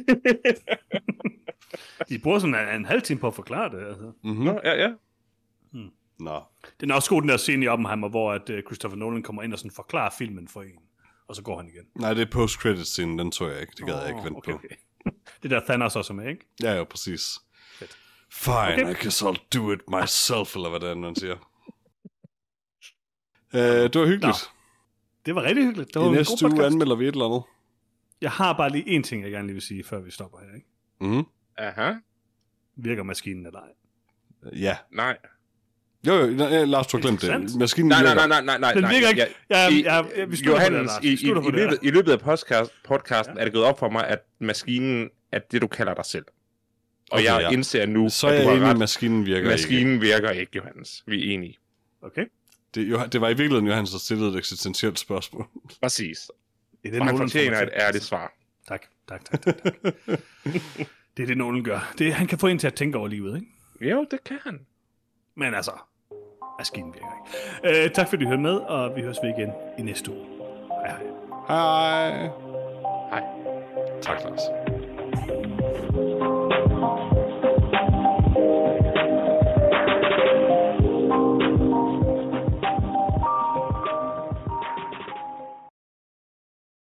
De bruger sådan en, en halv time på at forklare det. Altså. Mm-hmm. Nå, ja, ja. Hmm. Nå. Det er også god den der scene i Oppenheimer, hvor at, uh, Christopher Nolan kommer ind og sådan forklarer filmen for en, og så går han igen. Nej, det er post-credit-scenen, den tror jeg ikke. Det gad oh, jeg ikke vente okay, på. Okay. Det der Thanos også med, ikke? Ja, ja, præcis. Fedt. Fine, okay. I guess I'll do it myself, eller hvad det er, man siger. uh, det var hyggeligt. Nå. Det var rigtig hyggeligt. Det var I næste uge anmelder vi et eller andet. Jeg har bare lige én ting, jeg gerne lige vil sige, før vi stopper her, ikke? Mhm. Aha. Virker maskinen eller ej? Ja. Nej. Jo, jo, nej, Lars, du har glemt det. Maskinen nej, virker. Nej, nej, nej, nej. Den virker ikke. Jeg, I, jeg, jeg, vi Johannes, det, i, i, i, løbet, i løbet af podcast, podcasten ja. er det gået op for mig, at maskinen er det, du kalder dig selv. Og okay, jeg ja. indser nu, så at du har ret. Maskinen virker maskinen ikke. virker ikke, Johannes. Vi er enige. Okay. Det, det var i virkeligheden Johannes, der stillede et eksistentielt spørgsmål. Præcis. Det er og han fortjener et ærligt svar. Tak, tak, tak, tak. tak. Det er det, Nolan gør. Det, han kan få en til at tænke over livet, ikke? Jo, det kan han. Men altså, maskinen virker ikke. Øh, tak fordi du hørte med, og vi høres ved igen i næste uge. Hej hej. Hej. Hej. Tak, Lars.